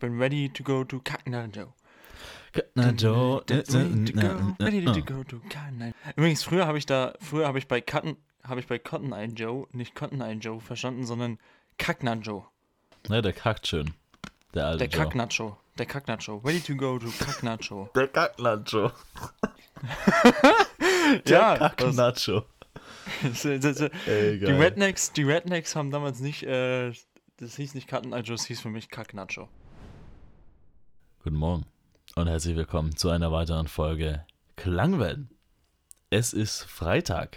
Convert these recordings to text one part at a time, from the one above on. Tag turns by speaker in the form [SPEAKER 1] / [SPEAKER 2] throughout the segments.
[SPEAKER 1] bin ready to go to Kacknajo.
[SPEAKER 2] Kacknajo.
[SPEAKER 1] Ready to go to Kacknajo. Übrigens, früher habe ich bei Cotton Eye Joe nicht Cotton Eye Joe verstanden, sondern Kacknajo.
[SPEAKER 2] Ja, der kackt schön. Der alte
[SPEAKER 1] Joe. Der Kacknajo. Ready to go to Kacknajo.
[SPEAKER 2] Der Kacknajo.
[SPEAKER 1] Ja,
[SPEAKER 2] Kacknajo.
[SPEAKER 1] Die Rednecks haben damals nicht, das hieß nicht Cotton Eye Joe, das hieß für mich Kacknajo.
[SPEAKER 2] Guten Morgen und herzlich willkommen zu einer weiteren Folge Klangwellen. Es ist Freitag,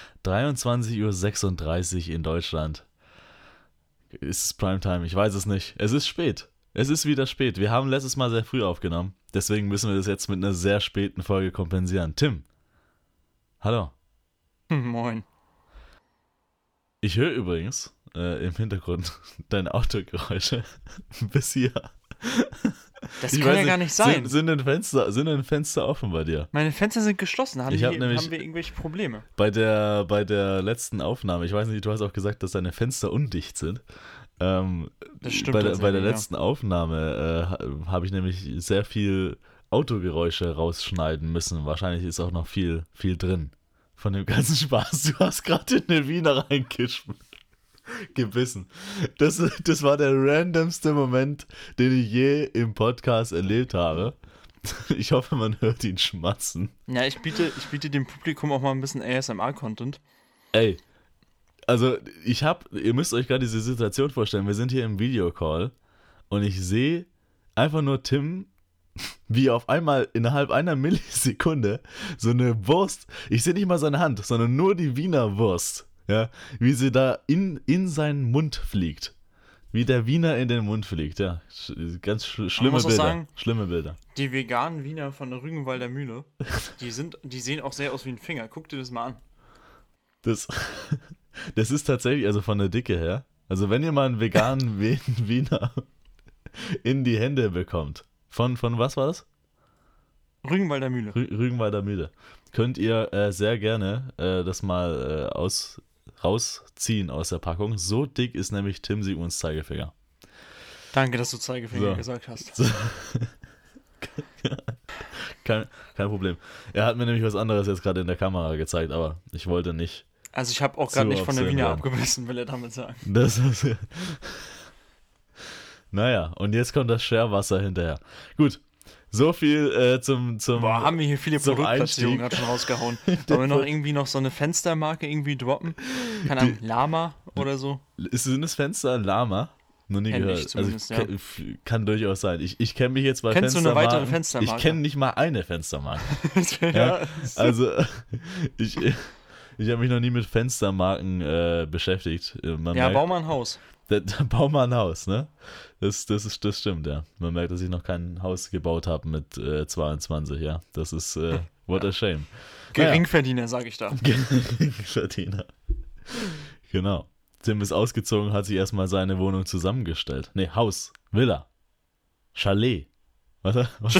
[SPEAKER 2] 23:36 Uhr in Deutschland. Ist es Primetime? Ich weiß es nicht. Es ist spät. Es ist wieder spät. Wir haben letztes Mal sehr früh aufgenommen. Deswegen müssen wir das jetzt mit einer sehr späten Folge kompensieren. Tim. Hallo.
[SPEAKER 1] Moin.
[SPEAKER 2] Ich höre übrigens im Hintergrund deine Autogeräusche bis hier.
[SPEAKER 1] Das kann ja gar nicht sein.
[SPEAKER 2] Sind denn Fenster offen bei dir?
[SPEAKER 1] Meine Fenster sind geschlossen. Haben wir irgendwelche Probleme?
[SPEAKER 2] Bei der letzten Aufnahme, ich weiß nicht, du hast auch gesagt, dass deine Fenster undicht sind.
[SPEAKER 1] Das stimmt.
[SPEAKER 2] Bei der letzten Aufnahme habe ich nämlich sehr viel Autogeräusche rausschneiden müssen. Wahrscheinlich ist auch noch viel drin von dem ganzen Spaß. Du hast gerade in eine Wiener reingebissen. Das war der randomste Moment, den ich je im Podcast erlebt habe. Ich hoffe, man hört ihn schmatzen.
[SPEAKER 1] Ja, ich biete dem Publikum auch mal ein bisschen ASMR-Content.
[SPEAKER 2] Ey, also ihr müsst euch gerade diese Situation vorstellen. Wir sind hier im Videocall und ich sehe einfach nur Tim, wie auf einmal innerhalb einer Millisekunde so eine Wurst, ich sehe nicht mal seine Hand, sondern nur die Wiener Wurst, ja, wie sie da in seinen Mund fliegt. Wie der Wiener in den Mund fliegt, ja. Ganz schlimme Bilder. Sagen, schlimme Bilder.
[SPEAKER 1] Die veganen Wiener von der Rügenwalder Mühle, die sehen auch sehr aus wie ein Finger. Guck dir das mal an. Das
[SPEAKER 2] ist tatsächlich, also von der Dicke her, also wenn ihr mal einen veganen Wiener in die Hände bekommt, von was war das?
[SPEAKER 1] Rügenwalder Mühle.
[SPEAKER 2] Rügenwalder Mühle. Könnt ihr sehr gerne das mal rausziehen aus der Packung. So dick ist nämlich Tim Sigmunds Zeigefinger.
[SPEAKER 1] Danke, dass du Zeigefinger gesagt hast.
[SPEAKER 2] So. Kein Problem. Er hat mir nämlich was anderes jetzt gerade in der Kamera gezeigt, aber ich wollte nicht.
[SPEAKER 1] Also ich habe auch gerade nicht von der Wiener abgebissen, will er damit sagen.
[SPEAKER 2] Naja, und jetzt kommt das Scherwasser hinterher. Gut, so viel zum
[SPEAKER 1] Boah, haben wir hier viele Produktplatzierungen gerade schon rausgehauen. Wollen wir noch so eine Fenstermarke irgendwie droppen? Keine Ahnung, Lama oder so?
[SPEAKER 2] Sind das Fenster ein Lama? Noch nie gehört. Also kann durchaus sein. Ich kenne mich jetzt bei
[SPEAKER 1] Kennst
[SPEAKER 2] Fenstermarken.
[SPEAKER 1] Du eine weitere Fenstermarke?
[SPEAKER 2] Ich kenne nicht mal eine Fenstermarke. Ja, also ich habe mich noch nie mit Fenstermarken beschäftigt.
[SPEAKER 1] Bau mal ein Haus.
[SPEAKER 2] Bau mal ein Haus, ne? Das stimmt, ja. Man merkt, dass ich noch kein Haus gebaut habe mit 22, ja. Das ist, what a shame.
[SPEAKER 1] Geringverdiener, sag ich da.
[SPEAKER 2] Geringverdiener. Genau. Tim ist ausgezogen, hat sich erstmal seine Wohnung zusammengestellt. Ne, Haus, Villa, Chalet. Was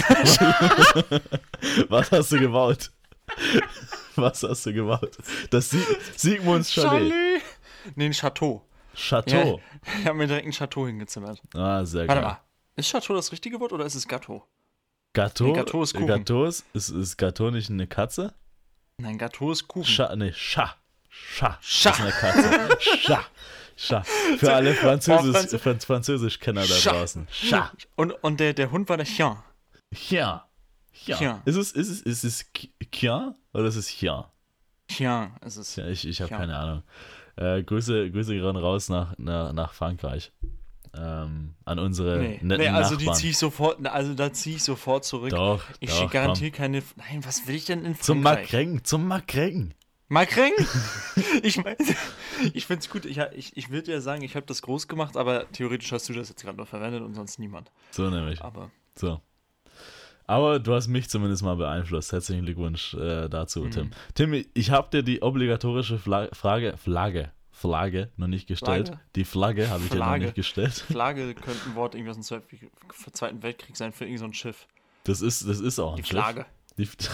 [SPEAKER 2] hast du gebaut? Was hast du gebaut? Das Sigmunds Chalet.
[SPEAKER 1] Nee, ein Chateau.
[SPEAKER 2] Chateau?
[SPEAKER 1] Ja, ich habe mir direkt ein Chateau hingezimmert.
[SPEAKER 2] Ah, sehr geil.
[SPEAKER 1] Warte mal, ist Chateau das richtige Wort oder ist es Gâteau?
[SPEAKER 2] Gâteau?
[SPEAKER 1] Nee, Gâteau ist Kuchen.
[SPEAKER 2] Ist Gâteau nicht eine Katze?
[SPEAKER 1] Nein, Gâteau ist Kuchen.
[SPEAKER 2] Scha. Das ist eine Katze. Scha. Für alle Französisch-Kenner da draußen. Scha.
[SPEAKER 1] Und der Hund war der Chien.
[SPEAKER 2] Chien. Ist es Chien oder ist es Chien?
[SPEAKER 1] Chien ist es.
[SPEAKER 2] Ja, ich habe keine Ahnung. Grüße gehen raus nach Frankreich. An unsere netten Nachbarn.
[SPEAKER 1] Also da ziehe ich sofort zurück.
[SPEAKER 2] Doch,
[SPEAKER 1] ich garantiere keine. Nein, was will ich denn in Frankreich?
[SPEAKER 2] Zum Makreng.
[SPEAKER 1] Makreng? Ich finde es gut. Ich würde ja sagen, ich habe das groß gemacht, aber theoretisch hast du das jetzt gerade noch verwendet und sonst niemand.
[SPEAKER 2] So nämlich. Aber du hast mich zumindest mal beeinflusst. Herzlichen Glückwunsch dazu, Tim. Tim, ich habe dir die obligatorische Flagge noch nicht gestellt.
[SPEAKER 1] Flagge?
[SPEAKER 2] Die Flagge habe ich dir noch nicht gestellt.
[SPEAKER 1] Flagge könnte ein Wort irgendwie aus dem Zweiten Weltkrieg sein für irgend so ein Schiff.
[SPEAKER 2] Das ist auch ein
[SPEAKER 1] Schiff. Die Flagge.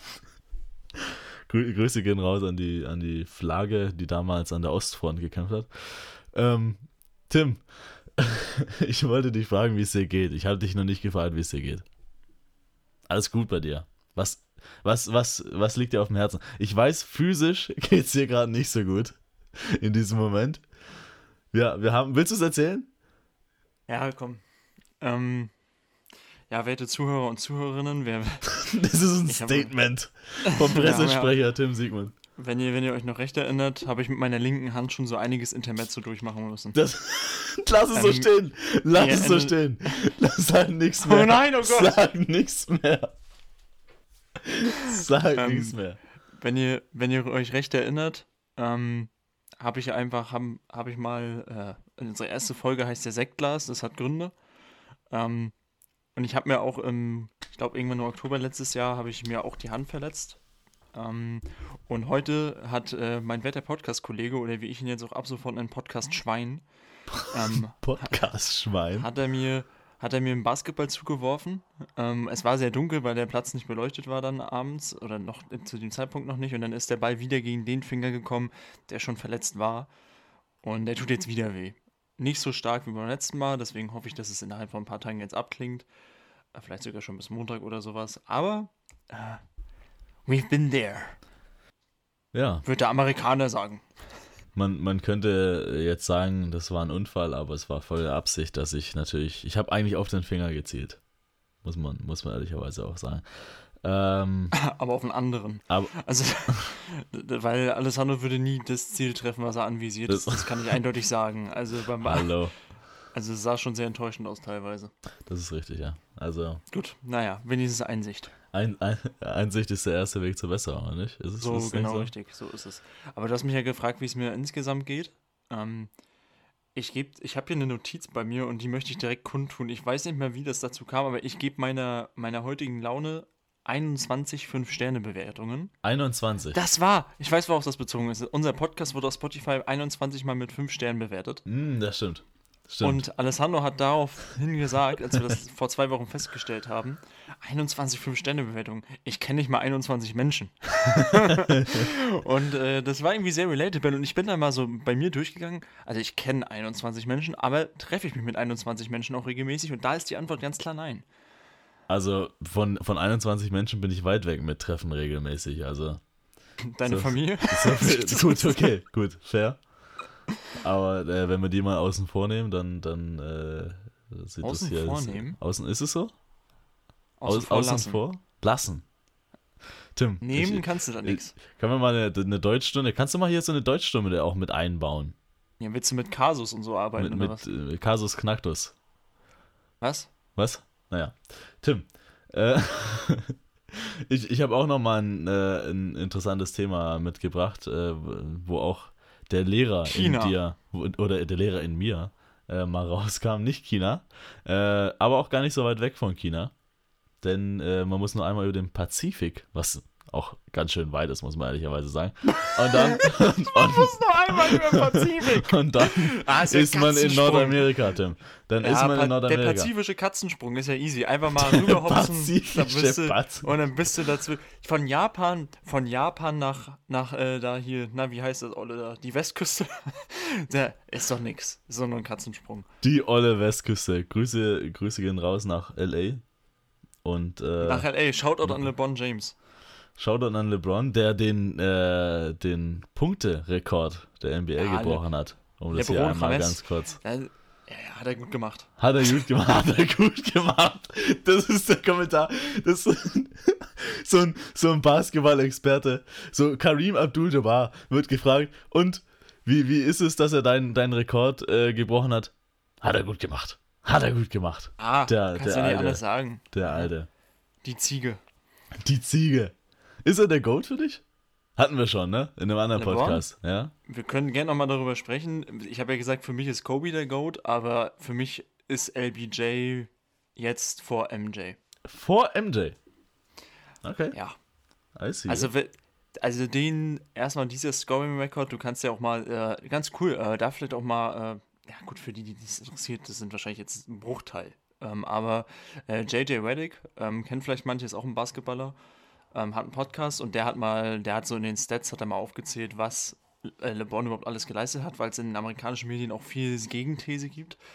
[SPEAKER 2] Grüße gehen raus an die Flagge, die damals an der Ostfront gekämpft hat. Tim, Ich wollte dich fragen, wie es dir geht. Ich habe dich noch nicht gefragt, wie es dir geht. Alles gut bei dir. Was liegt dir auf dem Herzen? Ich weiß, physisch geht es dir gerade nicht so gut in diesem Moment. Willst du es erzählen?
[SPEAKER 1] Ja, komm. Ja, werte Zuhörer und Zuhörerinnen,
[SPEAKER 2] Das ist ein Statement vom Pressesprecher Tim Siegmund.
[SPEAKER 1] wenn ihr euch noch recht erinnert, habe ich mit meiner linken Hand schon so einiges Intermezzo durchmachen müssen.
[SPEAKER 2] Lass es so stehen. Lass es so stehen. Sag nichts mehr.
[SPEAKER 1] Oh nein, oh Gott.
[SPEAKER 2] Sag nichts mehr. Sag nichts mehr.
[SPEAKER 1] Wenn ihr euch recht erinnert, habe ich mal, unsere erste Folge heißt ja Sektglas, das hat Gründe. Und ich habe mir auch ich glaube irgendwann im Oktober letztes Jahr, habe ich mir auch die Hand verletzt. Und heute hat mein werter Podcast-Kollege, oder wie ich ihn jetzt auch ab sofort nenne, Podcast-Schwein,
[SPEAKER 2] Podcast-Schwein?
[SPEAKER 1] hat er mir einen Basketball zugeworfen. Es war sehr dunkel, weil der Platz nicht beleuchtet war dann abends, oder noch zu dem Zeitpunkt noch nicht. Und dann ist der Ball wieder gegen den Finger gekommen, der schon verletzt war. Und der tut jetzt wieder weh. Nicht so stark wie beim letzten Mal, deswegen hoffe ich, dass es innerhalb von ein paar Tagen jetzt abklingt. Vielleicht sogar schon bis Montag oder sowas. Aber we've been there.
[SPEAKER 2] Ja.
[SPEAKER 1] Würde der Amerikaner sagen.
[SPEAKER 2] Man könnte jetzt sagen, das war ein Unfall, aber es war voll der Absicht, dass ich habe eigentlich auf den Finger gezielt. Muss man ehrlicherweise auch sagen.
[SPEAKER 1] Aber auf einen anderen. Also, weil Alessandro würde nie das Ziel treffen, was er anvisiert. Das kann ich eindeutig sagen. Also
[SPEAKER 2] Hallo.
[SPEAKER 1] Also es sah schon sehr enttäuschend aus teilweise.
[SPEAKER 2] Das ist richtig, ja. Also
[SPEAKER 1] gut, naja, wenigstens Einsicht.
[SPEAKER 2] Einsicht ist der erste Weg zur Besserung, oder nicht? Ist
[SPEAKER 1] genau so? Richtig, so ist es. Aber du hast mich ja gefragt, wie es mir insgesamt geht. Ich habe hier eine Notiz bei mir und die möchte ich direkt kundtun. Ich weiß nicht mehr, wie das dazu kam, aber ich gebe meiner heutigen Laune 21 5-Sterne-Bewertungen.
[SPEAKER 2] 21?
[SPEAKER 1] Ich weiß, worauf das bezogen ist. Unser Podcast wurde auf Spotify 21 Mal mit 5 Sternen bewertet.
[SPEAKER 2] Das stimmt.
[SPEAKER 1] Und Alessandro hat daraufhin gesagt, als wir das vor 2 Wochen festgestellt haben, 21 5-Sterne-Bewertungen. Ich kenne nicht mal 21 Menschen. Und das war irgendwie sehr relatable. Und ich bin dann mal so bei mir durchgegangen. Also ich kenne 21 Menschen, aber treffe ich mich mit 21 Menschen auch regelmäßig? Und da ist die Antwort ganz klar nein.
[SPEAKER 2] Also von 21 Menschen bin ich weit weg mit Treffen regelmäßig. Also
[SPEAKER 1] Deine Familie?
[SPEAKER 2] Gut, okay, gut, fair. Aber wenn wir die mal außen vornehmen, dann sieht
[SPEAKER 1] außen
[SPEAKER 2] das hier
[SPEAKER 1] vornehmen?
[SPEAKER 2] Außen ist es so?
[SPEAKER 1] Außen
[SPEAKER 2] vor? Lassen. Tim.
[SPEAKER 1] Nehmen kannst du da nichts.
[SPEAKER 2] Können wir mal eine Deutschstunde, kannst du mal hier so eine Deutschstunde auch mit einbauen?
[SPEAKER 1] Ja, willst du mit Kasus und so arbeiten oder was?
[SPEAKER 2] Mit Kasus Knacktus.
[SPEAKER 1] Was?
[SPEAKER 2] Naja. Tim, ich habe auch nochmal ein interessantes Thema mitgebracht, wo auch der Lehrer
[SPEAKER 1] China.
[SPEAKER 2] in dir oder der Lehrer in mir mal rauskam. Nicht China, aber auch gar nicht so weit weg von China. Denn man muss nur einmal über den Pazifik, was auch ganz schön weit ist, muss man ehrlicherweise sagen. Und dann
[SPEAKER 1] man muss nur einmal über den Pazifik.
[SPEAKER 2] Und dann ist man in Nordamerika, Tim. Dann ist man in Nordamerika.
[SPEAKER 1] Der pazifische Katzensprung ist ja easy. Einfach mal rüberhopsen und dann bist du dazu. Von Japan nach da hier, wie heißt das Olle da? Die Westküste? Da ist doch nix. Ist doch nur ein Katzensprung.
[SPEAKER 2] Die olle Westküste. Grüße gehen raus nach L.A. Und,
[SPEAKER 1] nach L.A. Shoutout an LeBron James.
[SPEAKER 2] Shoutout an LeBron, der den Punkterekord der NBA gebrochen hat. Um das hier einmal ganz kurz.
[SPEAKER 1] Ja, hat er gut gemacht.
[SPEAKER 2] Hat er gut gemacht. Das ist der Kommentar. Das ist so ein Basketball-Experte. So Kareem Abdul-Jabbar wird gefragt, und wie ist es, dass er deinen Rekord gebrochen hat? Hat er gut gemacht. Kannst du nicht anders sagen. Der Alte.
[SPEAKER 1] Die Ziege. Ist
[SPEAKER 2] er der GOAT für dich? Hatten wir schon, ne? In einem anderen
[SPEAKER 1] LeBron?
[SPEAKER 2] Podcast, ja?
[SPEAKER 1] Wir können gerne nochmal darüber sprechen. Ich habe ja gesagt, für mich ist Kobe der GOAT, aber für mich ist LBJ jetzt vor MJ.
[SPEAKER 2] Vor MJ? Okay.
[SPEAKER 1] Ja.
[SPEAKER 2] I see.
[SPEAKER 1] Also erstmal dieser Scoring-Record, du kannst ja auch mal, ganz cool, da vielleicht auch mal, ja gut, für die das interessiert, das sind wahrscheinlich jetzt ein Bruchteil. Aber JJ Redick, kennt vielleicht manche, ist auch ein Basketballer, hat einen Podcast und der hat so in den Stats, hat er mal aufgezählt, was LeBron überhaupt alles geleistet hat, weil es in den amerikanischen Medien auch viel Gegenthese gibt.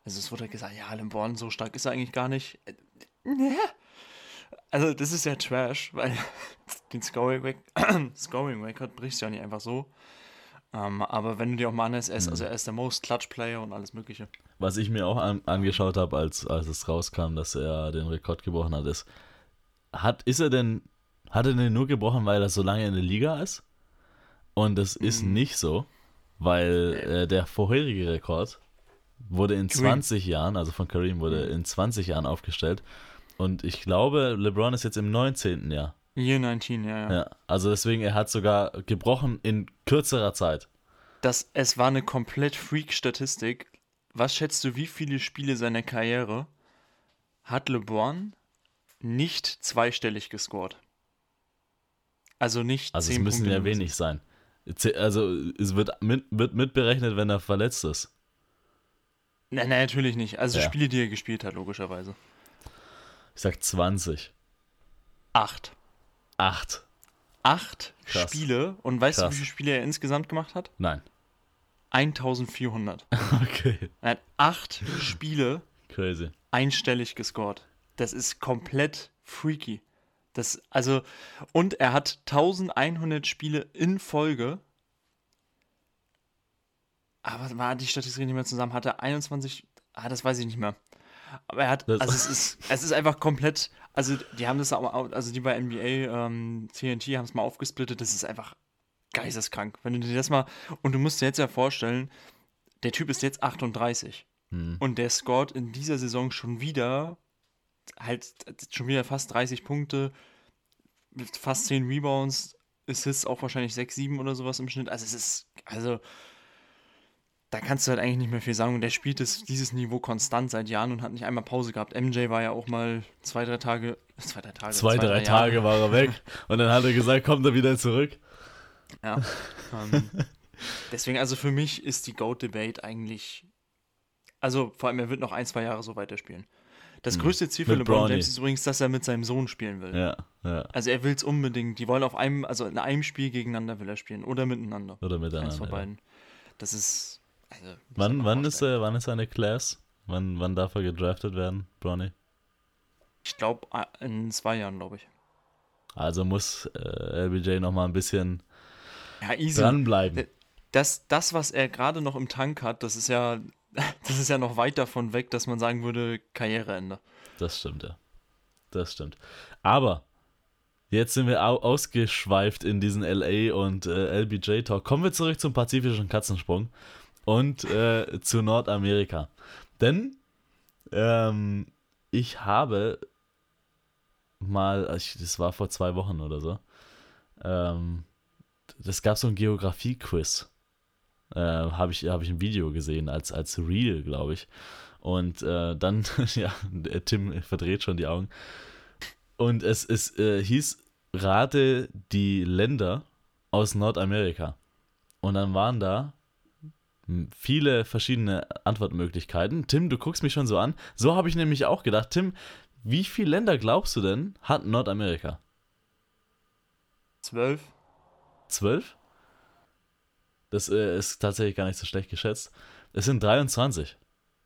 [SPEAKER 1] Also es wurde gesagt, ja, LeBron, so stark ist er eigentlich gar nicht. Nee. Also das ist ja Trash, weil den Scoring-Record brichst du ja nicht einfach so. Aber wenn du dir auch mal anhörst, er ist der Most Clutch Player und alles mögliche.
[SPEAKER 2] Was ich mir auch angeschaut habe, als es rauskam, dass er den Rekord gebrochen hat, hat er den nur gebrochen, weil er so lange in der Liga ist? Und das ist nicht so, weil der vorherige Rekord wurde in 20 Jahren, also von Kareem wurde in 20 Jahren aufgestellt. Und ich glaube, LeBron ist jetzt im 19. Jahr.
[SPEAKER 1] Year 19, ja.
[SPEAKER 2] Ja, also deswegen, er hat sogar gebrochen in kürzerer Zeit.
[SPEAKER 1] Es war eine komplett Freak-Statistik. Was schätzt du, wie viele Spiele seiner Karriere hat LeBron nicht zweistellig gescored? Also nicht 10
[SPEAKER 2] Also es müssen
[SPEAKER 1] Punkte
[SPEAKER 2] ja wenig sein. Also es wird mitberechnet, wenn er verletzt ist.
[SPEAKER 1] Nein, natürlich nicht. Also
[SPEAKER 2] Ja.
[SPEAKER 1] Spiele, die er gespielt hat, logischerweise.
[SPEAKER 2] Ich sag
[SPEAKER 1] 8.
[SPEAKER 2] 8.
[SPEAKER 1] 8
[SPEAKER 2] Krass.
[SPEAKER 1] Spiele. Und weißt du,
[SPEAKER 2] Krass.
[SPEAKER 1] wie viele Spiele er insgesamt gemacht hat?
[SPEAKER 2] Nein.
[SPEAKER 1] 1400.
[SPEAKER 2] Okay.
[SPEAKER 1] Er hat 8 Spiele
[SPEAKER 2] Crazy.
[SPEAKER 1] einstellig gescored. Das ist komplett freaky. Und er hat 1100 Spiele in Folge. Aber war die Statistik nicht mehr zusammen? Hat er 21? Das weiß ich nicht mehr. Aber er hat, es ist einfach komplett, also die haben das auch, also die bei NBA, TNT haben es mal aufgesplittet, das ist einfach geisteskrank. Wenn du dir das mal, und du musst dir jetzt ja vorstellen, der Typ ist jetzt 38 und der scored in dieser Saison schon wieder fast 30 Punkte, mit fast 10 Rebounds, Assists auch wahrscheinlich 6, 7 oder sowas im Schnitt. Da kannst du halt eigentlich nicht mehr viel sagen. Und der spielt dieses Niveau konstant seit Jahren und hat nicht einmal Pause gehabt. MJ war ja auch mal 2-3 Tage.
[SPEAKER 2] 2-3 Tage war er weg. Und dann hat er gesagt, kommt er wieder zurück.
[SPEAKER 1] Ja. Deswegen, also für mich ist die GOAT-Debate eigentlich. Also vor allem, er wird noch 1-2 Jahre so weiterspielen. Das größte Ziel für
[SPEAKER 2] Mit
[SPEAKER 1] LeBron
[SPEAKER 2] Bronny.
[SPEAKER 1] James ist übrigens, dass er mit seinem Sohn spielen will.
[SPEAKER 2] Ja.
[SPEAKER 1] Also er will es unbedingt. Die wollen in einem Spiel gegeneinander will er spielen. Oder miteinander.
[SPEAKER 2] Oder miteinander.
[SPEAKER 1] Eins von
[SPEAKER 2] Ja.
[SPEAKER 1] beiden. Das ist. Also,
[SPEAKER 2] Wann ist seine Class? Wann darf er gedraftet werden, Bronny?
[SPEAKER 1] Ich glaube, in 2 Jahren, glaube ich.
[SPEAKER 2] Also muss LBJ nochmal ein bisschen
[SPEAKER 1] Ja, easy.
[SPEAKER 2] dranbleiben.
[SPEAKER 1] Das, was er gerade noch im Tank hat, das ist ja noch weit davon weg, dass man sagen würde, Karriereende.
[SPEAKER 2] Das stimmt, ja. Das stimmt. Aber jetzt sind wir ausgeschweift in diesen LA und LBJ-Talk. Kommen wir zurück zum pazifischen Katzensprung und zu Nordamerika. Denn ich habe mal, das war vor 2 Wochen oder so, das gab so ein Geografie-Quiz. Habe ich ein Video gesehen, als Reel, glaube ich. Und dann, ja, der Tim verdreht schon die Augen. Und es hieß, rate die Länder aus Nordamerika. Und dann waren da viele verschiedene Antwortmöglichkeiten. Tim, du guckst mich schon so an. So habe ich nämlich auch gedacht. Tim, wie viele Länder glaubst du denn hat Nordamerika?
[SPEAKER 1] 12?
[SPEAKER 2] 12? Das ist tatsächlich gar nicht so schlecht geschätzt. Es sind 23.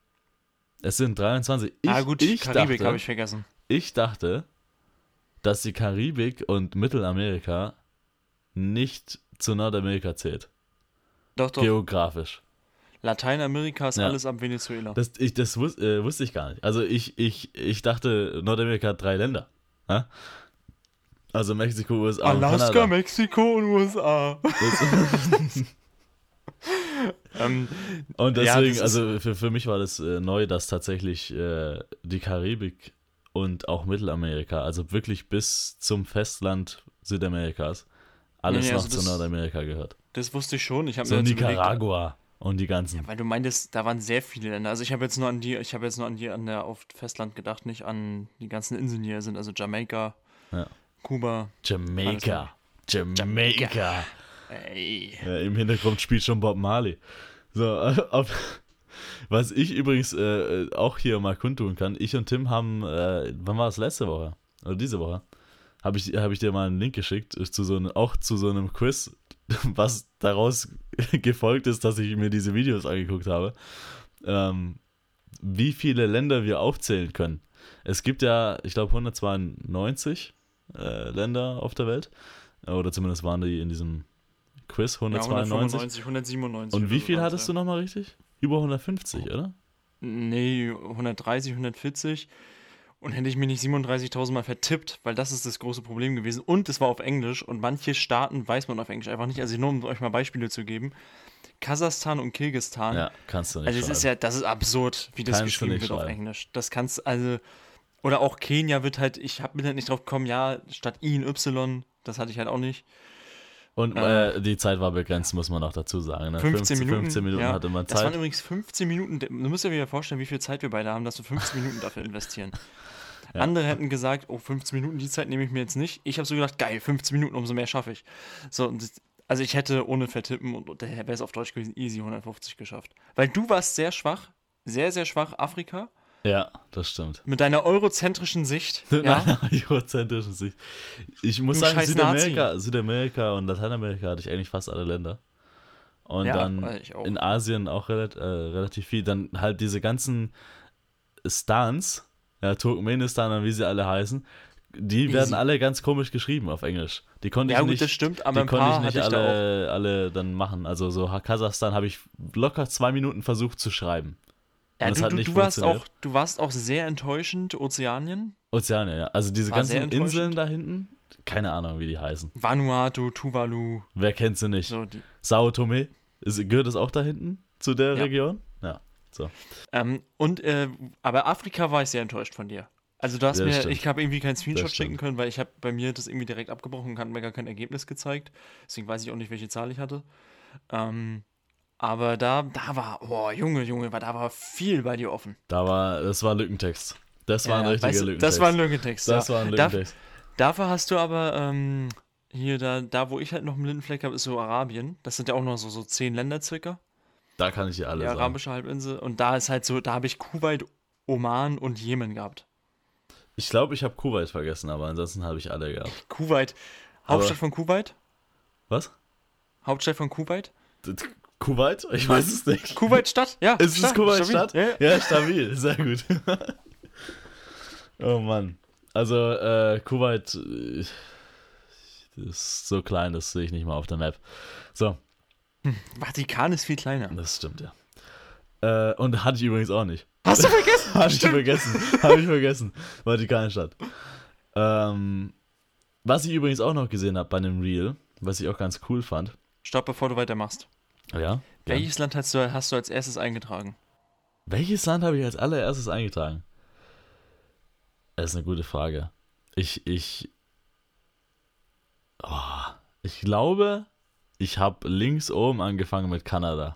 [SPEAKER 1] Karibik habe ich vergessen.
[SPEAKER 2] Ich dachte, dass die Karibik und Mittelamerika nicht zu Nordamerika zählt.
[SPEAKER 1] Doch.
[SPEAKER 2] Geografisch.
[SPEAKER 1] Lateinamerika ist alles ab Venezuela.
[SPEAKER 2] Das wusste ich gar nicht. Also ich dachte, Nordamerika hat 3 Länder. Ja? Also Mexiko, USA
[SPEAKER 1] Alaska,
[SPEAKER 2] und Kanada.
[SPEAKER 1] Mexiko und USA.
[SPEAKER 2] Und deswegen,
[SPEAKER 1] ja,
[SPEAKER 2] also für mich war das neu, dass tatsächlich die Karibik und auch Mittelamerika, also wirklich bis zum Festland Südamerikas, alles noch zu Nordamerika gehört.
[SPEAKER 1] Das wusste ich schon. Ich habe
[SPEAKER 2] So
[SPEAKER 1] mir jetzt
[SPEAKER 2] Nicaragua und die ganzen.
[SPEAKER 1] Ja, weil du meintest, da waren sehr viele Länder. Also ich habe jetzt nur an die auf Festland gedacht, nicht an die ganzen Inseln, die hier sind. Also Jamaika, Kuba.
[SPEAKER 2] Jamaika.
[SPEAKER 1] Ey.
[SPEAKER 2] Ja, im Hintergrund spielt schon Bob Marley. So, was ich übrigens auch hier mal kundtun kann, ich und Tim haben, wann war es, letzte Woche? Oder diese Woche? Habe ich dir mal einen Link geschickt, zu so einem Quiz, was daraus gefolgt ist, dass ich mir diese Videos angeguckt habe. wie viele Länder wir aufzählen können. Es gibt ja, ich glaube, 192 Länder auf der Welt. Oder zumindest waren die in diesem Quiz 192.
[SPEAKER 1] 195, 197.
[SPEAKER 2] Und wie viel hattest du nochmal richtig? Über 150, oder?
[SPEAKER 1] Nee, 130, 140. Und hätte ich mich nicht 37.000 Mal vertippt, weil das ist das große Problem gewesen. Und es war auf Englisch und manche Staaten weiß man auf Englisch einfach nicht. Also nur um euch mal Beispiele zu geben. Kasachstan und Kirgisistan.
[SPEAKER 2] Ja, kannst du nicht
[SPEAKER 1] Also es ist ja, das ist absurd, wie das
[SPEAKER 2] Kannst du
[SPEAKER 1] geschrieben
[SPEAKER 2] nicht
[SPEAKER 1] wird auf
[SPEAKER 2] schreiben.
[SPEAKER 1] Englisch. Das kannst also, oder auch Kenia wird halt, ich bin halt nicht drauf gekommen, ja, statt I in Y, das hatte ich halt auch nicht.
[SPEAKER 2] Und die Zeit war begrenzt, muss man auch dazu sagen. Ne?
[SPEAKER 1] 15 Minuten.
[SPEAKER 2] 15 Minuten
[SPEAKER 1] ja.
[SPEAKER 2] hatte man
[SPEAKER 1] Das waren
[SPEAKER 2] Zeit.
[SPEAKER 1] übrigens 15 Minuten. Du musst dir wieder vorstellen, wie viel Zeit wir beide haben, dass wir 15 Minuten dafür investieren.
[SPEAKER 2] Ja.
[SPEAKER 1] Andere hätten gesagt, oh, 15 Minuten, die Zeit nehme ich mir jetzt nicht. Ich habe so gedacht, geil, 15 Minuten, umso mehr schaffe ich. So, also ich hätte ohne Vertippen, und daher wäre es auf Deutsch gewesen, easy 150 geschafft. Weil du warst sehr schwach, sehr, sehr schwach, Afrika,
[SPEAKER 2] Ja, das stimmt.
[SPEAKER 1] mit deiner eurozentrischen Sicht. Ja,
[SPEAKER 2] Eurozentrischen Sicht. Ich muss
[SPEAKER 1] Du
[SPEAKER 2] sagen,
[SPEAKER 1] scheiß
[SPEAKER 2] Südamerika und Lateinamerika hatte ich eigentlich fast alle Länder. Und
[SPEAKER 1] Ja,
[SPEAKER 2] dann
[SPEAKER 1] ich auch.
[SPEAKER 2] in Asien auch relativ viel. Dann halt diese ganzen Stans, ja, Turkmenistan und wie sie alle heißen, die
[SPEAKER 1] Easy.
[SPEAKER 2] werden alle ganz komisch geschrieben auf Englisch. Die konnte
[SPEAKER 1] ja
[SPEAKER 2] ich
[SPEAKER 1] gut,
[SPEAKER 2] nicht,
[SPEAKER 1] das stimmt, aber
[SPEAKER 2] die
[SPEAKER 1] ein
[SPEAKER 2] konnte ich
[SPEAKER 1] paar
[SPEAKER 2] nicht
[SPEAKER 1] hatte ich da auch.
[SPEAKER 2] alle dann machen. Also so Kasachstan habe ich locker 2 Minuten versucht zu schreiben.
[SPEAKER 1] Ja,
[SPEAKER 2] Und es hat nicht
[SPEAKER 1] du warst
[SPEAKER 2] funktioniert.
[SPEAKER 1] du warst auch sehr enttäuschend, Ozeanien,
[SPEAKER 2] Ozeane, ja. Also diese
[SPEAKER 1] War sehr
[SPEAKER 2] ganzen
[SPEAKER 1] enttäuschend.
[SPEAKER 2] Inseln da hinten, keine Ahnung, wie die heißen.
[SPEAKER 1] Vanuatu, Tuvalu,
[SPEAKER 2] Wer kennt sie nicht?
[SPEAKER 1] so die.
[SPEAKER 2] Sao Tome, gehört das auch da hinten zu der
[SPEAKER 1] Ja.
[SPEAKER 2] Region? Ja, so.
[SPEAKER 1] Aber Afrika war ich sehr enttäuscht von dir. Also du hast
[SPEAKER 2] Ja,
[SPEAKER 1] mir,
[SPEAKER 2] stimmt.
[SPEAKER 1] ich habe irgendwie keinen Screenshot
[SPEAKER 2] Das stimmt.
[SPEAKER 1] schicken können, weil ich habe bei mir das irgendwie direkt abgebrochen und hat mir gar kein Ergebnis gezeigt. Deswegen weiß ich auch nicht, welche Zahl ich hatte. Aber da war, oh Junge, da war viel bei dir offen.
[SPEAKER 2] Das war Lückentext. Das war ein richtiger
[SPEAKER 1] weißt du,
[SPEAKER 2] Lückentext.
[SPEAKER 1] das war ein Lückentext.
[SPEAKER 2] Das war ein Lückentext.
[SPEAKER 1] Dafür hast du aber hier, da wo ich halt noch einen blinden Fleck habe, ist so Arabien. Das sind ja auch noch so 10 Länder circa.
[SPEAKER 2] Da kann ich dir alle
[SPEAKER 1] Die
[SPEAKER 2] sagen.
[SPEAKER 1] arabische Halbinsel. Und da ist halt so, da habe ich Kuwait, Oman und Jemen gehabt.
[SPEAKER 2] Ich glaube, ich habe Kuwait vergessen, aber ansonsten habe ich alle gehabt.
[SPEAKER 1] Kuwait. Hauptstadt von Kuwait?
[SPEAKER 2] Was?
[SPEAKER 1] Hauptstadt von Kuwait?
[SPEAKER 2] Kuwait? Ich weiß es nicht.
[SPEAKER 1] Kuwait Stadt? Ja.
[SPEAKER 2] Ist es Kuwait
[SPEAKER 1] stabil.
[SPEAKER 2] Stadt?
[SPEAKER 1] Ja, ja.
[SPEAKER 2] Ja, stabil. Sehr gut. Oh Mann. Also, Kuwait ist so klein, das sehe ich nicht mal auf der Map. So,
[SPEAKER 1] Vatikan ist viel kleiner.
[SPEAKER 2] das stimmt, ja. Und hatte ich übrigens auch nicht.
[SPEAKER 1] Hast du vergessen?
[SPEAKER 2] Habe ich vergessen. Vatikanstadt. Was ich übrigens auch noch gesehen habe bei einem Reel, was ich auch ganz cool fand.
[SPEAKER 1] Stopp, bevor du weitermachst.
[SPEAKER 2] Ja.
[SPEAKER 1] Welches Land hast du als erstes eingetragen?
[SPEAKER 2] Welches Land habe ich als allererstes eingetragen? Das ist eine gute Frage. Ich glaube, ich habe links oben angefangen mit Kanada.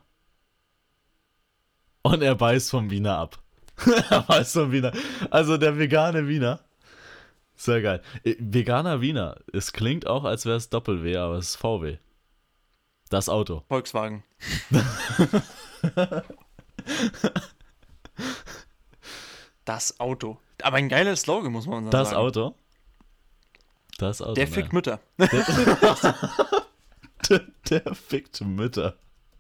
[SPEAKER 2] Und er beißt vom Wiener ab. Er beißt vom Wiener. Also der vegane Wiener. Sehr geil. Veganer Wiener. Es klingt auch, als wäre es Doppel-W, aber es ist VW. Das Auto.
[SPEAKER 1] Volkswagen. Das Auto. Aber ein geiler Slogan, muss man sagen.
[SPEAKER 2] Das Auto. Das Auto.
[SPEAKER 1] Der fickt Mütter.
[SPEAKER 2] Der fickt Mütter.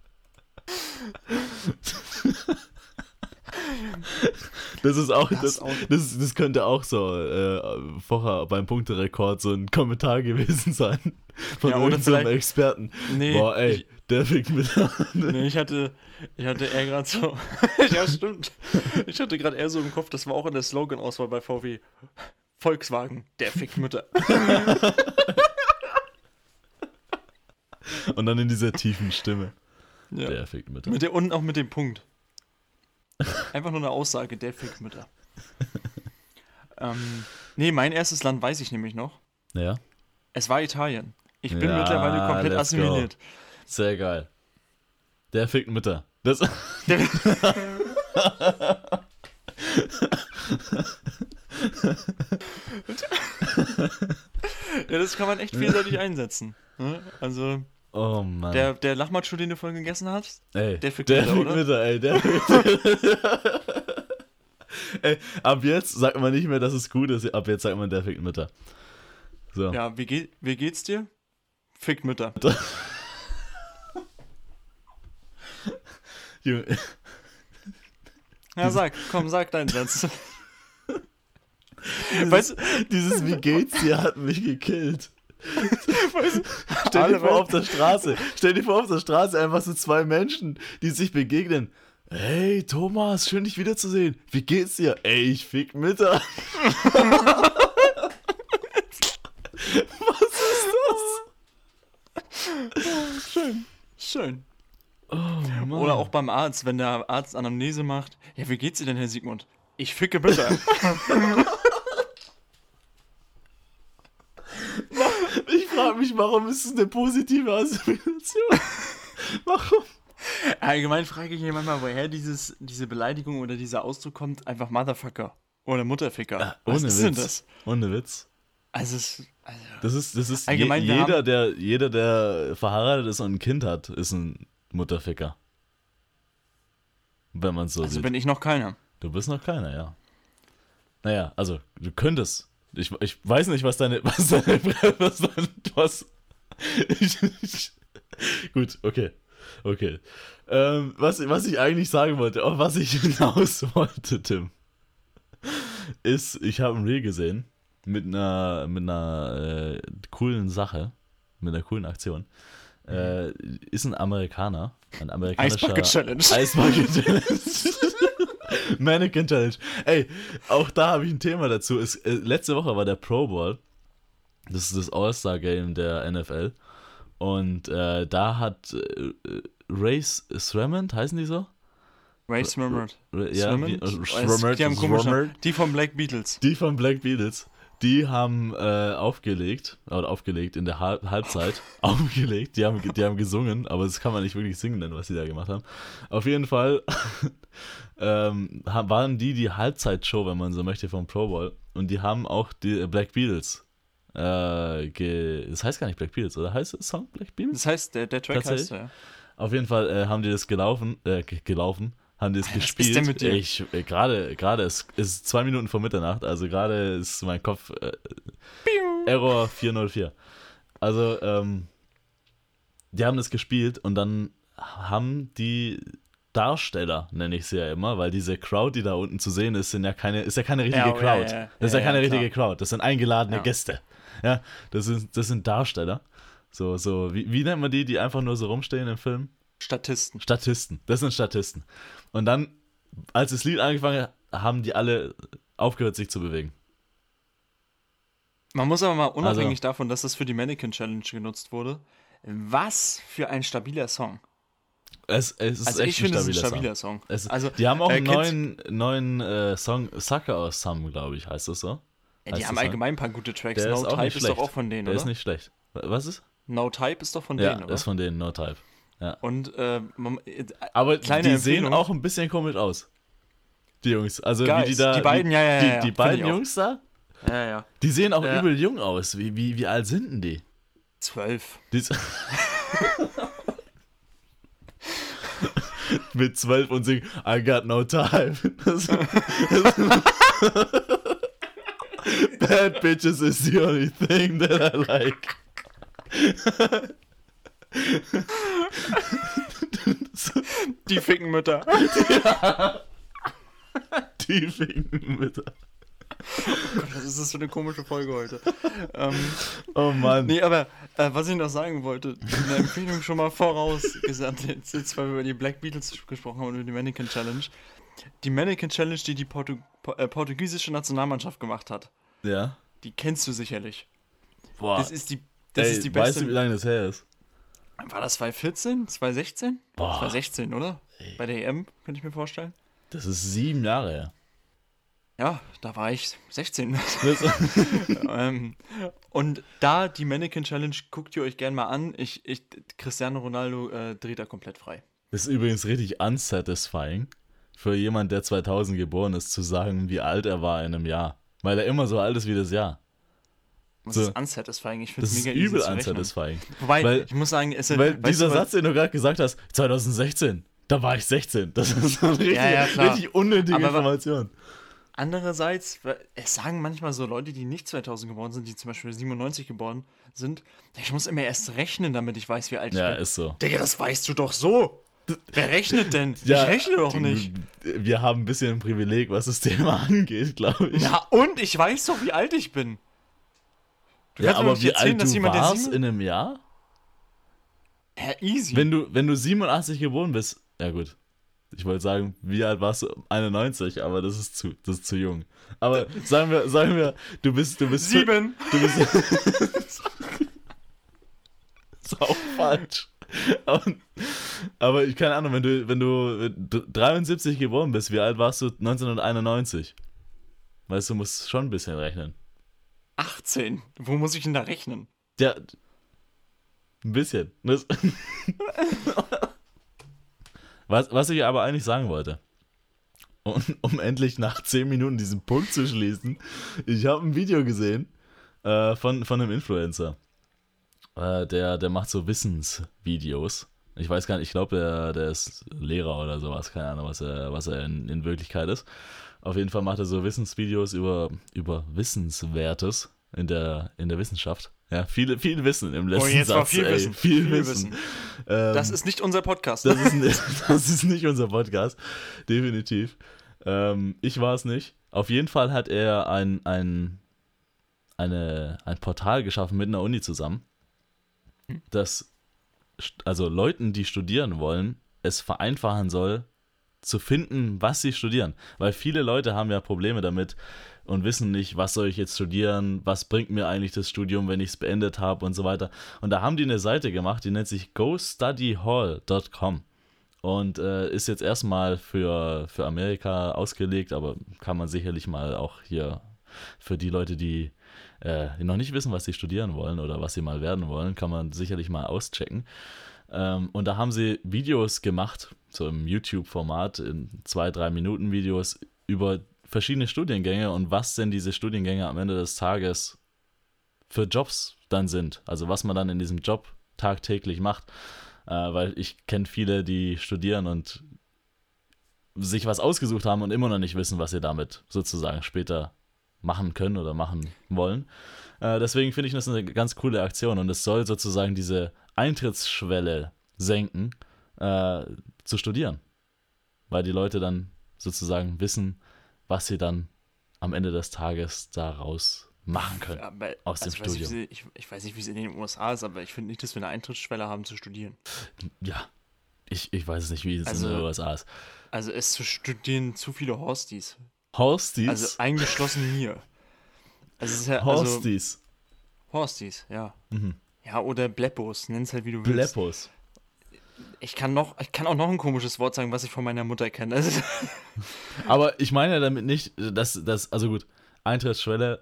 [SPEAKER 2] Das ist auch, das könnte auch so vorher beim Punkterekord so ein Kommentar gewesen sein. Von
[SPEAKER 1] Ja, oder
[SPEAKER 2] irgendeinem
[SPEAKER 1] vielleicht-
[SPEAKER 2] Experten.
[SPEAKER 1] Nee,
[SPEAKER 2] Boah, ey, der fickt Mütter.
[SPEAKER 1] Nee, ich hatte eher gerade so. Ja, stimmt. Ich hatte gerade eher so im Kopf, das war auch in der Slogan-Auswahl bei VW. Volkswagen, der fickt Mütter.
[SPEAKER 2] Und dann in dieser tiefen Stimme.
[SPEAKER 1] Ja.
[SPEAKER 2] Der fickt Mütter.
[SPEAKER 1] Und auch mit dem Punkt. Einfach nur eine Aussage, der fickt Mütter. Nee, mein erstes Land weiß ich nämlich noch.
[SPEAKER 2] Ja,
[SPEAKER 1] Es war Italien. Ich bin
[SPEAKER 2] Ja,
[SPEAKER 1] mittlerweile komplett
[SPEAKER 2] let's go.
[SPEAKER 1] assimiliert.
[SPEAKER 2] sehr geil. Der fickt Mütter. Das,
[SPEAKER 1] Ja, das kann man echt vielseitig einsetzen. Ne? Also,
[SPEAKER 2] oh Mann.
[SPEAKER 1] der Lachmatscho, den du vorhin gegessen hast,
[SPEAKER 2] Ey,
[SPEAKER 1] der fickt
[SPEAKER 2] der
[SPEAKER 1] Mütter,
[SPEAKER 2] fickt
[SPEAKER 1] oder?
[SPEAKER 2] Mütter, ey, der fickt Ey, ab jetzt sagt man nicht mehr, dass es gut ist, ab jetzt sagt man, der fickt Mütter. So.
[SPEAKER 1] Ja, wie geht's dir? Fickt Mütter.
[SPEAKER 2] Junge.
[SPEAKER 1] Ja, sag deinen Satz.
[SPEAKER 2] Dieses Wie geht's dir hat mich gekillt. Stell dir vor, auf der Straße einfach so zwei Menschen, die sich begegnen. Hey, Thomas, schön dich wiederzusehen. Wie geht's dir? Ey, ich fick Mütter. Was ist das?
[SPEAKER 1] Schön.
[SPEAKER 2] Oh, Mann.
[SPEAKER 1] Oder auch beim Arzt, wenn der Arzt Anamnese macht. Ja, wie geht's dir denn, Herr Sigmund? Ich ficke Mütter.
[SPEAKER 2] Ich frage mich, warum ist es eine positive Assimilation? Warum?
[SPEAKER 1] Allgemein frage ich mich manchmal, woher diese Beleidigung oder dieser Ausdruck kommt. Einfach Motherfucker oder Mutterficker. Was
[SPEAKER 2] Ohne
[SPEAKER 1] ist
[SPEAKER 2] Witz.
[SPEAKER 1] denn das?
[SPEAKER 2] Ohne Witz.
[SPEAKER 1] Also,
[SPEAKER 2] Das ist
[SPEAKER 1] allgemein,
[SPEAKER 2] jeder, der verheiratet ist und ein Kind hat, ist ein Mutterficker. Wenn man es so
[SPEAKER 1] also
[SPEAKER 2] sieht.
[SPEAKER 1] bin ich noch keiner.
[SPEAKER 2] Du bist noch keiner, ja. Naja, also du könntest. Ich weiß nicht, was gut, okay. Was ich eigentlich sagen wollte, auf was ich hinaus wollte, Tim, ist, ich habe ein Reel gesehen mit einer coolen Sache, mit einer coolen Aktion. Ist ein amerikanischer
[SPEAKER 1] Eisbucket-Challenge.
[SPEAKER 2] Eisbucket-Challenge. Mannequin Challenge. Ey, auch da habe ich ein Thema dazu. Letzte Woche war der Pro Bowl. Das ist das All-Star-Game der NFL. Und da hat Ray Shremmerd, heißen die so?
[SPEAKER 1] Ray Shremmerd.
[SPEAKER 2] Ja,
[SPEAKER 1] Die von Black Beatles.
[SPEAKER 2] Die von Black Beatles. Die haben aufgelegt in der Halbzeit. Aufgelegt, die haben gesungen, aber das kann man nicht wirklich singen nennen, was sie da gemacht haben. Auf jeden Fall waren die Halbzeitshow, wenn man so möchte, vom Pro Bowl. Und die haben auch die Black Beatles das heißt gar nicht Black Beatles, oder heißt der Song Black Beatles?
[SPEAKER 1] Das heißt, der Track heißt so, ja.
[SPEAKER 2] Auf jeden Fall haben die das gelaufen, haben die es gespielt.
[SPEAKER 1] ist denn mit dir?
[SPEAKER 2] Gerade ist 2 Minuten vor Mitternacht, also gerade ist mein Kopf Error 404. Also, die haben das gespielt und dann haben die Darsteller, nenne ich sie ja immer, weil diese Crowd, die da unten zu sehen ist, ist ja keine richtige Crowd. Das ist ja keine richtige Crowd, das sind eingeladene Gäste. Ja, das sind Darsteller. So, wie nennt man die einfach nur so rumstehen im Film?
[SPEAKER 1] Statisten.
[SPEAKER 2] Das sind Statisten. Und dann, als das Lied angefangen hat, haben die alle aufgehört, sich zu bewegen.
[SPEAKER 1] Man muss aber mal unabhängig davon, dass das für die Mannequin Challenge genutzt wurde, was für ein stabiler Song.
[SPEAKER 2] Es ist echt ein stabiler Song. Die haben auch einen neuen Song, Sucker or Some, glaube ich, heißt das so?
[SPEAKER 1] Die haben allgemein ein paar gute Tracks.
[SPEAKER 2] Der
[SPEAKER 1] No
[SPEAKER 2] ist auch
[SPEAKER 1] Type
[SPEAKER 2] nicht
[SPEAKER 1] ist doch auch von denen,
[SPEAKER 2] Der
[SPEAKER 1] oder?
[SPEAKER 2] ist nicht schlecht. Was ist?
[SPEAKER 1] No Type ist doch von denen, oder?
[SPEAKER 2] Ja, ist von denen, No Type. Ja.
[SPEAKER 1] Und,
[SPEAKER 2] aber
[SPEAKER 1] kleine
[SPEAKER 2] die sehen
[SPEAKER 1] Empfehlung.
[SPEAKER 2] auch ein bisschen komisch aus. Die Jungs. Also
[SPEAKER 1] Guys,
[SPEAKER 2] wie die da.
[SPEAKER 1] die beiden, ja.
[SPEAKER 2] Die beiden Jungs da,
[SPEAKER 1] Ja.
[SPEAKER 2] die sehen auch übel jung aus. Wie alt sind denn die?
[SPEAKER 1] 12.
[SPEAKER 2] Mit 12 und singen I got no time. Bad bitches is the only thing that I like.
[SPEAKER 1] Die ficken Mütter.
[SPEAKER 2] Die ficken Mütter.
[SPEAKER 1] Oh Gott, was ist das für eine komische Folge heute?
[SPEAKER 2] Oh Mann.
[SPEAKER 1] Nee, aber was ich noch sagen wollte, eine Empfehlung schon mal vorausgesagt, jetzt weil wir über die Black Beatles gesprochen haben und über die Mannequin Challenge. Die Mannequin Challenge, die portugiesische Nationalmannschaft gemacht hat,
[SPEAKER 2] Ja.
[SPEAKER 1] die kennst du sicherlich.
[SPEAKER 2] Boah.
[SPEAKER 1] Das ist die beste.
[SPEAKER 2] Weißt du, wie lange das her ist?
[SPEAKER 1] War das 2014? 2016?
[SPEAKER 2] Boah.
[SPEAKER 1] 2016, oder? Bei der EM, könnte ich mir vorstellen.
[SPEAKER 2] Das ist 7 Jahre her.
[SPEAKER 1] Ja, da war ich 16. Und da die Mannequin Challenge, guckt ihr euch gerne mal an. Cristiano Ronaldo dreht da komplett frei.
[SPEAKER 2] Das ist übrigens richtig unsatisfying für jemand, der 2000 geboren ist, zu sagen, wie alt er war in einem Jahr. Weil er immer so alt ist wie das Jahr.
[SPEAKER 1] Das ist unsatisfying. Ich finde
[SPEAKER 2] Das
[SPEAKER 1] es
[SPEAKER 2] ist
[SPEAKER 1] mega
[SPEAKER 2] übel
[SPEAKER 1] easy zu rechnen.
[SPEAKER 2] unsatisfying.
[SPEAKER 1] Wobei, ich muss sagen,
[SPEAKER 2] weil dieser Satz, den du gerade gesagt hast, 2016, da war ich 16. Das ist so eine richtig unnötige Information.
[SPEAKER 1] Andererseits, es sagen manchmal so Leute, die nicht 2000 geboren sind, die zum Beispiel 97 geboren sind, ich muss immer erst rechnen, damit ich weiß, wie alt ich bin.
[SPEAKER 2] Ja, ist so.
[SPEAKER 1] Digga, das weißt du doch so. Wer rechnet denn?
[SPEAKER 2] Ja,
[SPEAKER 1] ich rechne doch nicht.
[SPEAKER 2] Wir haben ein bisschen ein Privileg, was das Thema angeht, glaube ich.
[SPEAKER 1] Ja, und ich weiß doch, wie alt ich bin. Du
[SPEAKER 2] Ja,
[SPEAKER 1] kannst mir
[SPEAKER 2] aber
[SPEAKER 1] nicht
[SPEAKER 2] wie
[SPEAKER 1] erzählen,
[SPEAKER 2] alt
[SPEAKER 1] dass
[SPEAKER 2] du
[SPEAKER 1] jemand, der
[SPEAKER 2] warst in einem Jahr?
[SPEAKER 1] easy.
[SPEAKER 2] Wenn du 87 geboren bist, ja gut. Ich wollte sagen, wie alt warst du? 91, aber das ist zu jung. Aber sagen wir, du bist
[SPEAKER 1] 7.
[SPEAKER 2] Du bist ist auch falsch. Aber ich keine Ahnung, wenn du 73 geboren bist, wie alt warst du 1991? Weißt du, musst schon ein bisschen rechnen.
[SPEAKER 1] 18. Wo muss ich denn da rechnen?
[SPEAKER 2] Ja, ein bisschen. Was ich aber eigentlich sagen wollte, um endlich nach 10 Minuten diesen Punkt zu schließen, ich habe ein Video gesehen von einem Influencer. Der macht so Wissensvideos. Ich weiß gar nicht, ich glaube, der ist Lehrer oder sowas. Keine Ahnung, was er in Wirklichkeit ist. Auf jeden Fall macht er so Wissensvideos über Wissenswertes in der Wissenschaft. Ja, viel Wissen im letzten
[SPEAKER 1] jetzt
[SPEAKER 2] Satz.
[SPEAKER 1] war viel Wissen.
[SPEAKER 2] Viel Wissen.
[SPEAKER 1] Das ist nicht unser Podcast.
[SPEAKER 2] Das ist nicht unser Podcast. Definitiv. Ich war es nicht. Auf jeden Fall hat er ein Portal geschaffen mit einer Uni zusammen, das also Leuten, die studieren wollen, es vereinfachen soll, zu finden, was sie studieren. Weil viele Leute haben ja Probleme damit und wissen nicht, was soll ich jetzt studieren, was bringt mir eigentlich das Studium, wenn ich es beendet habe und so weiter. Und da haben die eine Seite gemacht, die nennt sich gostudyhall.com und ist jetzt erstmal für Amerika ausgelegt, aber kann man sicherlich mal auch hier für die Leute, die noch nicht wissen, was sie studieren wollen oder was sie mal werden wollen, kann man sicherlich mal auschecken. Und da haben sie Videos gemacht, so im YouTube-Format, in 2-3 Minuten Videos über verschiedene Studiengänge und was denn diese Studiengänge am Ende des Tages für Jobs dann sind. Also was man dann in diesem Job tagtäglich macht. Weil ich kenne viele, die studieren und sich was ausgesucht haben und immer noch nicht wissen, was sie damit sozusagen später machen können oder machen wollen. Deswegen finde ich das eine ganz coole Aktion und es soll sozusagen diese Eintrittsschwelle senken, zu studieren. Weil die Leute dann sozusagen wissen, was sie dann am Ende des Tages daraus machen können aus dem Studium.
[SPEAKER 1] Ich weiß nicht, wie es in den USA ist, aber ich finde nicht, dass wir eine Eintrittsschwelle haben zu studieren.
[SPEAKER 2] Ja, ich weiß es nicht, wie es in den USA ist.
[SPEAKER 1] Also es studieren zu viele Horsties.
[SPEAKER 2] Horsties?
[SPEAKER 1] Also eingeschlossen mir. Also es ist ja,
[SPEAKER 2] Horsties.
[SPEAKER 1] Horsties, ja.
[SPEAKER 2] Mhm.
[SPEAKER 1] Ja, oder Bleppos, nenn's halt wie du willst.
[SPEAKER 2] Bleppos.
[SPEAKER 1] Ich kann auch noch ein komisches Wort sagen, was ich von meiner Mutter kenne. Also,
[SPEAKER 2] aber ich meine damit nicht, also gut, Eintrittsschwelle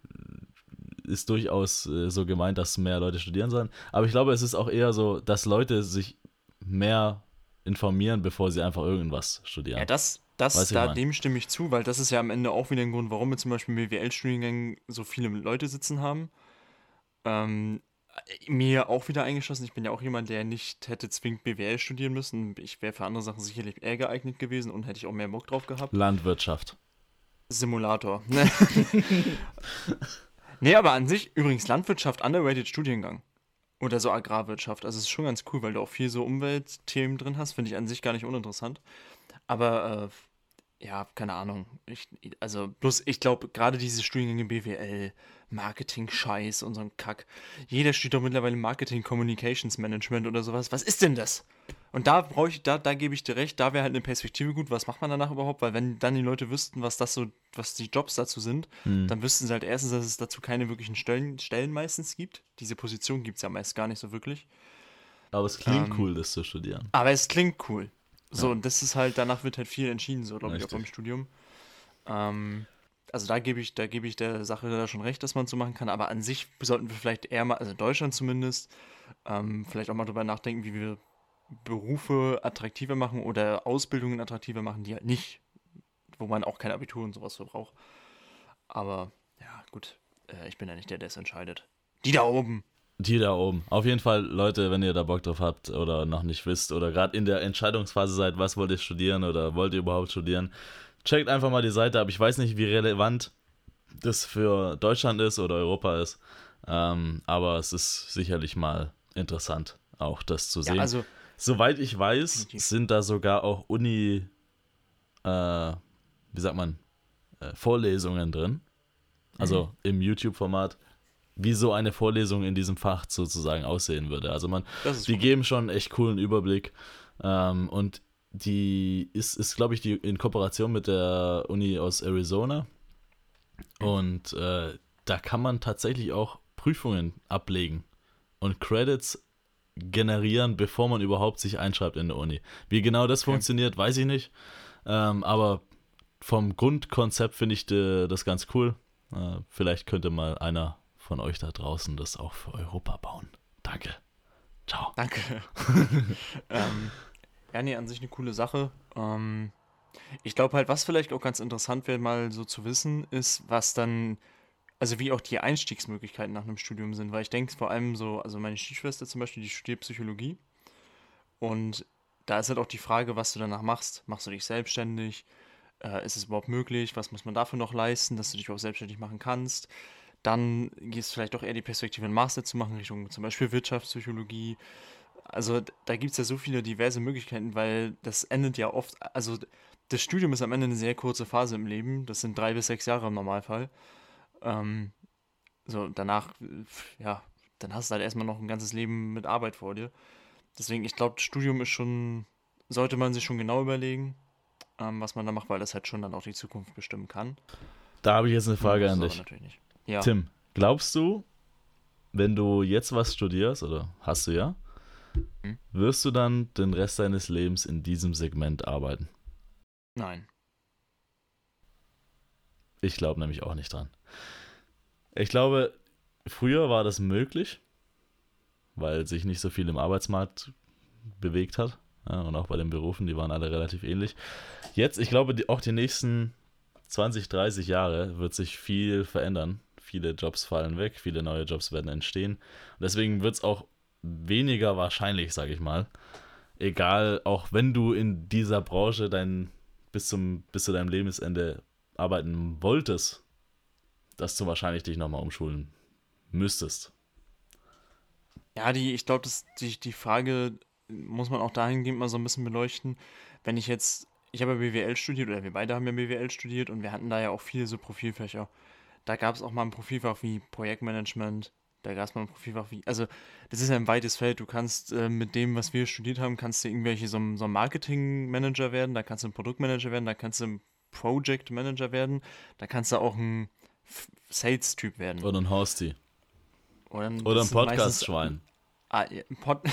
[SPEAKER 2] ist durchaus so gemeint, dass mehr Leute studieren sollen. Aber ich glaube, es ist auch eher so, dass Leute sich mehr informieren, bevor sie einfach irgendwas studieren.
[SPEAKER 1] Ja, dem stimme ich zu, weil das ist ja am Ende auch wieder ein Grund, warum wir zum Beispiel in BWL-Studiengängen so viele Leute sitzen haben. Mir auch wieder eingeschlossen. Ich bin ja auch jemand, der nicht hätte zwingend BWL studieren müssen. Ich wäre für andere Sachen sicherlich eher geeignet gewesen und hätte ich auch mehr Bock drauf gehabt.
[SPEAKER 2] Landwirtschaft.
[SPEAKER 1] Simulator. Nee, aber an sich, übrigens Landwirtschaft, underrated Studiengang. Oder so Agrarwirtschaft. Also es ist schon ganz cool, weil du auch viel so Umweltthemen drin hast. Finde ich an sich gar nicht uninteressant. Aber, ja, keine Ahnung. Ich glaube, gerade diese Studiengänge BWL, Marketing-Scheiß und so ein Kack. Jeder studiert doch mittlerweile Marketing, Communications Management oder sowas. Was ist denn das? Und da gebe ich dir recht, da wäre halt eine Perspektive gut. Was macht man danach überhaupt? Weil wenn dann die Leute wüssten, was die Jobs dazu sind, dann wüssten sie halt erstens, dass es dazu keine wirklichen Stellen meistens gibt. Diese Position gibt es ja meist gar nicht so wirklich.
[SPEAKER 2] Aber es klingt cool, das zu studieren.
[SPEAKER 1] Aber es klingt cool. So, und das ist halt, danach wird halt viel entschieden, so glaube ich, auch beim Studium. Also da gebe ich der Sache da schon recht, dass man es so machen kann, aber an sich sollten wir vielleicht eher mal, also in Deutschland zumindest, vielleicht auch mal drüber nachdenken, wie wir Berufe attraktiver machen oder Ausbildungen attraktiver machen, die halt nicht, wo man auch kein Abitur und sowas für braucht. Aber, ja, gut, ich bin ja nicht der es entscheidet. Die da oben!
[SPEAKER 2] Die da oben. Auf jeden Fall, Leute, wenn ihr da Bock drauf habt oder noch nicht wisst oder gerade in der Entscheidungsphase seid, was wollt ihr studieren oder wollt ihr überhaupt studieren, checkt einfach mal die Seite ab. Ich weiß nicht, wie relevant das für Deutschland ist oder Europa ist, aber es ist sicherlich mal interessant, auch das zu sehen.
[SPEAKER 1] Ja, also
[SPEAKER 2] Soweit ich weiß,
[SPEAKER 1] Definitiv.
[SPEAKER 2] sind da sogar auch wie sagt man, Vorlesungen drin. Also im YouTube-Format, wie so eine Vorlesung in diesem Fach sozusagen aussehen würde. Also
[SPEAKER 1] Das ist
[SPEAKER 2] die
[SPEAKER 1] gut.
[SPEAKER 2] geben schon einen echt coolen Überblick. Und die ist glaube ich, die in Kooperation mit der Uni aus Arizona. Und da kann man tatsächlich auch Prüfungen ablegen und Credits generieren, bevor man überhaupt sich einschreibt in der Uni. Wie genau das
[SPEAKER 1] Okay.
[SPEAKER 2] funktioniert, weiß ich nicht. Aber vom Grundkonzept finde ich das ganz cool. Vielleicht könnte mal einer von euch da draußen das auch für Europa bauen. Danke. Ciao.
[SPEAKER 1] Danke. Ja, nee, an sich eine coole Sache. Ich glaube halt, was vielleicht auch ganz interessant wäre, mal so zu wissen, ist, was dann, also wie auch die Einstiegsmöglichkeiten nach einem Studium sind. Weil ich denke vor allem so, also meine Stiefschwester zum Beispiel, die studiert Psychologie. Und da ist halt auch die Frage, was du danach machst. Machst du dich selbstständig? Ist es überhaupt möglich? Was muss man dafür noch leisten, dass du dich auch selbstständig machen kannst? Dann gehst du vielleicht auch eher die Perspektive, einen Master zu machen, Richtung zum Beispiel Wirtschaftspsychologie. Also da gibt es ja so viele diverse Möglichkeiten, weil das endet ja oft, also das Studium ist am Ende eine sehr kurze Phase im Leben. Das sind 3 bis 6 Jahre im Normalfall. Ähm, so, danach, ja, dann hast du halt erstmal noch ein ganzes Leben mit Arbeit vor dir. Deswegen, ich glaube, Studium ist schon, sollte man sich schon genau überlegen, was man da macht, weil das halt schon dann auch die Zukunft bestimmen kann.
[SPEAKER 2] Da habe ich jetzt eine
[SPEAKER 1] Man
[SPEAKER 2] Frage
[SPEAKER 1] muss
[SPEAKER 2] an
[SPEAKER 1] es aber
[SPEAKER 2] dich.
[SPEAKER 1] natürlich nicht. Ja.
[SPEAKER 2] Tim, glaubst du, wenn du jetzt was studierst, oder hast du ja,
[SPEAKER 1] Hm?
[SPEAKER 2] wirst du dann den Rest deines Lebens in diesem Segment arbeiten?
[SPEAKER 1] Nein.
[SPEAKER 2] Ich glaube nämlich auch nicht dran. Ich glaube, früher war das möglich, weil sich nicht so viel im Arbeitsmarkt bewegt hat. Ja, und auch bei den Berufen, die waren alle relativ ähnlich. Jetzt, ich glaube, auch die nächsten 20, 30 Jahre wird sich viel verändern. Viele Jobs fallen weg, viele neue Jobs werden entstehen. Und deswegen wird es auch weniger wahrscheinlich, sage ich mal. Egal, auch wenn du in dieser Branche bis zu deinem Lebensende arbeiten wolltest, dass du wahrscheinlich dich nochmal umschulen müsstest.
[SPEAKER 1] Ja, ich glaube, die Frage muss man auch dahingehend mal so ein bisschen beleuchten. Wenn ich jetzt, ich habe ja BWL studiert, oder wir beide haben ja BWL studiert und wir hatten da ja auch viele so Profilfächer. Da gab es auch mal ein Profilfach wie Projektmanagement, da gab es mal ein Profilfach wie, also das ist ja ein weites Feld. Du kannst mit dem, was wir studiert haben, kannst du irgendwelche so ein Marketing-Manager werden, da kannst du ein Produktmanager werden, da kannst du ein Project-Manager werden, da kannst du auch ein Sales-Typ werden.
[SPEAKER 2] Oder ein Hostie.
[SPEAKER 1] Oder
[SPEAKER 2] Oder ein
[SPEAKER 1] das sind meistens
[SPEAKER 2] Podcast-Schwein.
[SPEAKER 1] Ja,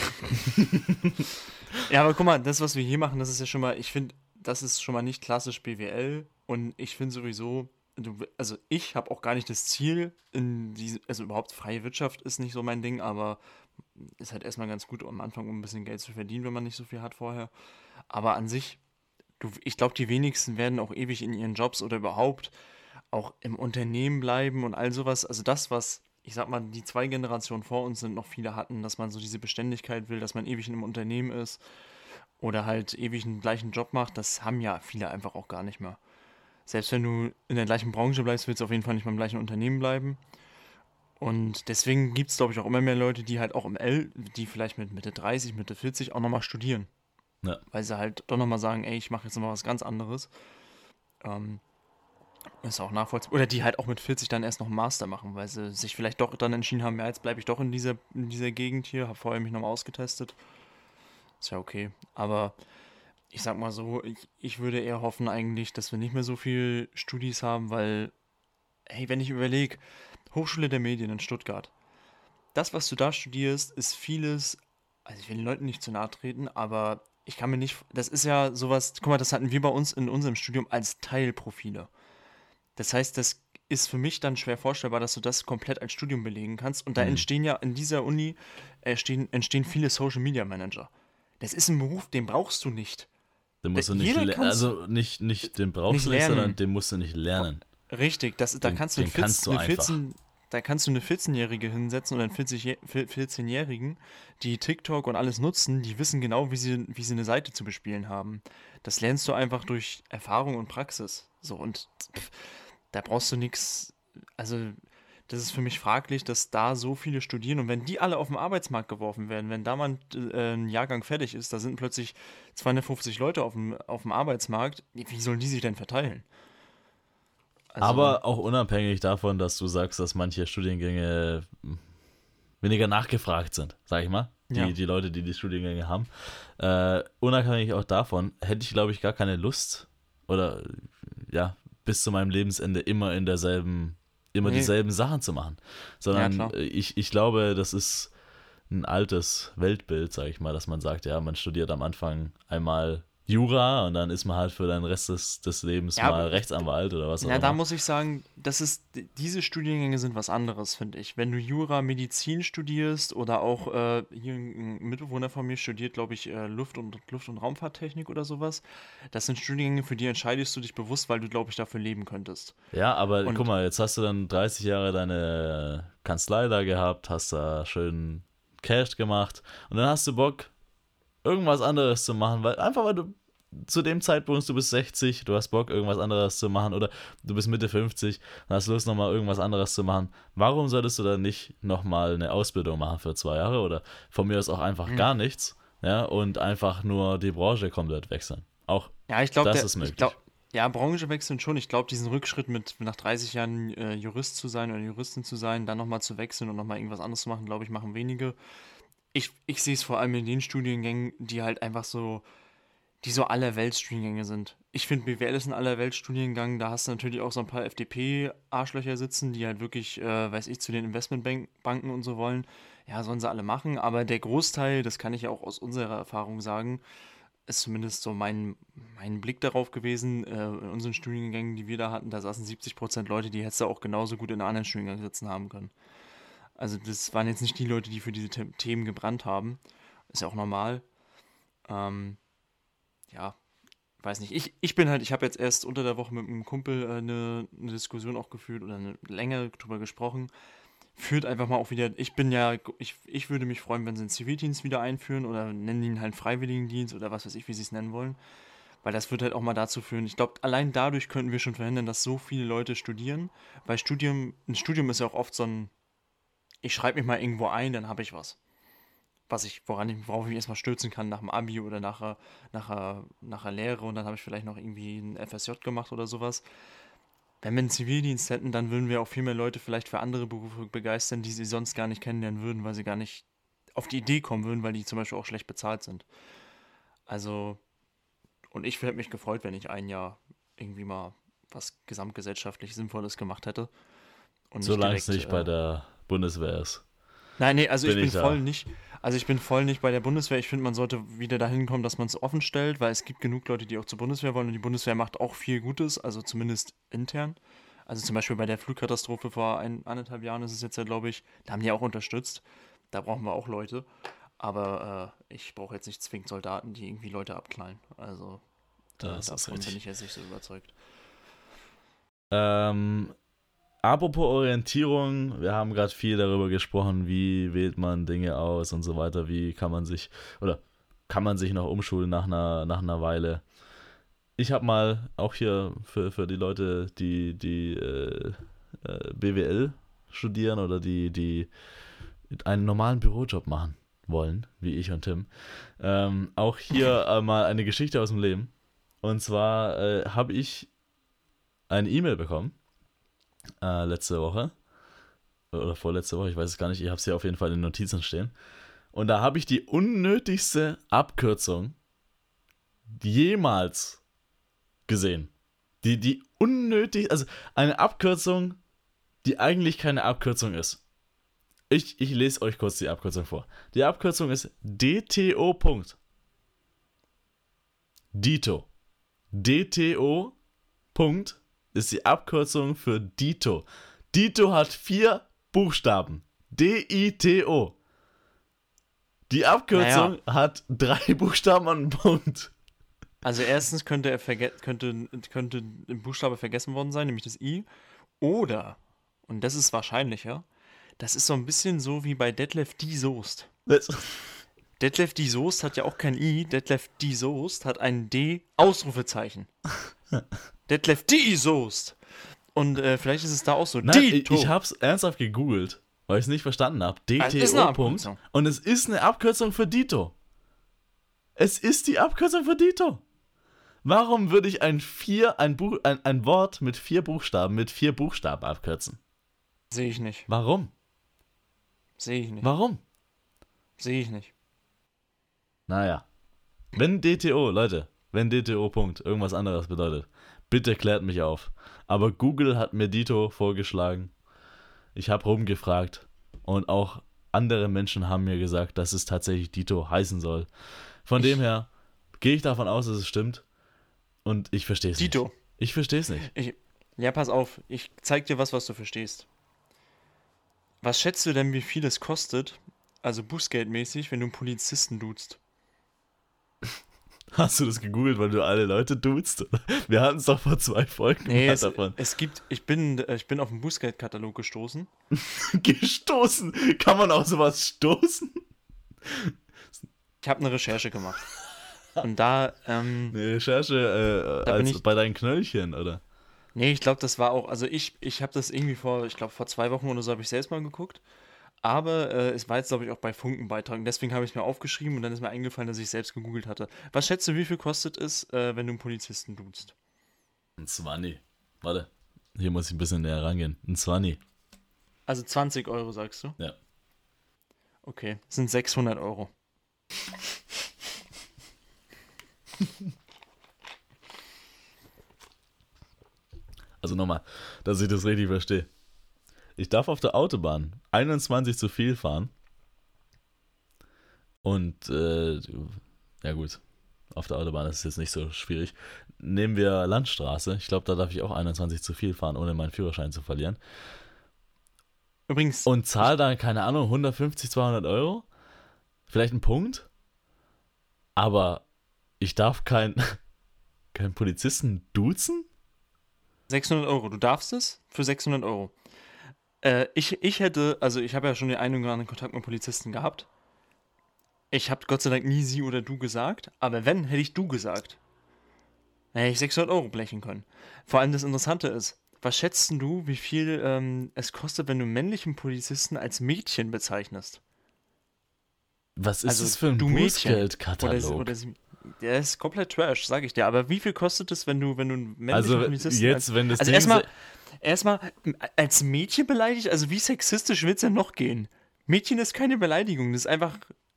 [SPEAKER 1] ja, aber guck mal, das, was wir hier machen, das ist ja schon mal, ich finde, das ist schon mal nicht klassisch BWL und ich finde sowieso, also ich habe auch gar nicht das Ziel also überhaupt freie Wirtschaft ist nicht so mein Ding, aber ist halt erstmal ganz gut am Anfang, um ein bisschen Geld zu verdienen, wenn man nicht so viel hat vorher. Aber an sich, ich glaube, die wenigsten werden auch ewig in ihren Jobs oder überhaupt auch im Unternehmen bleiben und all sowas. Also das, was, ich sag mal, die 2 Generationen vor uns sind, noch viele hatten, dass man so diese Beständigkeit will, dass man ewig in einem Unternehmen ist oder halt ewig einen gleichen Job macht, das haben ja viele einfach auch gar nicht mehr. Selbst wenn du in der gleichen Branche bleibst, willst du auf jeden Fall nicht beim gleichen Unternehmen bleiben. Und deswegen gibt es, glaube ich, auch immer mehr Leute, die halt auch die vielleicht mit Mitte 30, Mitte 40 auch nochmal studieren.
[SPEAKER 2] Ja.
[SPEAKER 1] Weil sie halt doch nochmal sagen, ey, ich mache jetzt nochmal was ganz anderes. Ähm, Ist auch nachvollziehbar. Oder die halt auch mit 40 dann erst noch einen Master machen, weil sie sich vielleicht doch dann entschieden haben, ja, jetzt bleibe ich doch in dieser Gegend hier, habe vorher mich nochmal ausgetestet. Ist ja okay. Aber ich sag mal so, ich würde eher hoffen eigentlich, dass wir nicht mehr so viel Studis haben, weil, hey, wenn ich überlege, Hochschule der Medien in Stuttgart, das, was du da studierst, ist vieles, also ich will den Leuten nicht zu nahe treten, aber ich kann mir nicht, das ist ja sowas, guck mal, das hatten wir bei uns in unserem Studium als Teilprofile. Das heißt, das ist für mich dann schwer vorstellbar, dass du das komplett als Studium belegen kannst. Und da
[SPEAKER 2] Hm.
[SPEAKER 1] entstehen ja in dieser Uni entstehen viele Social Media Manager. Das ist ein Beruf, den brauchst du nicht.
[SPEAKER 2] Den musst du nicht
[SPEAKER 1] Jeder kann es
[SPEAKER 2] also nicht, den brauchst
[SPEAKER 1] nicht
[SPEAKER 2] du nicht, sondern
[SPEAKER 1] lernen.
[SPEAKER 2] den musst du nicht lernen.
[SPEAKER 1] Richtig, da kannst du
[SPEAKER 2] Den kannst du einfach.
[SPEAKER 1] da kannst du eine 14-Jährige hinsetzen oder einen 14-Jährigen, die TikTok und alles nutzen, die wissen genau, wie sie eine Seite zu bespielen haben. Das lernst du einfach durch Erfahrung und Praxis. So, und da brauchst du nichts, also das ist für mich fraglich, dass da so viele studieren und wenn die alle auf den Arbeitsmarkt geworfen werden, wenn da mal ein Jahrgang fertig ist, da sind plötzlich 250 Leute auf dem Arbeitsmarkt, wie sollen die sich denn verteilen? Also,
[SPEAKER 2] Aber auch unabhängig davon, dass du sagst, dass manche Studiengänge weniger nachgefragt sind, sag ich mal.
[SPEAKER 1] ja.
[SPEAKER 2] Die Leute, die Studiengänge haben. Unabhängig auch davon, hätte ich, glaube ich, gar keine Lust oder ja, bis zu meinem Lebensende immer immer
[SPEAKER 1] Nee,
[SPEAKER 2] dieselben Sachen zu machen.
[SPEAKER 1] ja
[SPEAKER 2] Sondern
[SPEAKER 1] klar.
[SPEAKER 2] ich glaube, das ist ein altes Weltbild, sag ich mal, dass man sagt, ja, man studiert am Anfang einmal Jura und dann ist man halt für den Rest des Lebens
[SPEAKER 1] Ja,
[SPEAKER 2] mal
[SPEAKER 1] aber
[SPEAKER 2] Rechtsanwalt oder was auch
[SPEAKER 1] na, da
[SPEAKER 2] immer.
[SPEAKER 1] muss ich sagen, diese Studiengänge sind was anderes, finde ich. Wenn du Jura, Medizin studierst oder auch hier ein Mitbewohner von mir studiert, glaube ich, Luft- und Raumfahrttechnik oder sowas. Das sind Studiengänge, für die entscheidest du dich bewusst, weil du, glaube ich, dafür leben könntest.
[SPEAKER 2] Ja, aber guck
[SPEAKER 1] Und
[SPEAKER 2] mal, jetzt hast du dann 30 Jahre deine Kanzlei da gehabt, hast da schön Cash gemacht und dann hast du Bock, irgendwas anderes zu machen, weil du zu dem Zeitpunkt, du bist 60, du hast Bock, irgendwas anderes zu machen oder du bist Mitte 50 und hast Lust, nochmal irgendwas anderes zu machen. Warum solltest du dann nicht nochmal eine Ausbildung machen für 2 Jahre oder von mir aus auch einfach
[SPEAKER 1] hm,
[SPEAKER 2] gar nichts, ja, und einfach nur die Branche komplett wechseln? Auch
[SPEAKER 1] ja, ich glaube,
[SPEAKER 2] das ist möglich.
[SPEAKER 1] ja, Branche wechseln schon. Ich glaube, diesen Rückschritt mit nach 30 Jahren Jurist zu sein oder Juristin zu sein, dann nochmal zu wechseln und nochmal irgendwas anderes zu machen, glaube ich, machen wenige. Ich sehe es vor allem in den Studiengängen, die halt einfach so, die so Allerweltsstudiengänge sind. Ich finde, BWL ist ein Allerweltsstudiengang, da hast du natürlich auch so ein paar FDP-Arschlöcher sitzen, die halt wirklich, weiß ich, zu den Investmentbanken und so wollen. Ja, sollen sie alle machen, aber der Großteil, das kann ich ja auch aus unserer Erfahrung sagen, ist zumindest so mein Blick darauf gewesen, in unseren Studiengängen, die wir da hatten, da saßen 70% Leute, die hättest du auch genauso gut in einem anderen Studiengang sitzen haben können. Also das waren jetzt nicht die Leute, die für diese Themen gebrannt haben. Ist ja auch normal. Ähm, ja, weiß nicht. Ich habe jetzt erst unter der Woche mit einem Kumpel eine Diskussion auch geführt oder länger drüber gesprochen. Führt einfach mal auch wieder, ich würde mich freuen, wenn sie den Zivildienst wieder einführen oder nennen ihn halt Freiwilligendienst oder was weiß ich, wie sie es nennen wollen. Weil das wird halt auch mal dazu führen. Ich glaube, allein dadurch könnten wir schon verhindern, dass so viele Leute studieren. Weil ein Studium ist ja auch oft so ein, ich schreibe mich mal irgendwo ein, dann habe ich was. Worauf ich mich erstmal stürzen kann nach dem Abi oder nach der Lehre und dann habe ich vielleicht noch irgendwie ein FSJ gemacht oder sowas. Wenn wir einen Zivildienst hätten, dann würden wir auch viel mehr Leute vielleicht für andere Berufe begeistern, die sie sonst gar nicht kennenlernen würden, weil sie gar nicht auf die Idee kommen würden, weil die zum Beispiel auch schlecht bezahlt sind. Also, und ich hätte mich gefreut, wenn ich ein Jahr irgendwie mal was gesamtgesellschaftlich Sinnvolles gemacht hätte und nicht
[SPEAKER 2] Solange es
[SPEAKER 1] direkt
[SPEAKER 2] nicht bei der Bundeswehr ist,
[SPEAKER 1] nein, nee, also
[SPEAKER 2] bin ich da.
[SPEAKER 1] ich bin voll nicht bei der Bundeswehr. Ich finde, man sollte wieder dahin kommen, dass man es offen stellt, weil es gibt genug Leute, die auch zur Bundeswehr wollen und die Bundeswehr macht auch viel Gutes, also zumindest intern. Also zum Beispiel bei der Flugkatastrophe vor 1,5 Jahren ist es jetzt ja, glaube ich, da haben die auch unterstützt. Da brauchen wir auch Leute. Aber ich brauche jetzt nicht zwingend Soldaten, die irgendwie Leute abknallen. Also
[SPEAKER 2] Das ist
[SPEAKER 1] davon bin
[SPEAKER 2] richtig.
[SPEAKER 1] ich jetzt nicht so überzeugt.
[SPEAKER 2] Ähm, Apropos Orientierung, wir haben gerade viel darüber gesprochen, wie wählt man Dinge aus und so weiter, wie kann man sich oder kann man sich noch umschulen nach einer Weile. Ich habe mal auch hier für die Leute, die BWL studieren oder die einen normalen Bürojob machen wollen, wie ich und Tim, auch hier mal eine Geschichte aus dem Leben. Und zwar habe ich eine E-Mail bekommen letzte Woche oder vorletzte Woche, ich weiß es gar nicht, ich habe es hier auf jeden Fall in den Notizen stehen. Und da habe ich die unnötigste Abkürzung jemals gesehen. Die unnötig, also eine Abkürzung, die eigentlich keine Abkürzung ist. Ich lese euch kurz die Abkürzung vor. Die Abkürzung ist DTO. Dito. DTO. Ist die Abkürzung für Dito. Dito hat 4 Buchstaben. DITO. Die
[SPEAKER 1] Naja,
[SPEAKER 2] Abkürzung hat 3 Buchstaben und einen Punkt.
[SPEAKER 1] also erstens könnte ein Buchstabe vergessen worden sein, nämlich das I. Oder, und das ist wahrscheinlicher, das ist so ein bisschen so wie bei Detlef die Soest.
[SPEAKER 2] Das,
[SPEAKER 1] Detlef die Soest hat ja auch kein I, Detlef die Soest hat ein D Ausrufezeichen. Detlef die Soest. Und vielleicht ist es da auch so.
[SPEAKER 2] Nein,
[SPEAKER 1] Dito.
[SPEAKER 2] ich hab's ernsthaft gegoogelt, weil ich es nicht verstanden habe.
[SPEAKER 1] Es ist eine
[SPEAKER 2] DTO. Punkt.
[SPEAKER 1] Abkürzung.
[SPEAKER 2] Und es ist eine Abkürzung für Dito. Es ist die Abkürzung für Dito. Warum würde ich ein Wort mit 4 Buchstaben abkürzen?
[SPEAKER 1] Sehe ich nicht.
[SPEAKER 2] Warum?
[SPEAKER 1] Sehe ich nicht.
[SPEAKER 2] Warum?
[SPEAKER 1] Sehe ich nicht.
[SPEAKER 2] Naja. Wenn DTO. Punkt irgendwas anderes bedeutet, bitte klärt mich auf. Aber Google hat mir Dito vorgeschlagen. Ich habe rumgefragt. Und auch andere Menschen haben mir gesagt, dass es tatsächlich Dito heißen soll. Von dem her gehe ich davon aus, dass es stimmt. Und ich verstehe es nicht.
[SPEAKER 1] Dito.
[SPEAKER 2] Ich verstehe es nicht.
[SPEAKER 1] Ja, pass auf. Ich zeig dir was du verstehst. Was schätzt du denn, wie viel es kostet, also bußgeldmäßig, wenn du einen Polizisten duzt?
[SPEAKER 2] Hast du das gegoogelt, weil du alle Leute duzt? Wir hatten es doch vor 2 Folgen davon.
[SPEAKER 1] Ich bin auf den Bußgeldkatalog gestoßen.
[SPEAKER 2] Gestoßen? Kann man auf sowas stoßen?
[SPEAKER 1] Ich habe eine Recherche gemacht. Und da,
[SPEAKER 2] Eine Recherche bei deinen Knöllchen, oder?
[SPEAKER 1] Nee, ich glaube, das war auch, also ich habe das irgendwie vor 2 Wochen oder so habe ich selbst mal geguckt. Aber es war jetzt, glaube ich, auch bei Funken-Beitragen. Deswegen habe ich es mir aufgeschrieben und dann ist mir eingefallen, dass ich selbst gegoogelt hatte. Was schätzt du, wie viel kostet es, wenn du einen Polizisten duzt?
[SPEAKER 2] Ein 20. Warte, hier muss ich ein bisschen näher rangehen. Ein 20.
[SPEAKER 1] Also 20 Euro, sagst du?
[SPEAKER 2] Ja.
[SPEAKER 1] Okay, das sind 600 Euro.
[SPEAKER 2] Also nochmal, dass ich das richtig verstehe. Ich darf auf der Autobahn 21 zu viel fahren. Und, ja gut, auf der Autobahn ist es jetzt nicht so schwierig. Nehmen wir Landstraße. Ich glaube, da darf ich auch 21 zu viel fahren, ohne meinen Führerschein zu verlieren.
[SPEAKER 1] Übrigens.
[SPEAKER 2] Und zahl dann, keine Ahnung, 150, 200 Euro. Vielleicht ein Punkt. Aber ich darf keinen Polizisten duzen?
[SPEAKER 1] 600 Euro. Du darfst es für 600 Euro. Ich habe ja schon den einen oder anderen Kontakt mit Polizisten gehabt. Ich habe Gott sei Dank nie sie oder du gesagt, aber wenn, hätte ich du gesagt. Dann hätte ich 600 Euro blechen können. Vor allem das Interessante ist, was schätzt denn du, wie viel es kostet, wenn du männlichen Polizisten als Mädchen bezeichnest?
[SPEAKER 2] Was ist
[SPEAKER 1] Also
[SPEAKER 2] das für ein Bußgeldkatalog?
[SPEAKER 1] Der ist komplett Trash, sag ich dir. Aber wie viel kostet es, wenn du einen männlichen
[SPEAKER 2] Also
[SPEAKER 1] Polizisten
[SPEAKER 2] jetzt, wenn das
[SPEAKER 1] also
[SPEAKER 2] Ding
[SPEAKER 1] erstmal als Mädchen beleidigt? Also wie sexistisch will es denn noch gehen? Mädchen ist keine Beleidigung, das ist einfach...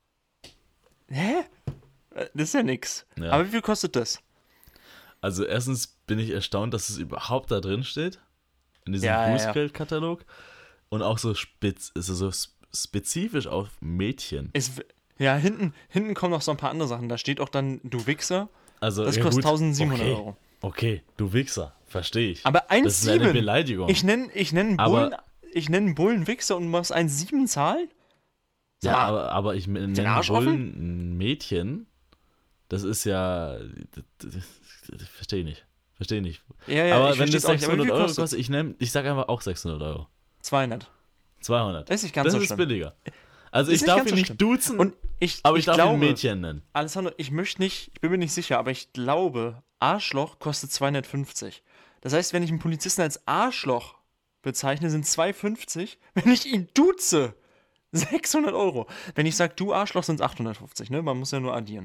[SPEAKER 1] Hä? Das ist ja nix.
[SPEAKER 2] Ja.
[SPEAKER 1] Aber wie viel kostet das?
[SPEAKER 2] Also erstens bin ich erstaunt, dass es überhaupt da drin steht. In diesem
[SPEAKER 1] Ja.
[SPEAKER 2] Bußgeldkatalog. Und auch so spezifisch auf Mädchen.
[SPEAKER 1] Ja, hinten kommen noch so ein paar andere Sachen. Da steht auch dann, du Wichser.
[SPEAKER 2] Also,
[SPEAKER 1] Das
[SPEAKER 2] ja,
[SPEAKER 1] kostet
[SPEAKER 2] gut.
[SPEAKER 1] 1700 Euro.
[SPEAKER 2] Okay, du Wichser, verstehe ich.
[SPEAKER 1] Aber 1,7.
[SPEAKER 2] Das ist eine Beleidigung.
[SPEAKER 1] Ich nenne einen Bullen Wichser und muss 1,7 zahlen?
[SPEAKER 2] Ja, aber ich nenne Bullen ein Mädchen. Das ist ja... Das verstehe ich nicht.
[SPEAKER 1] Ja,
[SPEAKER 2] aber
[SPEAKER 1] ich
[SPEAKER 2] wenn das
[SPEAKER 1] versteh's auch nicht.
[SPEAKER 2] 600
[SPEAKER 1] Aber wie viel
[SPEAKER 2] Euro
[SPEAKER 1] kostet?
[SPEAKER 2] kostet, ich sage einfach auch 600 Euro.
[SPEAKER 1] 200.
[SPEAKER 2] 200.
[SPEAKER 1] Das ist nicht ganz
[SPEAKER 2] das
[SPEAKER 1] so
[SPEAKER 2] ist
[SPEAKER 1] schlimm.
[SPEAKER 2] billiger. Also
[SPEAKER 1] Ist
[SPEAKER 2] ich
[SPEAKER 1] nicht
[SPEAKER 2] darf
[SPEAKER 1] ganz
[SPEAKER 2] ihn
[SPEAKER 1] so
[SPEAKER 2] nicht
[SPEAKER 1] schlimm.
[SPEAKER 2] duzen,
[SPEAKER 1] Und
[SPEAKER 2] aber ich darf
[SPEAKER 1] glaube,
[SPEAKER 2] ihn Mädchen nennen.
[SPEAKER 1] Alessandro, ich bin mir nicht sicher, aber ich glaube, Arschloch kostet 250. Das heißt, wenn ich einen Polizisten als Arschloch bezeichne, sind 250. Wenn ich ihn duze, 600 Euro. Wenn ich sage, du Arschloch, sind es 850, ne? Man muss ja nur addieren.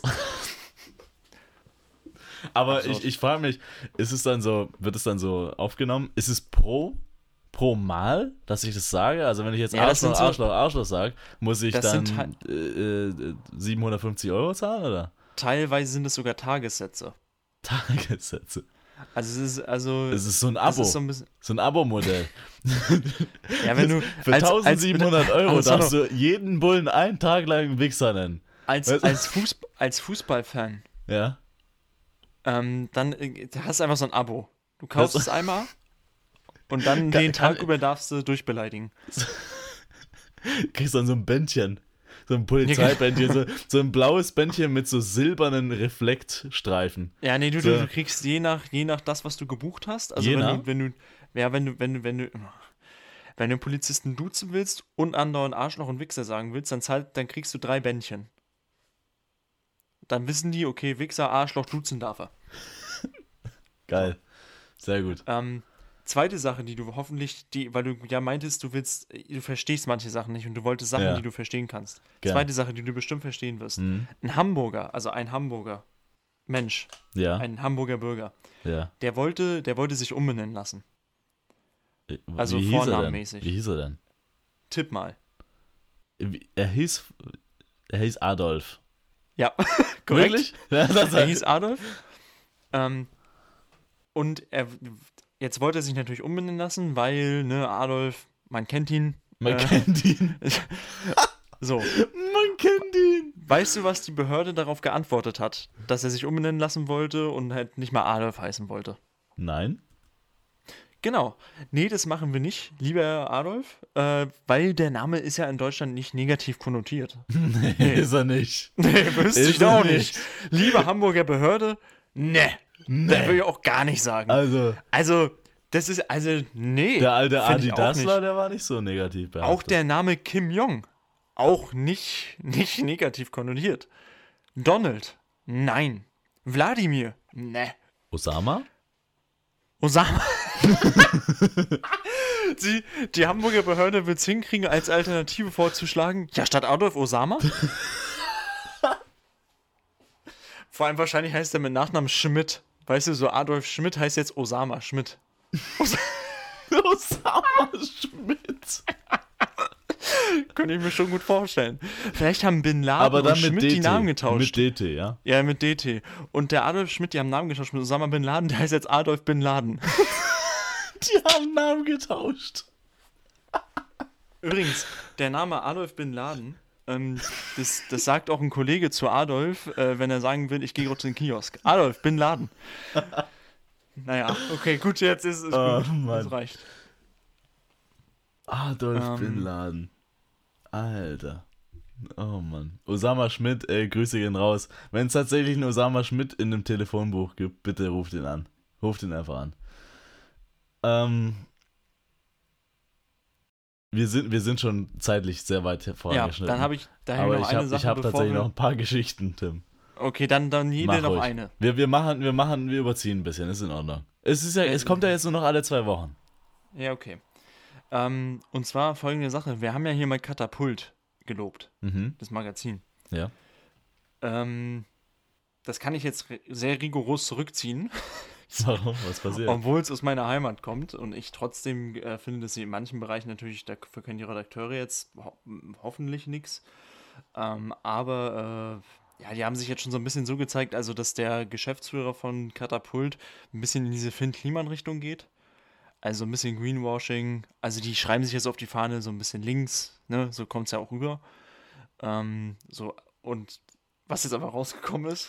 [SPEAKER 2] Aber ich frage mich, wird es dann so aufgenommen? Ist es pro Mal, dass ich das sage? Also wenn ich jetzt
[SPEAKER 1] Ja, das sind
[SPEAKER 2] Arschloch sage, muss ich
[SPEAKER 1] das
[SPEAKER 2] dann 750 Euro zahlen, oder?
[SPEAKER 1] Teilweise sind es sogar Tagessätze.
[SPEAKER 2] Tagessätze.
[SPEAKER 1] Also
[SPEAKER 2] es ist so ein Abo.
[SPEAKER 1] Das ist so ein bisschen,
[SPEAKER 2] So ein Abo-Modell.
[SPEAKER 1] ja, wenn du
[SPEAKER 2] Für 1700 Euro
[SPEAKER 1] Alessandro,
[SPEAKER 2] darfst du jeden Bullen einen Tag lang einen Wichser nennen.
[SPEAKER 1] als Fußballfan,
[SPEAKER 2] Ja.
[SPEAKER 1] dann hast du einfach so ein Abo. Du kaufst es einmal und dann den Tag über darfst du durchbeleidigen.
[SPEAKER 2] Kriegst dann so ein Bändchen. So ein Polizeibändchen. So ein blaues Bändchen mit so silbernen Reflektstreifen.
[SPEAKER 1] Ja, nee,
[SPEAKER 2] So.
[SPEAKER 1] du kriegst je nach das, was du gebucht hast. Also wenn du einen Polizisten duzen willst und andauernd Arschloch und Wichser sagen willst, dann kriegst du 3 Bändchen. Dann wissen die, okay, Wichser, Arschloch, duzen darf er.
[SPEAKER 2] Geil. Sehr gut.
[SPEAKER 1] Zweite Sache, die du hoffentlich, weil du ja meintest, du verstehst manche Sachen nicht und du wolltest Sachen,
[SPEAKER 2] Ja.
[SPEAKER 1] die du verstehen kannst.
[SPEAKER 2] Gerne.
[SPEAKER 1] Zweite Sache, die du bestimmt verstehen wirst.
[SPEAKER 2] Mhm.
[SPEAKER 1] Ein Hamburger, also ein Hamburger Mensch,
[SPEAKER 2] Ja,
[SPEAKER 1] ein Hamburger Bürger,
[SPEAKER 2] ja.
[SPEAKER 1] der wollte sich umbenennen lassen. Also
[SPEAKER 2] Wie hieß er denn?
[SPEAKER 1] vornamenmäßig.
[SPEAKER 2] Wie hieß er denn?
[SPEAKER 1] Tipp mal.
[SPEAKER 2] Er hieß Adolf.
[SPEAKER 1] Ja, korrekt.
[SPEAKER 2] Wirklich? Ja,
[SPEAKER 1] Er hieß Adolf. Und jetzt wollte er sich natürlich umbenennen lassen, weil, ne, Adolf, man kennt ihn.
[SPEAKER 2] Man kennt ihn.
[SPEAKER 1] So.
[SPEAKER 2] Man kennt ihn.
[SPEAKER 1] Weißt du, was die Behörde darauf geantwortet hat? Dass er sich umbenennen lassen wollte und halt nicht mal Adolf heißen wollte.
[SPEAKER 2] Nein.
[SPEAKER 1] Genau. Nee, das machen wir nicht, lieber Adolf, weil der Name ist ja in Deutschland nicht negativ konnotiert.
[SPEAKER 2] Nee, ist er nicht.
[SPEAKER 1] Nee, wüsste
[SPEAKER 2] Ist
[SPEAKER 1] ich
[SPEAKER 2] er
[SPEAKER 1] auch nicht. Liebe Hamburger Behörde, ne. Das will ich auch gar nicht sagen.
[SPEAKER 2] Also,
[SPEAKER 1] Das ist, nee.
[SPEAKER 2] der alte
[SPEAKER 1] find
[SPEAKER 2] Adi
[SPEAKER 1] ich auch
[SPEAKER 2] Dassler,
[SPEAKER 1] nicht.
[SPEAKER 2] der war nicht so negativ behaftet.
[SPEAKER 1] Auch der Name Kim Jong, auch nicht negativ konnotiert. Donald, nein. Wladimir, ne.
[SPEAKER 2] Osama?
[SPEAKER 1] Osama. Die Hamburger Behörde wird es hinkriegen, als Alternative vorzuschlagen, ja, statt Adolf Osama? Vor allem wahrscheinlich heißt er mit Nachnamen Schmidt. Weißt du, so Adolf Schmidt heißt jetzt Osama Schmidt.
[SPEAKER 2] Osama Schmidt.
[SPEAKER 1] Könnte ich mir schon gut vorstellen. Vielleicht haben Bin Laden
[SPEAKER 2] Aber dann
[SPEAKER 1] und
[SPEAKER 2] mit
[SPEAKER 1] Schmidt
[SPEAKER 2] DT.
[SPEAKER 1] die Namen getauscht.
[SPEAKER 2] Mit DT, ja.
[SPEAKER 1] Ja, mit DT. Und der Adolf Schmidt, die haben Namen getauscht mit Osama Bin Laden, der heißt jetzt Adolf Bin Laden.
[SPEAKER 2] Die haben Namen getauscht.
[SPEAKER 1] Übrigens, der Name Adolf Bin Laden, das sagt auch ein Kollege zu Adolf, wenn er sagen will, ich gehe gerade in den Kiosk. Adolf Bin Laden. Naja, okay, gut, jetzt ist es gut.
[SPEAKER 2] Mann.
[SPEAKER 1] Das reicht.
[SPEAKER 2] Adolf Bin Laden. Alter. Oh Mann. Osama Schmidt, Grüße gehen raus. Wenn es tatsächlich einen Osama Schmidt in einem Telefonbuch gibt, bitte ruft ihn an. Ruft ihn einfach an. Wir sind schon zeitlich sehr weit vorangeschnitten.
[SPEAKER 1] Ja, dann habe ich
[SPEAKER 2] aber
[SPEAKER 1] noch eine Sache,
[SPEAKER 2] ich habe
[SPEAKER 1] bevor
[SPEAKER 2] tatsächlich
[SPEAKER 1] wir...
[SPEAKER 2] noch ein paar Geschichten, Tim.
[SPEAKER 1] Okay, dann jede
[SPEAKER 2] Mach
[SPEAKER 1] noch
[SPEAKER 2] ruhig.
[SPEAKER 1] eine.
[SPEAKER 2] Wir überziehen ein bisschen, ist in Ordnung. Es kommt ja jetzt nur noch alle 2 Wochen.
[SPEAKER 1] Ja, okay. Und zwar folgende Sache. Wir haben ja hier mal Katapult gelobt, das Magazin.
[SPEAKER 2] Ja.
[SPEAKER 1] Das kann ich jetzt sehr rigoros zurückziehen.
[SPEAKER 2] Warum? Was passiert?
[SPEAKER 1] Obwohl es aus meiner Heimat kommt und ich trotzdem finde, dass sie in manchen Bereichen natürlich, dafür können die Redakteure jetzt hoffentlich nichts. Aber ja, die haben sich jetzt schon so ein bisschen so gezeigt, also dass der Geschäftsführer von Katapult ein bisschen in diese Finn-Kliman-Richtung geht. Also ein bisschen Greenwashing. Also die schreiben sich jetzt auf die Fahne so ein bisschen links, ne? So kommt es ja auch rüber. So, und was jetzt aber rausgekommen ist,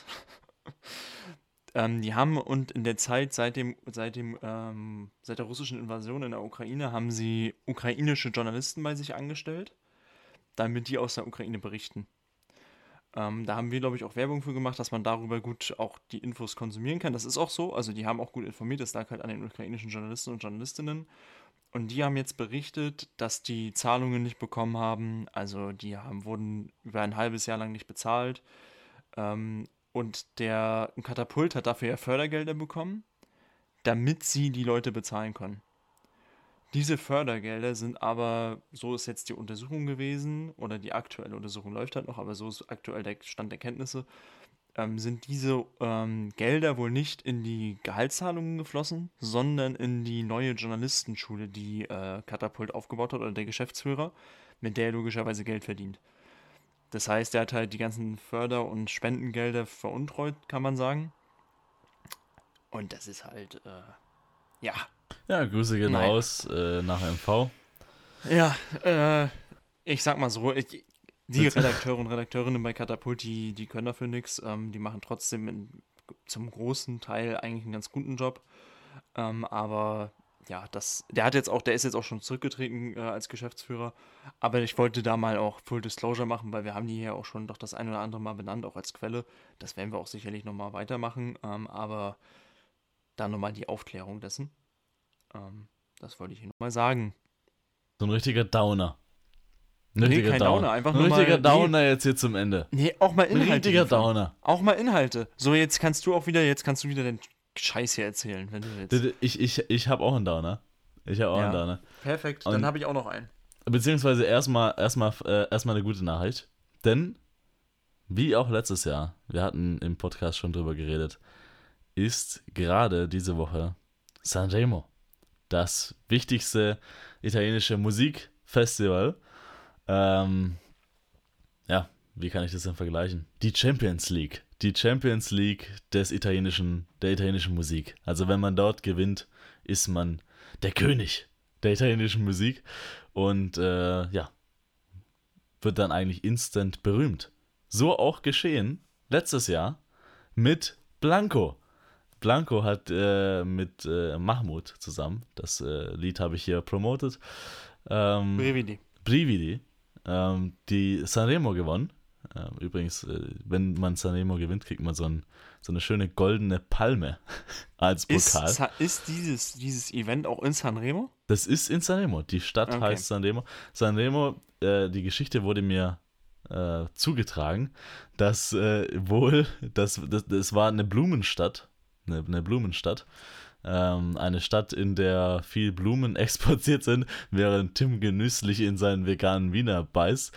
[SPEAKER 1] die haben und in der Zeit seit der russischen Invasion in der Ukraine haben sie ukrainische Journalisten bei sich angestellt, damit die aus der Ukraine berichten. Da haben wir, glaube ich, auch Werbung für gemacht, dass man darüber gut auch die Infos konsumieren kann. Das ist auch so, also die haben auch gut informiert, das lag halt an den ukrainischen Journalisten und Journalistinnen. Und die haben jetzt berichtet, dass die Zahlungen nicht bekommen haben, also wurden über ein halbes Jahr lang nicht bezahlt. Und der Katapult hat dafür ja Fördergelder bekommen, damit sie die Leute bezahlen können. Diese Fördergelder sind aber, so ist jetzt die Untersuchung gewesen, oder die aktuelle Untersuchung läuft halt noch, aber so ist aktuell der Stand der Kenntnisse, sind diese Gelder wohl nicht in die Gehaltszahlungen geflossen, sondern in die neue Journalistenschule, die Katapult aufgebaut hat, oder der Geschäftsführer, mit der er logischerweise Geld verdient. Das heißt, er hat halt die ganzen Förder- und Spendengelder veruntreut, kann man sagen. Und das ist halt, ja.
[SPEAKER 2] Ja, Grüße gehen raus nach MV.
[SPEAKER 1] Ja, ich sag mal so, die Redakteure und Redakteurinnen bei Katapult, die können dafür nichts. Die machen trotzdem zum großen Teil eigentlich einen ganz guten Job. Aber ja, der ist jetzt auch schon zurückgetreten als Geschäftsführer. Aber ich wollte da mal auch Full Disclosure machen, weil wir haben die hier auch schon doch das ein oder andere Mal benannt, auch als Quelle. Das werden wir auch sicherlich nochmal weitermachen. Aber da nochmal die Aufklärung dessen. Das wollte ich hier nochmal sagen.
[SPEAKER 2] So ein richtiger Downer.
[SPEAKER 1] Kein Downer, einfach nur
[SPEAKER 2] ein
[SPEAKER 1] mal...
[SPEAKER 2] richtiger Downer jetzt hier zum Ende.
[SPEAKER 1] Nee, auch mal Inhalte.
[SPEAKER 2] Ein richtiger
[SPEAKER 1] liefern.
[SPEAKER 2] Downer.
[SPEAKER 1] Auch mal Inhalte. So, jetzt kannst du wieder den Scheiß hier erzählen, wenn du willst.
[SPEAKER 2] Ich habe auch einen Downer. Ich habe auch einen
[SPEAKER 1] Ja.
[SPEAKER 2] da, ne?
[SPEAKER 1] Perfekt,
[SPEAKER 2] Und-
[SPEAKER 1] dann habe ich auch noch einen.
[SPEAKER 2] Beziehungsweise erstmal eine gute Nachricht. Denn, wie auch letztes Jahr, wir hatten im Podcast schon drüber geredet, ist gerade diese Woche Sanremo, das wichtigste italienische Musikfestival. Ja, wie kann ich das denn vergleichen? Die Champions League. Die Champions League der italienischen Musik. Also wenn man dort gewinnt, ist man der König der italienischen Musik. Und ja, wird dann eigentlich instant berühmt. So auch geschehen letztes Jahr mit Blanco. Blanco hat mit Mahmood zusammen, das Lied habe ich hier promotet,
[SPEAKER 1] Brevidi.
[SPEAKER 2] Brividi, die Sanremo gewonnen. Übrigens, wenn man Sanremo gewinnt, kriegt man so eine schöne goldene Palme als Pokal.
[SPEAKER 1] Ist dieses Event auch in Sanremo?
[SPEAKER 2] Das ist in Sanremo. Die Stadt
[SPEAKER 1] Okay.
[SPEAKER 2] heißt Sanremo. Sanremo, die Geschichte wurde mir zugetragen, dass das war eine Blumenstadt. Eine Blumenstadt. Eine Stadt, in der viel Blumen exportiert sind, während Tim genüsslich in seinen veganen Wiener beißt.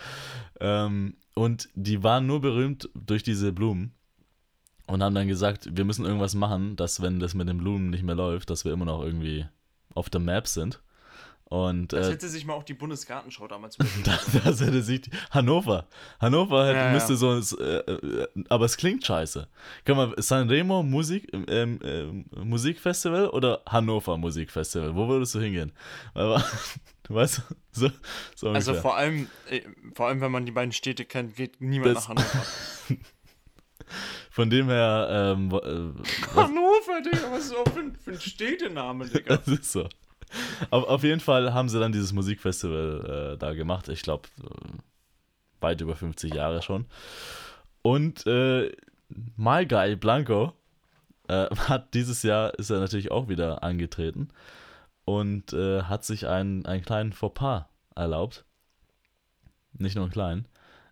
[SPEAKER 2] Und die waren nur berühmt durch diese Blumen und haben dann gesagt, wir müssen irgendwas machen, dass, wenn das mit den Blumen nicht mehr läuft, dass wir immer noch irgendwie auf der Map sind. Und
[SPEAKER 1] Das hätte sich mal auch die Bundesgartenschau damals
[SPEAKER 2] das hätte sich Hannover
[SPEAKER 1] Ja.
[SPEAKER 2] müsste so aber es klingt scheiße. Kann man Sanremo Musikfestival oder Hannover Musikfestival? Wo würdest du hingehen? Aber, du weißt, so
[SPEAKER 1] Also
[SPEAKER 2] ungefähr.
[SPEAKER 1] vor allem, wenn man die beiden Städte kennt, geht niemand
[SPEAKER 2] Das-
[SPEAKER 1] nach Hannover.
[SPEAKER 2] Von dem her
[SPEAKER 1] Hannover, Digga, was ist das für ein Städtename, Digga?
[SPEAKER 2] das ist so. Auf jeden Fall haben sie dann dieses Musikfestival da gemacht. Ich glaube, weit über 50 Jahre schon. Und My Guy Blanco hat dieses Jahr, ist er natürlich auch wieder angetreten und hat sich einen kleinen Fauxpas erlaubt. Nicht nur einen kleinen.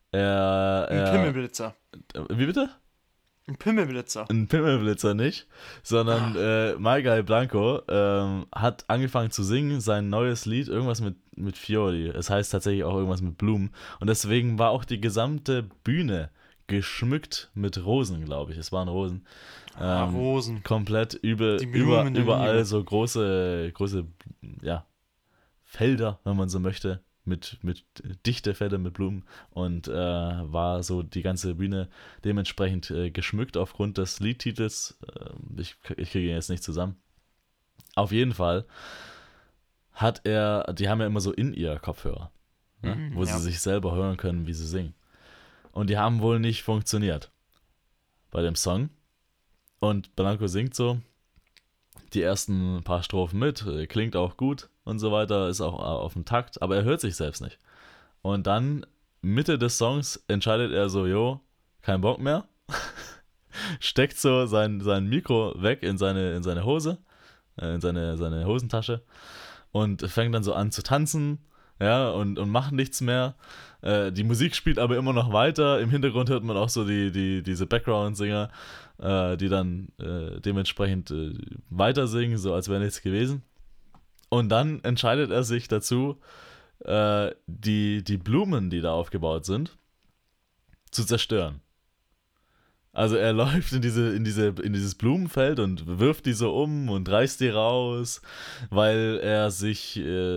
[SPEAKER 1] Ein Pimmelblitzer.
[SPEAKER 2] Wie bitte?
[SPEAKER 1] Ein Pimmelblitzer.
[SPEAKER 2] Ein Pimmelblitzer nicht, sondern My Guy Blanco hat angefangen zu singen, sein neues Lied, irgendwas mit Fiori. Es heißt tatsächlich auch irgendwas mit Blumen. Und deswegen war auch die gesamte Bühne geschmückt mit Rosen, glaube ich. Es waren Rosen.
[SPEAKER 1] Rosen.
[SPEAKER 2] Komplett
[SPEAKER 1] Die Blumen der
[SPEAKER 2] überall
[SPEAKER 1] Liebe.
[SPEAKER 2] so große, ja, Felder, wenn man so möchte, mit dichte Felder mit Blumen und war so die ganze Bühne dementsprechend geschmückt aufgrund des Liedtitels. Ich kriege ihn jetzt nicht zusammen. Auf jeden Fall die haben ja immer so In-Ear-Kopfhörer, ne? Wo
[SPEAKER 1] ja.
[SPEAKER 2] sie sich selber hören können, wie sie singen. Und die haben wohl nicht funktioniert bei dem Song. Und Blanco singt so die ersten paar Strophen mit, klingt auch gut und so weiter, ist auch auf dem Takt, aber er hört sich selbst nicht. Und dann, Mitte des Songs, entscheidet er so, jo, kein Bock mehr, steckt so sein Mikro weg in seine Hose, in seine Hosentasche und fängt dann so an zu tanzen, ja, und macht nichts mehr. Die Musik spielt aber immer noch weiter. Im Hintergrund hört man auch so diese Background-Singer, die dann dementsprechend weiter singen, so als wäre nichts gewesen. Und dann entscheidet er sich dazu, die Blumen, die da aufgebaut sind, zu zerstören. Also er läuft in dieses Blumenfeld und wirft die so um und reißt die raus, weil er sich,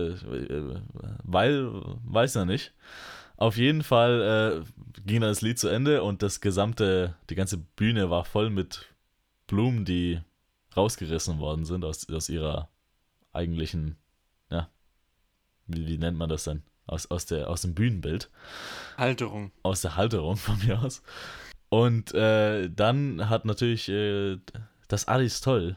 [SPEAKER 2] weiß er nicht. Auf jeden Fall ging dann das Lied zu Ende und die ganze Bühne war voll mit Blumen, die rausgerissen worden sind aus ihrer eigentlichen, ja, wie nennt man das denn? Aus dem Bühnenbild.
[SPEAKER 1] Halterung.
[SPEAKER 2] Aus der Halterung von mir aus. Und dann hat natürlich das Aristoll,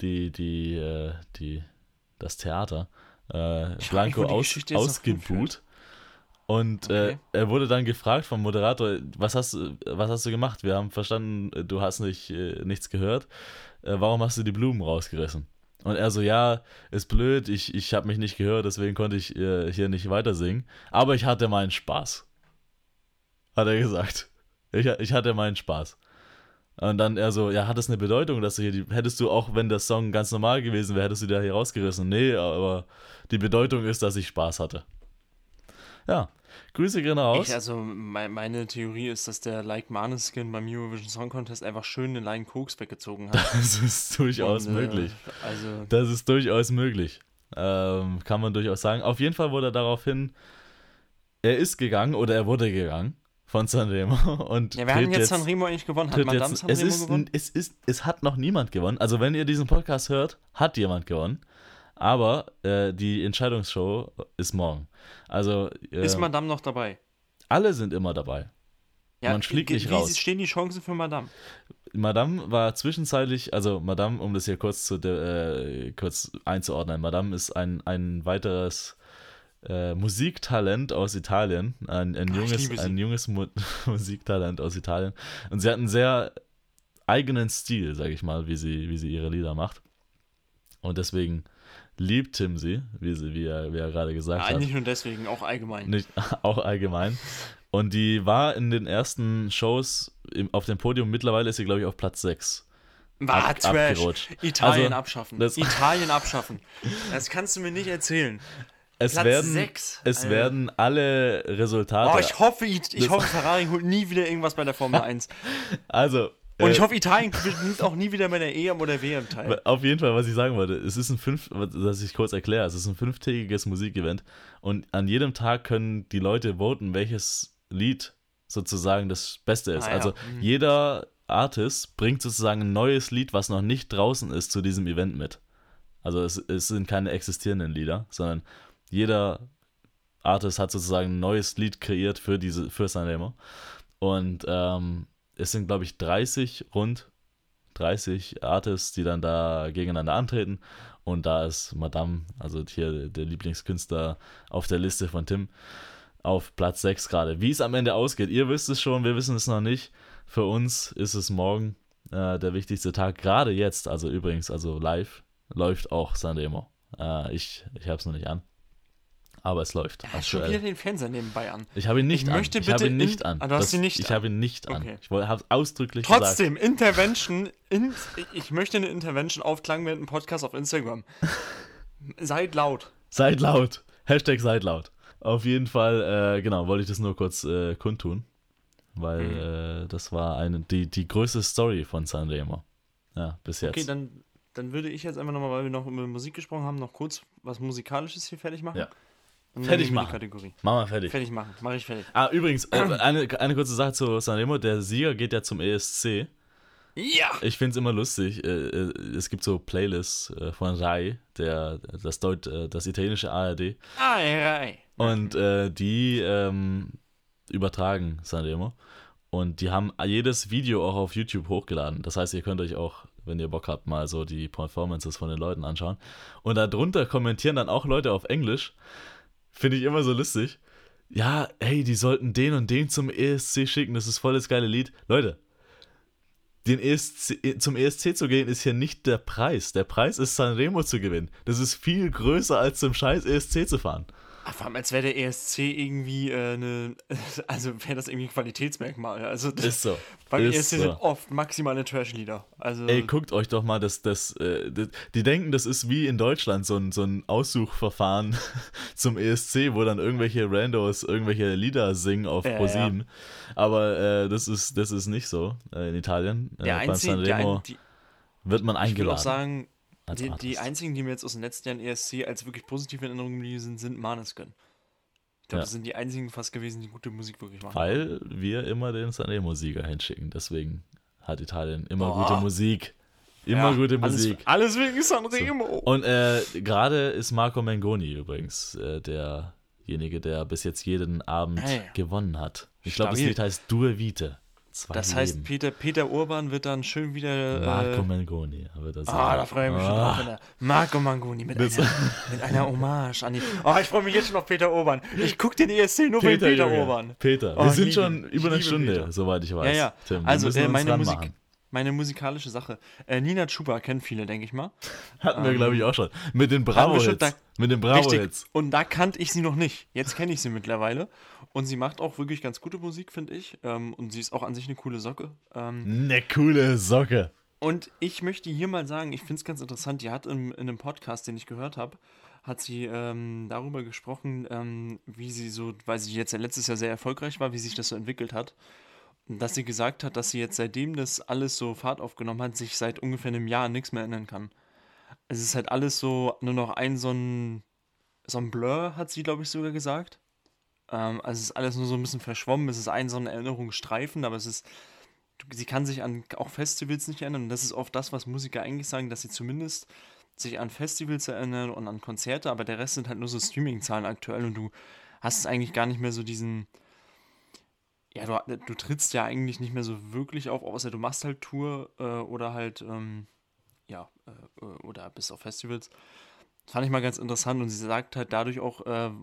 [SPEAKER 2] das Theater, Blanco
[SPEAKER 1] wo die Geschichte jetzt noch
[SPEAKER 2] ausgebuht.
[SPEAKER 1] hinführt.
[SPEAKER 2] Und
[SPEAKER 1] Okay.
[SPEAKER 2] er wurde dann gefragt vom Moderator, was hast du gemacht? Wir haben verstanden, du hast nichts gehört. Warum hast du die Blumen rausgerissen? Und er so, ja, ist blöd, ich habe mich nicht gehört, deswegen konnte ich hier nicht weiter singen. Aber ich hatte meinen Spaß. Hat er gesagt. Ich hatte meinen Spaß. Und dann er so, ja, hat das eine Bedeutung, dass du hier hättest du auch, wenn der Song ganz normal gewesen wäre, hättest du da hier rausgerissen. Nee, aber die Bedeutung ist, dass ich Spaß hatte. Ja, Grüße gehen raus.
[SPEAKER 1] Meine Theorie ist, dass der Like Maneskin beim Eurovision Song Contest einfach schön eine Line Koks weggezogen hat.
[SPEAKER 2] Das ist durchaus möglich.
[SPEAKER 1] Also
[SPEAKER 2] Das ist durchaus möglich. Kann man durchaus sagen. Auf jeden Fall wurde daraufhin, er ist gegangen oder er wurde gegangen von Sanremo. Und
[SPEAKER 1] ja, wer hat denn jetzt Sanremo eigentlich gewonnen? Hat Madame Sanremo gewonnen?
[SPEAKER 2] Es hat noch niemand gewonnen. Also wenn ihr diesen Podcast hört, hat jemand gewonnen. Aber die Entscheidungsshow ist morgen. Also
[SPEAKER 1] ist Madame noch dabei?
[SPEAKER 2] Alle sind immer dabei. Ja, man fliegt nicht raus.
[SPEAKER 1] Wie stehen die Chancen für Madame?
[SPEAKER 2] Madame war zwischenzeitlich, also Madame, um das hier kurz einzuordnen, Madame ist ein weiteres Musiktalent aus Italien, ein junges Musiktalent aus Italien. Und sie hat einen sehr eigenen Stil, sag ich mal, wie sie ihre Lieder macht. Und deswegen liebt Tim sie, wie er gerade gesagt hat.
[SPEAKER 1] Nicht nur deswegen, auch allgemein.
[SPEAKER 2] Auch allgemein. Und die war in den ersten Shows auf dem Podium, mittlerweile ist sie, glaube ich, auf Platz 6.
[SPEAKER 1] Abgerutscht. Italien abschaffen. Italien abschaffen. Das kannst du mir nicht erzählen.
[SPEAKER 2] Platz 6. Es werden alle Resultate.
[SPEAKER 1] Ich hoffe, Ferrari holt nie wieder irgendwas bei der Formel 1.
[SPEAKER 2] Also.
[SPEAKER 1] Und ich hoffe, Italien nimmt auch nie wieder bei der EM oder WM teil.
[SPEAKER 2] Auf jeden Fall, was ich sagen wollte, es ist dass ich kurz erkläre, es ist ein 5-tägiges Musikevent und an jedem Tag können die Leute voten, welches Lied sozusagen das Beste ist. Also jeder Artist bringt sozusagen ein neues Lied, was noch nicht draußen ist, zu diesem Event mit. Also es sind keine existierenden Lieder, sondern jeder Artist hat sozusagen ein neues Lied kreiert für Sanremo. Und es sind, glaube ich, rund 30 Artists, die dann da gegeneinander antreten. Und da ist Madame, also hier der Lieblingskünstler auf der Liste von Tim, auf Platz 6 gerade. Wie es am Ende ausgeht, ihr wisst es schon, wir wissen es noch nicht. Für uns ist es morgen der wichtigste Tag. Gerade jetzt, also live, läuft auch Sanremo. Ich habe es noch nicht an. Aber es läuft.
[SPEAKER 1] Ja, schon wieder den Fernseher nebenbei an.
[SPEAKER 2] Ich habe ihn nicht an.
[SPEAKER 1] Ich habe ihn nicht an.
[SPEAKER 2] Du hast ihn nicht an? Ich habe ihn nicht an.
[SPEAKER 1] Okay.
[SPEAKER 2] Ich habe es ausdrücklich
[SPEAKER 1] Trotzdem,
[SPEAKER 2] gesagt.
[SPEAKER 1] Intervention. Ich möchte eine Intervention auf Klangwelten-Podcast auf Instagram. Seid laut.
[SPEAKER 2] Seid laut. Hashtag seid laut. Auf jeden Fall, wollte ich das nur kurz kundtun. Weil das war die größte Story von Sanremo. Ja, bis jetzt.
[SPEAKER 1] Okay, dann würde ich jetzt einfach nochmal, weil wir noch über Musik gesprochen haben, noch kurz was Musikalisches hier fertig machen.
[SPEAKER 2] Ja. Fertig machen.
[SPEAKER 1] Kategorie.
[SPEAKER 2] Mach mal fertig.
[SPEAKER 1] Fertig machen. Mach ich fertig.
[SPEAKER 2] Übrigens, eine kurze Sache zu Sanremo. Der Sieger geht ja zum ESC.
[SPEAKER 1] Ja!
[SPEAKER 2] Ich finde es immer lustig. Es gibt so Playlists von Rai, das italienische ARD.
[SPEAKER 1] Rai.
[SPEAKER 2] Und die übertragen Sanremo. Und die haben jedes Video auch auf YouTube hochgeladen. Das heißt, ihr könnt euch auch, wenn ihr Bock habt, mal so die Performances von den Leuten anschauen. Und darunter kommentieren dann auch Leute auf Englisch. Finde ich immer so lustig. Ja, hey, die sollten den und den zum ESC schicken. Das ist voll das geile Lied. Leute, zum ESC zu gehen, ist hier nicht der Preis. Der Preis ist, Sanremo zu gewinnen. Das ist viel größer, als zum scheiß ESC zu fahren.
[SPEAKER 1] Vor allem, als wäre der ESC irgendwie also wäre das irgendwie ein Qualitätsmerkmal. Also
[SPEAKER 2] ist so.
[SPEAKER 1] Beim ESC sind oft maximale Trash-Lieder. Also
[SPEAKER 2] ey, guckt euch doch mal die denken, das ist wie in Deutschland so ein Aussuchverfahren zum ESC, wo dann irgendwelche Randos irgendwelche Lieder singen auf Pro7. Ja. Aber das ist nicht so in Italien. Beim Sanremo wird man eingeladen.
[SPEAKER 1] Ich würde auch sagen, die einzigen, die mir jetzt aus den letzten Jahren ESC als wirklich positive Erinnerungen geblieben sind Maneskin. Ich glaube, das sind die einzigen fast gewesen, die gute Musik wirklich machen.
[SPEAKER 2] Weil wir immer den Sanremo-Sieger hinschicken. Deswegen hat Italien immer gute Musik. Gute Musik.
[SPEAKER 1] Alles wegen Sanremo.
[SPEAKER 2] Und gerade ist Marco Mengoni übrigens derjenige, der bis jetzt jeden Abend gewonnen hat. Ich glaube, das Lied heißt Due Vite.
[SPEAKER 1] Das heißt, Peter Urban wird dann schön wieder...
[SPEAKER 2] Marco Mengoni.
[SPEAKER 1] Da freue ich mich schon drauf. Marco Mengoni mit einer Hommage an die... ich freue mich jetzt schon auf Peter Urban. Ich gucke den ESC nur wegen Peter Urban.
[SPEAKER 2] Peter, wir sind schon über eine Stunde, soweit ich weiß.
[SPEAKER 1] Ja. Tim, also meine musikalische Sache. Nina Chuba kennen viele, denke ich mal.
[SPEAKER 2] Hatten wir, glaube ich, auch schon. Mit den
[SPEAKER 1] Haben wir schon
[SPEAKER 2] Bravo-Hits. Mit den Bravo-Hits.
[SPEAKER 1] Richtig. Und da kannte ich sie noch nicht. Jetzt kenne ich sie mittlerweile. Und sie macht auch wirklich ganz gute Musik, finde ich. Und sie ist auch an sich eine coole Socke.
[SPEAKER 2] Ne coole Socke.
[SPEAKER 1] Und ich möchte hier mal sagen, ich finde es ganz interessant, die hat in einem Podcast, den ich gehört habe, hat sie darüber gesprochen, wie sie so, weil sie jetzt ja letztes Jahr sehr erfolgreich war, wie sich das so entwickelt hat. Und dass sie gesagt hat, dass sie jetzt, seitdem das alles so Fahrt aufgenommen hat, sich seit ungefähr einem Jahr an nichts mehr erinnern kann. Es ist halt alles so, nur noch so ein Blur, hat sie, glaube ich, sogar gesagt. Also es ist alles nur so ein bisschen verschwommen, es ist so ein Erinnerungsstreifen, aber sie kann sich an auch Festivals nicht erinnern. Und das ist oft das, was Musiker eigentlich sagen, dass sie zumindest sich an Festivals erinnern und an Konzerte, aber der Rest sind halt nur so Streaming-Zahlen aktuell und du hast eigentlich gar nicht mehr so diesen. Ja, du trittst ja eigentlich nicht mehr so wirklich auf, außer du machst halt Tour oder halt, oder bist auf Festivals. Das fand ich mal ganz interessant und sie sagt halt dadurch auch,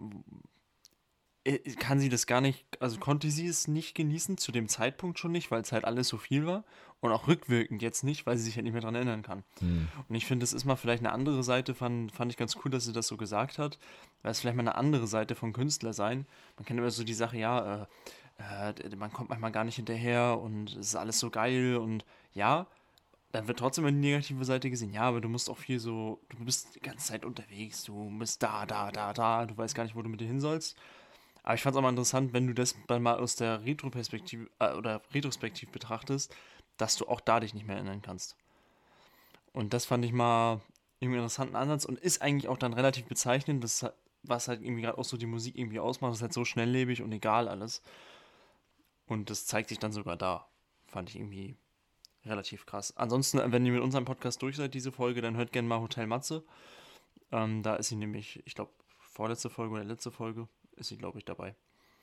[SPEAKER 1] kann sie das gar nicht, also konnte sie es nicht genießen, zu dem Zeitpunkt schon nicht, weil es halt alles so viel war und auch rückwirkend jetzt nicht, weil sie sich halt nicht mehr dran erinnern kann. Und ich finde, das ist mal vielleicht eine andere Seite, fand ich ganz cool, dass sie das so gesagt hat, weil es vielleicht mal eine andere Seite von Künstler sein. Man kennt immer so die Sache, ja, man kommt manchmal gar nicht hinterher und es ist alles so geil und ja, dann wird trotzdem eine negative Seite gesehen. Ja, aber du musst auch viel so, du bist die ganze Zeit unterwegs, du bist da, du weißt gar nicht, wo du mit dir hin sollst. Aber ich fand es auch mal interessant, wenn du das dann mal aus der Retroperspektive oder retrospektiv betrachtest, dass du auch da dich nicht mehr erinnern kannst. Und das fand ich mal irgendwie einen interessanten Ansatz und ist eigentlich auch dann relativ bezeichnend, was halt irgendwie gerade auch so die Musik irgendwie ausmacht, ist halt so schnelllebig und egal alles. Und das zeigt sich dann sogar da. Fand ich irgendwie relativ krass. Ansonsten, wenn ihr mit unserem Podcast durch seid, diese Folge, dann hört gerne mal Hotel Matze. Da ist sie nämlich, ich glaube, vorletzte Folge oder letzte Folge ist sie, glaube ich, dabei.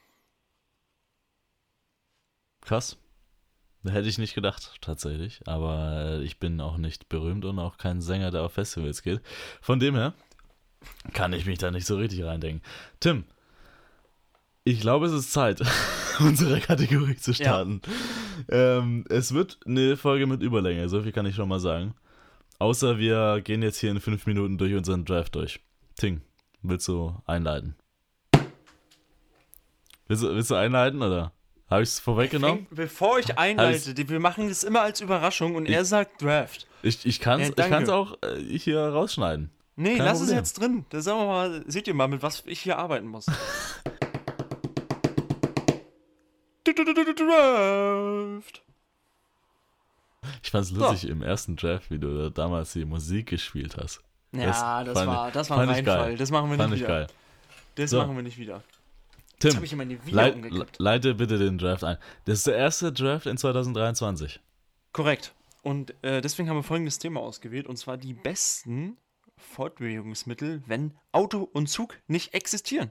[SPEAKER 2] Krass. Hätte ich nicht gedacht, tatsächlich. Aber ich bin auch nicht berühmt und auch kein Sänger, der auf Festivals geht. Von dem her kann ich mich da nicht so richtig reindenken. Tim, ich glaube, es ist Zeit, unsere Kategorie zu starten. Ja. Es wird eine Folge mit Überlänge, so viel kann ich schon mal sagen. Außer wir gehen jetzt hier in 5 Minuten durch unseren Draft durch. Ting, willst du einleiten? Willst du einleiten, oder? Habe ich es vorweggenommen?
[SPEAKER 1] Bevor ich einleite, wir machen das immer als Überraschung und er sagt Draft.
[SPEAKER 2] Ich kann es auch hier rausschneiden.
[SPEAKER 1] Nee, kein lass Problem. Es jetzt drin. Da sagen wir mal, seht ihr mal, mit was ich hier arbeiten muss. Draft.
[SPEAKER 2] Ich fand's lustig im ersten Draft, wie du da damals die Musik gespielt hast.
[SPEAKER 1] Ja, das war ein Reinfall. Das machen wir nicht wieder.
[SPEAKER 2] Geil.
[SPEAKER 1] Das machen wir nicht wieder.
[SPEAKER 2] Tim,
[SPEAKER 1] jetzt habe ich immer die Video umgekippt.
[SPEAKER 2] Leite bitte den Draft ein. Das ist der erste Draft in 2023.
[SPEAKER 1] Korrekt. Und deswegen haben wir folgendes Thema ausgewählt, und zwar die besten Fortbewegungsmittel, wenn Auto und Zug nicht existieren.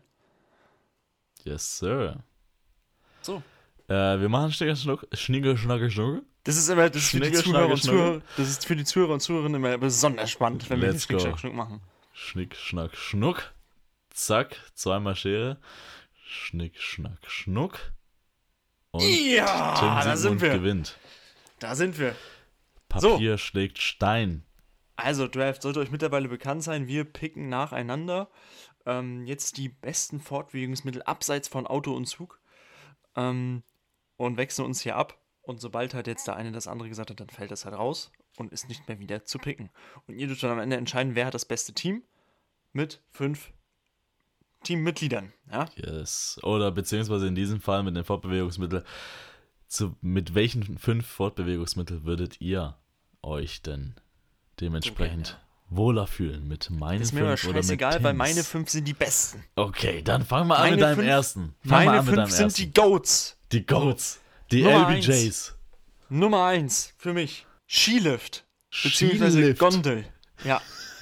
[SPEAKER 2] Yes, sir.
[SPEAKER 1] So.
[SPEAKER 2] Wir machen Schnicke.
[SPEAKER 1] Das ist immer das für die Zuhörer und Zuhörer. Das ist für die Zuhörer und Zuhörerinnen immer besonders spannend, wenn wir den Schnick, Schnack, Schnuck machen.
[SPEAKER 2] Schnick, Schnack, Schnuck. Zack, zweimal Schere. Schnick, Schnack, Schnuck. Und
[SPEAKER 1] ja,
[SPEAKER 2] Tim Siegmund gewinnt.
[SPEAKER 1] Da sind wir.
[SPEAKER 2] Papier schlägt Stein.
[SPEAKER 1] Also, Draft sollte euch mittlerweile bekannt sein. Wir picken nacheinander jetzt die besten Fortbewegungsmittel abseits von Auto und Zug und wechseln uns hier ab. Und sobald halt jetzt der eine das andere gesagt hat, dann fällt das halt raus und ist nicht mehr wieder zu picken. Und ihr dürft dann am Ende entscheiden, wer hat das beste Team mit 5 Teammitgliedern. Ja?
[SPEAKER 2] Yes. Oder beziehungsweise in diesem Fall mit den Fortbewegungsmitteln. Mit welchen 5 Fortbewegungsmitteln würdet ihr euch denn dementsprechend wohler fühlen? Mit meinen 5
[SPEAKER 1] ist mir
[SPEAKER 2] oder
[SPEAKER 1] aber scheißegal,
[SPEAKER 2] mit
[SPEAKER 1] weil meine 5 sind die besten.
[SPEAKER 2] Okay, dann fangen wir an mit deinem ersten.
[SPEAKER 1] Meine 5 sind die Goats.
[SPEAKER 2] Die Goats. Die
[SPEAKER 1] Nummer
[SPEAKER 2] LBJs.
[SPEAKER 1] Nummer 1 für mich. Skilift. Beziehungsweise Gondel. Ja.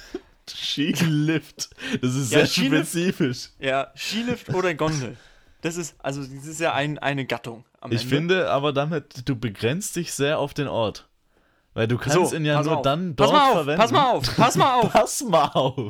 [SPEAKER 2] Skilift. Das ist sehr spezifisch.
[SPEAKER 1] Ja, Skilift oder Gondel. Das ist ja eine Gattung am Ende.
[SPEAKER 2] Ich finde aber damit, du begrenzt dich sehr auf den Ort. Weil du kannst ihn ja nur dann dort verwenden.
[SPEAKER 1] Pass mal auf.
[SPEAKER 2] Pass mal auf.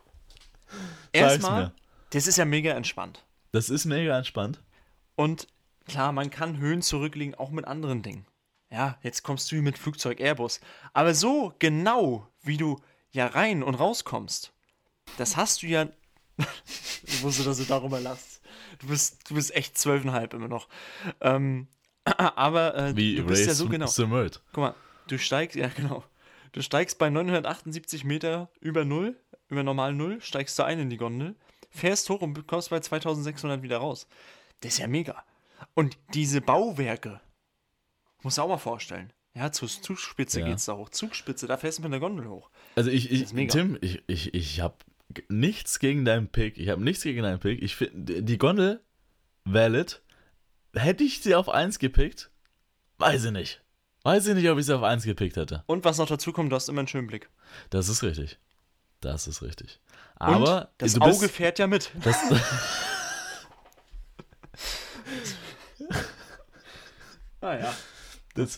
[SPEAKER 1] Erstmal, das ist ja mega entspannt.
[SPEAKER 2] Das ist mega entspannt.
[SPEAKER 1] Und klar, man kann Höhen zurücklegen, auch mit anderen Dingen. Ja, jetzt kommst du hier mit Flugzeug Airbus. Aber so genau, wie du ja rein und rauskommst, das hast du ja. Ich wusste, dass du darüber lachst. Du bist echt 12,5 immer noch. Aber
[SPEAKER 2] Wie
[SPEAKER 1] du bist
[SPEAKER 2] Ray
[SPEAKER 1] ja so genau.
[SPEAKER 2] Smurt.
[SPEAKER 1] Guck mal, du steigst, ja genau. Du steigst bei 978 Meter über Null, über normal Null, steigst du ein in die Gondel, fährst hoch und kommst bei 2600 wieder raus. Das ist ja mega. Und diese Bauwerke, musst du auch mal vorstellen. Ja, zur Zugspitze
[SPEAKER 2] Ja.
[SPEAKER 1] geht's da hoch. Zugspitze, da fährst du mit der Gondel hoch.
[SPEAKER 2] Also
[SPEAKER 1] Das ist mega.
[SPEAKER 2] Tim, ich habe nichts gegen deinen Pick. Ich finde, die Gondel, valid. Hätte ich sie auf 1 gepickt? Weiß ich nicht. Weiß ich nicht, ob ich sie auf 1 gepickt hätte.
[SPEAKER 1] Und was noch dazu kommt, du hast immer einen schönen Blick.
[SPEAKER 2] Das ist richtig.
[SPEAKER 1] Und
[SPEAKER 2] Aber
[SPEAKER 1] das
[SPEAKER 2] du bist,
[SPEAKER 1] Auge fährt ja mit.
[SPEAKER 2] das,
[SPEAKER 1] Ah ja.
[SPEAKER 2] das,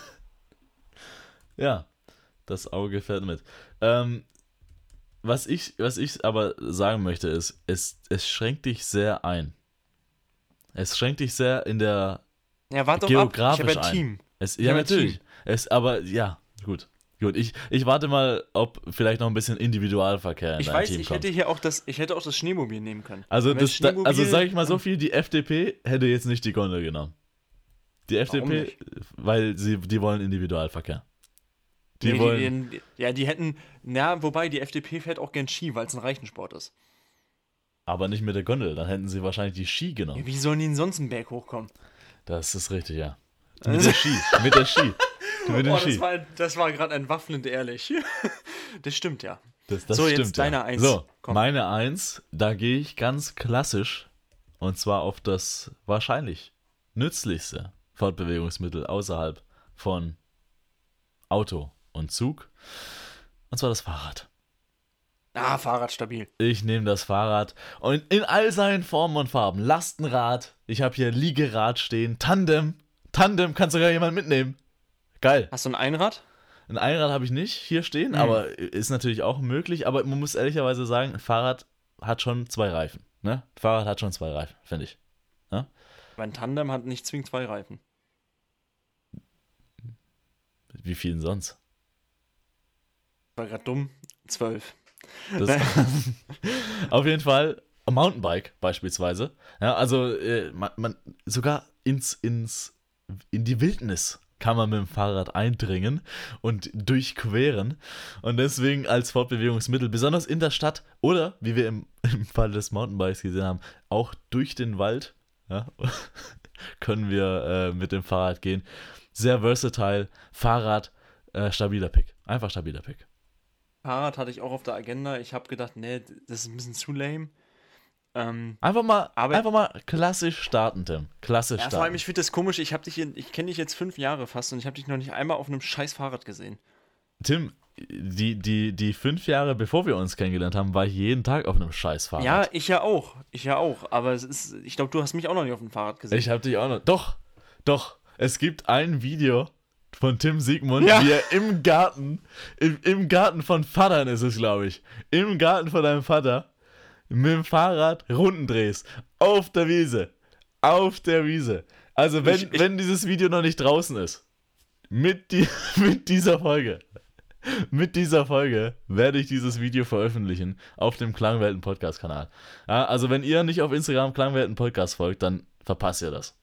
[SPEAKER 2] ja, das Auge fährt mit. Was ich aber sagen möchte ist, es schränkt dich sehr ein. Es schränkt dich sehr in der
[SPEAKER 1] Ja, warte doch ab.
[SPEAKER 2] geografisch
[SPEAKER 1] Ich habe ein
[SPEAKER 2] ein.
[SPEAKER 1] Team.
[SPEAKER 2] Ja,
[SPEAKER 1] Ja,
[SPEAKER 2] natürlich. Aber ja, gut. Ich warte mal, ob vielleicht noch ein bisschen Individualverkehr in
[SPEAKER 1] Ich
[SPEAKER 2] dein
[SPEAKER 1] weiß,
[SPEAKER 2] Team
[SPEAKER 1] ich
[SPEAKER 2] kommt.
[SPEAKER 1] hätte auch das Schneemobil nehmen können.
[SPEAKER 2] Also,
[SPEAKER 1] Aber das Schneemobil-
[SPEAKER 2] also sage ich mal so viel, die FDP hätte jetzt nicht die Gondel genommen. Die FDP,
[SPEAKER 1] nicht?
[SPEAKER 2] weil die wollen Individualverkehr. Die
[SPEAKER 1] Nee,
[SPEAKER 2] wollen,
[SPEAKER 1] die hätten, wobei die FDP fährt auch gern Ski, weil es ein Reichensport ist.
[SPEAKER 2] aber nicht mit der Gondel, dann hätten sie wahrscheinlich die Ski
[SPEAKER 1] Ja,
[SPEAKER 2] genommen.
[SPEAKER 1] wie sollen die denn sonst einen Berg hochkommen?
[SPEAKER 2] Das ist richtig, ja. Mit der Ski, mit der Ski. Mit den Ski.
[SPEAKER 1] Das war gerade entwaffnend ehrlich. Das stimmt ja.
[SPEAKER 2] Das
[SPEAKER 1] So,
[SPEAKER 2] stimmt,
[SPEAKER 1] jetzt deine
[SPEAKER 2] ja.
[SPEAKER 1] 1.
[SPEAKER 2] So,
[SPEAKER 1] Komm.
[SPEAKER 2] meine 1, da gehe ich ganz klassisch und zwar auf das wahrscheinlich nützlichste Fortbewegungsmittel außerhalb von Auto und Zug, und zwar das Fahrrad.
[SPEAKER 1] Fahrrad stabil.
[SPEAKER 2] Ich nehme das Fahrrad und in all seinen Formen und Farben. Lastenrad, ich habe hier Liegerad stehen, Tandem kann sogar jemand mitnehmen. Geil.
[SPEAKER 1] Hast du ein Einrad?
[SPEAKER 2] Ein Einrad habe ich nicht hier stehen, aber ist natürlich auch möglich. Aber man muss ehrlicherweise sagen, ein Fahrrad hat schon 2 Reifen. Ne? Ein Fahrrad hat schon 2 Reifen, finde ich.
[SPEAKER 1] Mein Tandem hat nicht zwingend 2 Reifen.
[SPEAKER 2] Wie viel denn sonst?
[SPEAKER 1] War gerade dumm. 12.
[SPEAKER 2] Das auf jeden Fall ein Mountainbike beispielsweise. Ja, also man sogar in die Wildnis kann man mit dem Fahrrad eindringen und durchqueren. Und deswegen als Fortbewegungsmittel, besonders in der Stadt oder, wie wir im Fall des Mountainbikes gesehen haben, auch durch den Wald, ja, können wir mit dem Fahrrad gehen. Sehr versatile. Fahrrad, stabiler Pick. Einfach stabiler Pick.
[SPEAKER 1] Fahrrad hatte ich auch auf der Agenda. Ich habe gedacht, nee, das ist ein bisschen zu lame.
[SPEAKER 2] Einfach mal klassisch starten, Tim. Klassisch
[SPEAKER 1] Ja, vor allem,
[SPEAKER 2] starten.
[SPEAKER 1] ich finde das komisch. Ich kenne dich jetzt 5 Jahre fast und ich habe dich noch nicht einmal auf einem scheiß Fahrrad gesehen.
[SPEAKER 2] Tim, die 5 Jahre, bevor wir uns kennengelernt haben, war ich jeden Tag auf einem scheiß Fahrrad.
[SPEAKER 1] Ja, ich ja auch. Aber ich glaube, du hast mich auch noch nicht auf dem Fahrrad gesehen.
[SPEAKER 2] Ich habe dich auch noch. Doch. Es gibt ein Video von Tim Siegmund,
[SPEAKER 1] Ja.
[SPEAKER 2] wie er im Garten von Vatern ist es, glaube ich. Im Garten von deinem Vater mit dem Fahrrad Runden drehst. Auf der Wiese. Also wenn dieses Video noch nicht draußen ist, mit dieser Folge werde ich dieses Video veröffentlichen auf dem Klangwelten Podcast Kanal. Ja, also wenn ihr nicht auf Instagram Klangwelten Podcast folgt, dann verpasst ihr das.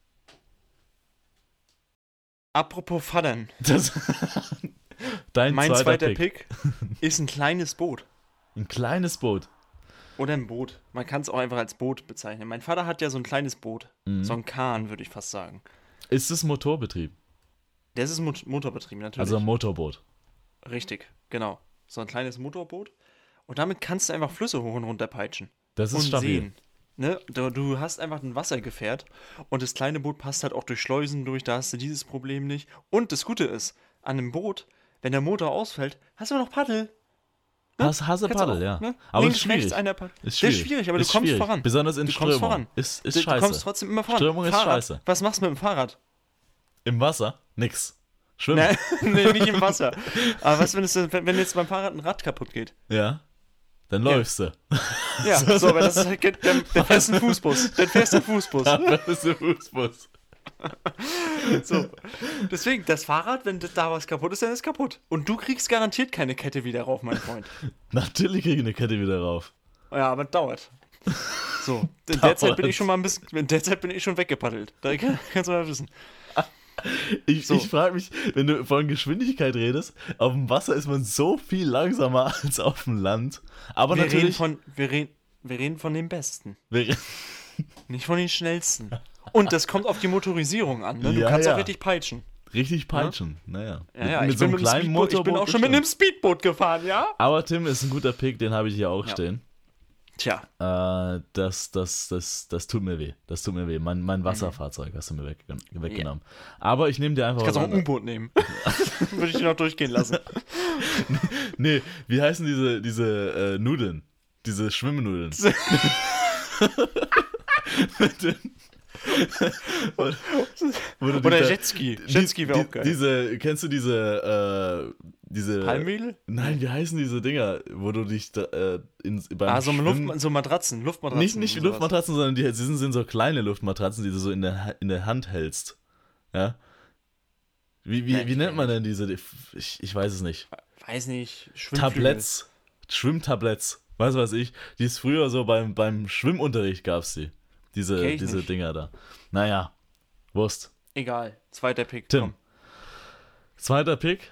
[SPEAKER 1] Apropos Fadern.
[SPEAKER 2] Dein
[SPEAKER 1] Mein zweiter
[SPEAKER 2] Pick.
[SPEAKER 1] Pick ist ein kleines Boot.
[SPEAKER 2] Ein kleines Boot.
[SPEAKER 1] Oder ein Boot. Man kann es auch einfach als Boot bezeichnen. Mein Vater hat ja so ein kleines Boot. So ein Kahn, würde ich fast sagen.
[SPEAKER 2] Ist es Motorbetrieb?
[SPEAKER 1] Das ist motorbetrieben, natürlich.
[SPEAKER 2] Also ein Motorboot.
[SPEAKER 1] Richtig, genau. So ein kleines Motorboot. Und damit kannst du einfach Flüsse hoch und runter peitschen.
[SPEAKER 2] Das ist
[SPEAKER 1] Und
[SPEAKER 2] stabil.
[SPEAKER 1] Seen. Ne? Du hast einfach ein Wassergefährt und das kleine Boot passt halt auch durch Schleusen durch, da hast du dieses Problem nicht. Und das Gute ist, an einem Boot, wenn der Motor ausfällt, hast du noch Paddel.
[SPEAKER 2] Hast du
[SPEAKER 1] Kannst du
[SPEAKER 2] Paddel,
[SPEAKER 1] auch,
[SPEAKER 2] ja.
[SPEAKER 1] ne?
[SPEAKER 2] Aber
[SPEAKER 1] Links,
[SPEAKER 2] ist schwierig.
[SPEAKER 1] rechts, einer Paddel.
[SPEAKER 2] Ist
[SPEAKER 1] Das ist schwierig, aber du kommst voran.
[SPEAKER 2] Besonders in
[SPEAKER 1] Du kommst
[SPEAKER 2] Strömung.
[SPEAKER 1] voran.
[SPEAKER 2] Ist
[SPEAKER 1] Du
[SPEAKER 2] scheiße.
[SPEAKER 1] kommst trotzdem immer voran.
[SPEAKER 2] Strömung ist
[SPEAKER 1] Fahrrad.
[SPEAKER 2] scheiße.
[SPEAKER 1] Was machst du mit dem Fahrrad?
[SPEAKER 2] Im Wasser? Nix. Schwimmen.
[SPEAKER 1] Nee, nicht im Wasser. Aber was, wenn jetzt beim Fahrrad ein Rad kaputt geht?
[SPEAKER 2] Ja. Dann läufst du.
[SPEAKER 1] Ja, so, aber das ist halt, dann fährst du einen Fußbus. Dann fährst du einen Fußbus.
[SPEAKER 2] Das ist der Fußbus.
[SPEAKER 1] So. Deswegen, das Fahrrad, wenn da was kaputt ist, dann ist es kaputt. Und du kriegst garantiert keine Kette wieder rauf, mein Freund.
[SPEAKER 2] Natürlich kriege ich eine Kette wieder rauf.
[SPEAKER 1] Ja, aber dauert. So, in der Zeit bin ich schon mal ein bisschen, in der Zeit bin ich schon weggepaddelt. Da kannst du mal wissen.
[SPEAKER 2] Ich frage mich, wenn du von Geschwindigkeit redest, auf dem Wasser ist man so viel langsamer als auf dem Land. Aber
[SPEAKER 1] Wir
[SPEAKER 2] natürlich.
[SPEAKER 1] reden von den Besten,
[SPEAKER 2] Wir,
[SPEAKER 1] nicht von den Schnellsten. Und das kommt auf die Motorisierung an, ne? Du
[SPEAKER 2] Ja,
[SPEAKER 1] kannst
[SPEAKER 2] ja.
[SPEAKER 1] auch richtig peitschen.
[SPEAKER 2] richtig peitschen. Naja.
[SPEAKER 1] Ja,
[SPEAKER 2] Mit
[SPEAKER 1] ich
[SPEAKER 2] so
[SPEAKER 1] bin
[SPEAKER 2] einem
[SPEAKER 1] mit dem
[SPEAKER 2] kleinen
[SPEAKER 1] Speedboot, ich bin
[SPEAKER 2] Motorboot
[SPEAKER 1] auch schon mit einem
[SPEAKER 2] bestimmt.
[SPEAKER 1] Speedboot gefahren, ja?
[SPEAKER 2] Aber Tim ist ein guter Pick, den habe ich hier auch
[SPEAKER 1] Ja.
[SPEAKER 2] stehen.
[SPEAKER 1] Tja,
[SPEAKER 2] Das tut mir weh. Das tut mir weh. Mein Wasserfahrzeug hast du mir weggenommen. Aber ich nehme dir einfach
[SPEAKER 1] kannst auch
[SPEAKER 2] was
[SPEAKER 1] ein U-Boot nehmen. Würde ich dir noch durchgehen lassen.
[SPEAKER 2] Nee, wie heißen diese Nudeln? Diese Schwimmnudeln. Wo du
[SPEAKER 1] Oder
[SPEAKER 2] dich da-
[SPEAKER 1] Jetski. Jetski wäre auch geil.
[SPEAKER 2] Kennst du diese
[SPEAKER 1] Palmöl?
[SPEAKER 2] Nein, wie heißen diese Dinger, wo du dich da, beim
[SPEAKER 1] So
[SPEAKER 2] Schwimmen...
[SPEAKER 1] so Luftmatratzen.
[SPEAKER 2] Nicht
[SPEAKER 1] und sowas.
[SPEAKER 2] Luftmatratzen, sondern sie sind so kleine Luftmatratzen, die du so in der Hand hältst. Ja? Wie nennt man denn diese? Ich weiß es nicht.
[SPEAKER 1] Weiß nicht. Schwimmflügel.
[SPEAKER 2] Tabletts. Schwimmtabletts. Weiß was ich. Die ist früher so beim Schwimmunterricht gab's die.
[SPEAKER 1] Kenn ich
[SPEAKER 2] Diese
[SPEAKER 1] nicht.
[SPEAKER 2] Dinger da. Naja. Wurst.
[SPEAKER 1] Egal. Zweiter Pick.
[SPEAKER 2] Tim.
[SPEAKER 1] Komm.
[SPEAKER 2] Zweiter Pick.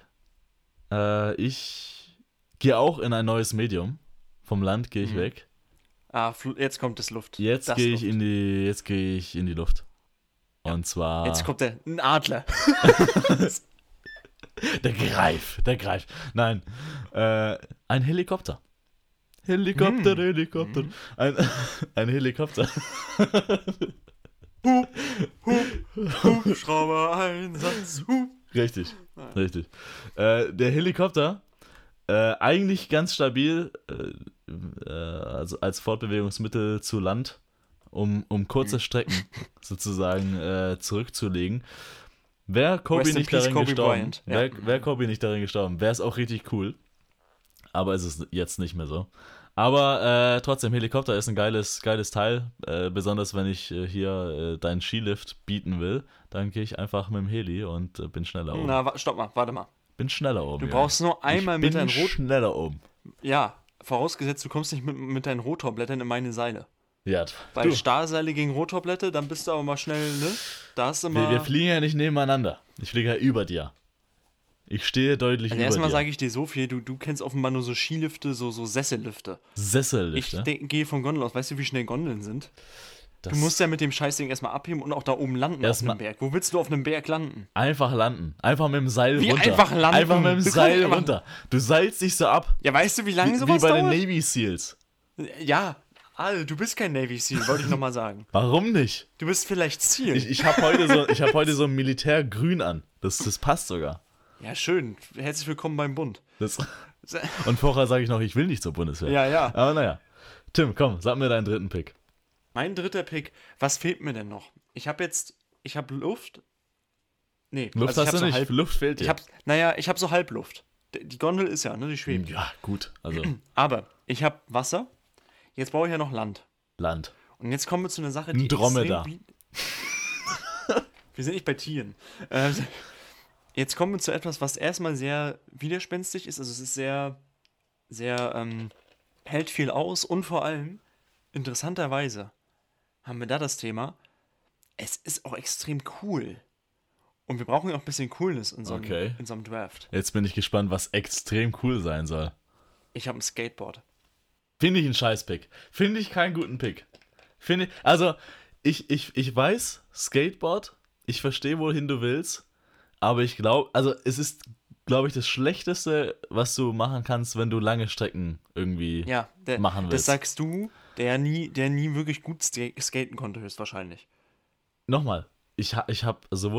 [SPEAKER 2] Ich gehe auch in ein neues Medium. Vom Land gehe ich weg.
[SPEAKER 1] Jetzt kommt das Luft.
[SPEAKER 2] Jetzt
[SPEAKER 1] Das
[SPEAKER 2] gehe ich
[SPEAKER 1] Luft.
[SPEAKER 2] in die Luft. Und zwar
[SPEAKER 1] Jetzt kommt ein Adler.
[SPEAKER 2] der Greif. Nein, ein Helikopter. Helikopter. Ein Helikopter.
[SPEAKER 1] Hubschrauber-Einsatz.
[SPEAKER 2] Richtig. Der Helikopter, eigentlich ganz stabil, also als Fortbewegungsmittel zu Land, um kurze Strecken sozusagen zurückzulegen. Wäre Kobe
[SPEAKER 1] Rest in
[SPEAKER 2] nicht
[SPEAKER 1] peace,
[SPEAKER 2] darin
[SPEAKER 1] Kobe
[SPEAKER 2] gestorben,
[SPEAKER 1] Bryant. Ja.
[SPEAKER 2] wäre Kobe nicht darin gestorben, wäre es auch richtig cool. Aber es ist jetzt nicht mehr so. Aber trotzdem, Helikopter ist ein geiles Teil. Besonders wenn ich hier deinen Skilift bieten will, dann gehe ich einfach mit dem Heli und bin schneller oben.
[SPEAKER 1] Stopp mal, warte mal.
[SPEAKER 2] Bin schneller oben.
[SPEAKER 1] Du brauchst nur einmal mit deinen
[SPEAKER 2] Bin schneller oben.
[SPEAKER 1] Ja, vorausgesetzt, du kommst nicht mit deinen Rotorblättern in meine Seile.
[SPEAKER 2] Ja,
[SPEAKER 1] Bei Starrseile gegen Rotorblätter, dann bist du aber mal schnell, ne? Da hast du mal.
[SPEAKER 2] wir fliegen ja nicht nebeneinander. Ich fliege ja über dir. Ich stehe deutlich
[SPEAKER 1] Also
[SPEAKER 2] über
[SPEAKER 1] erstmal
[SPEAKER 2] dir.
[SPEAKER 1] sage ich dir so viel, du kennst offenbar nur so Skilifte, so Sessellifte.
[SPEAKER 2] Sessellifte.
[SPEAKER 1] Gehe von Gondeln aus. Weißt du, wie schnell Gondeln sind?
[SPEAKER 2] Das
[SPEAKER 1] Du musst ja mit dem Scheißding erstmal abheben und auch da oben landen
[SPEAKER 2] Erstmal-
[SPEAKER 1] auf einem Berg. Wo willst du auf einem Berg landen?
[SPEAKER 2] einfach landen. Einfach mit dem Seil
[SPEAKER 1] Wie
[SPEAKER 2] runter.
[SPEAKER 1] einfach landen?
[SPEAKER 2] Einfach mit dem
[SPEAKER 1] Du kannst
[SPEAKER 2] Seil
[SPEAKER 1] einfach-
[SPEAKER 2] runter. Du seilst dich so ab.
[SPEAKER 1] Ja, weißt du, wie lange
[SPEAKER 2] Wie
[SPEAKER 1] sowas
[SPEAKER 2] bei den
[SPEAKER 1] dauert?
[SPEAKER 2] Navy Seals.
[SPEAKER 1] Ja, du bist kein Navy Seal, wollte ich nochmal sagen.
[SPEAKER 2] Warum nicht?
[SPEAKER 1] Du bist vielleicht Seal.
[SPEAKER 2] Ich habe heute so ein Militärgrün an. Das passt sogar.
[SPEAKER 1] Ja, schön. Herzlich willkommen beim Bund.
[SPEAKER 2] Und vorher sage ich noch, ich will nicht zur Bundeswehr.
[SPEAKER 1] Ja.
[SPEAKER 2] Aber naja. Tim, komm, sag mir deinen dritten Pick.
[SPEAKER 1] Mein dritter Pick. Was fehlt mir denn noch? Ich habe Luft. Nee,
[SPEAKER 2] Luft
[SPEAKER 1] also
[SPEAKER 2] hast
[SPEAKER 1] ich hab
[SPEAKER 2] du
[SPEAKER 1] so
[SPEAKER 2] nicht.
[SPEAKER 1] halb,
[SPEAKER 2] Luft fehlt dir.
[SPEAKER 1] ich habe so Halbluft. Die Gondel ist ja, ne, die schwebt.
[SPEAKER 2] Ja, gut. Also
[SPEAKER 1] Aber ich habe Wasser. Jetzt brauche ich ja noch Land.
[SPEAKER 2] Land.
[SPEAKER 1] Und jetzt kommen wir zu einer Sache, die
[SPEAKER 2] Ein Dromedar.
[SPEAKER 1] Wir sind nicht bei Tieren. Jetzt kommen wir zu etwas, was erstmal sehr widerspenstig ist. Also es ist sehr, sehr, hält viel aus und vor allem, interessanterweise, haben wir da das Thema, es ist auch extrem cool. Und wir brauchen ja auch ein bisschen Coolness in so einem Draft.
[SPEAKER 2] Jetzt bin ich gespannt, was extrem cool sein soll.
[SPEAKER 1] Ich habe ein Skateboard.
[SPEAKER 2] Finde ich einen Scheiß-Pick. Finde ich keinen guten Pick. Ich weiß, Skateboard, ich verstehe, wohin du willst, aber ich glaube, also es ist, glaube ich, das Schlechteste, was du machen kannst, wenn du lange Strecken irgendwie machen willst.
[SPEAKER 1] Das sagst du, der nie wirklich gut skaten konnte, höchstwahrscheinlich.
[SPEAKER 2] Nochmal, ich habe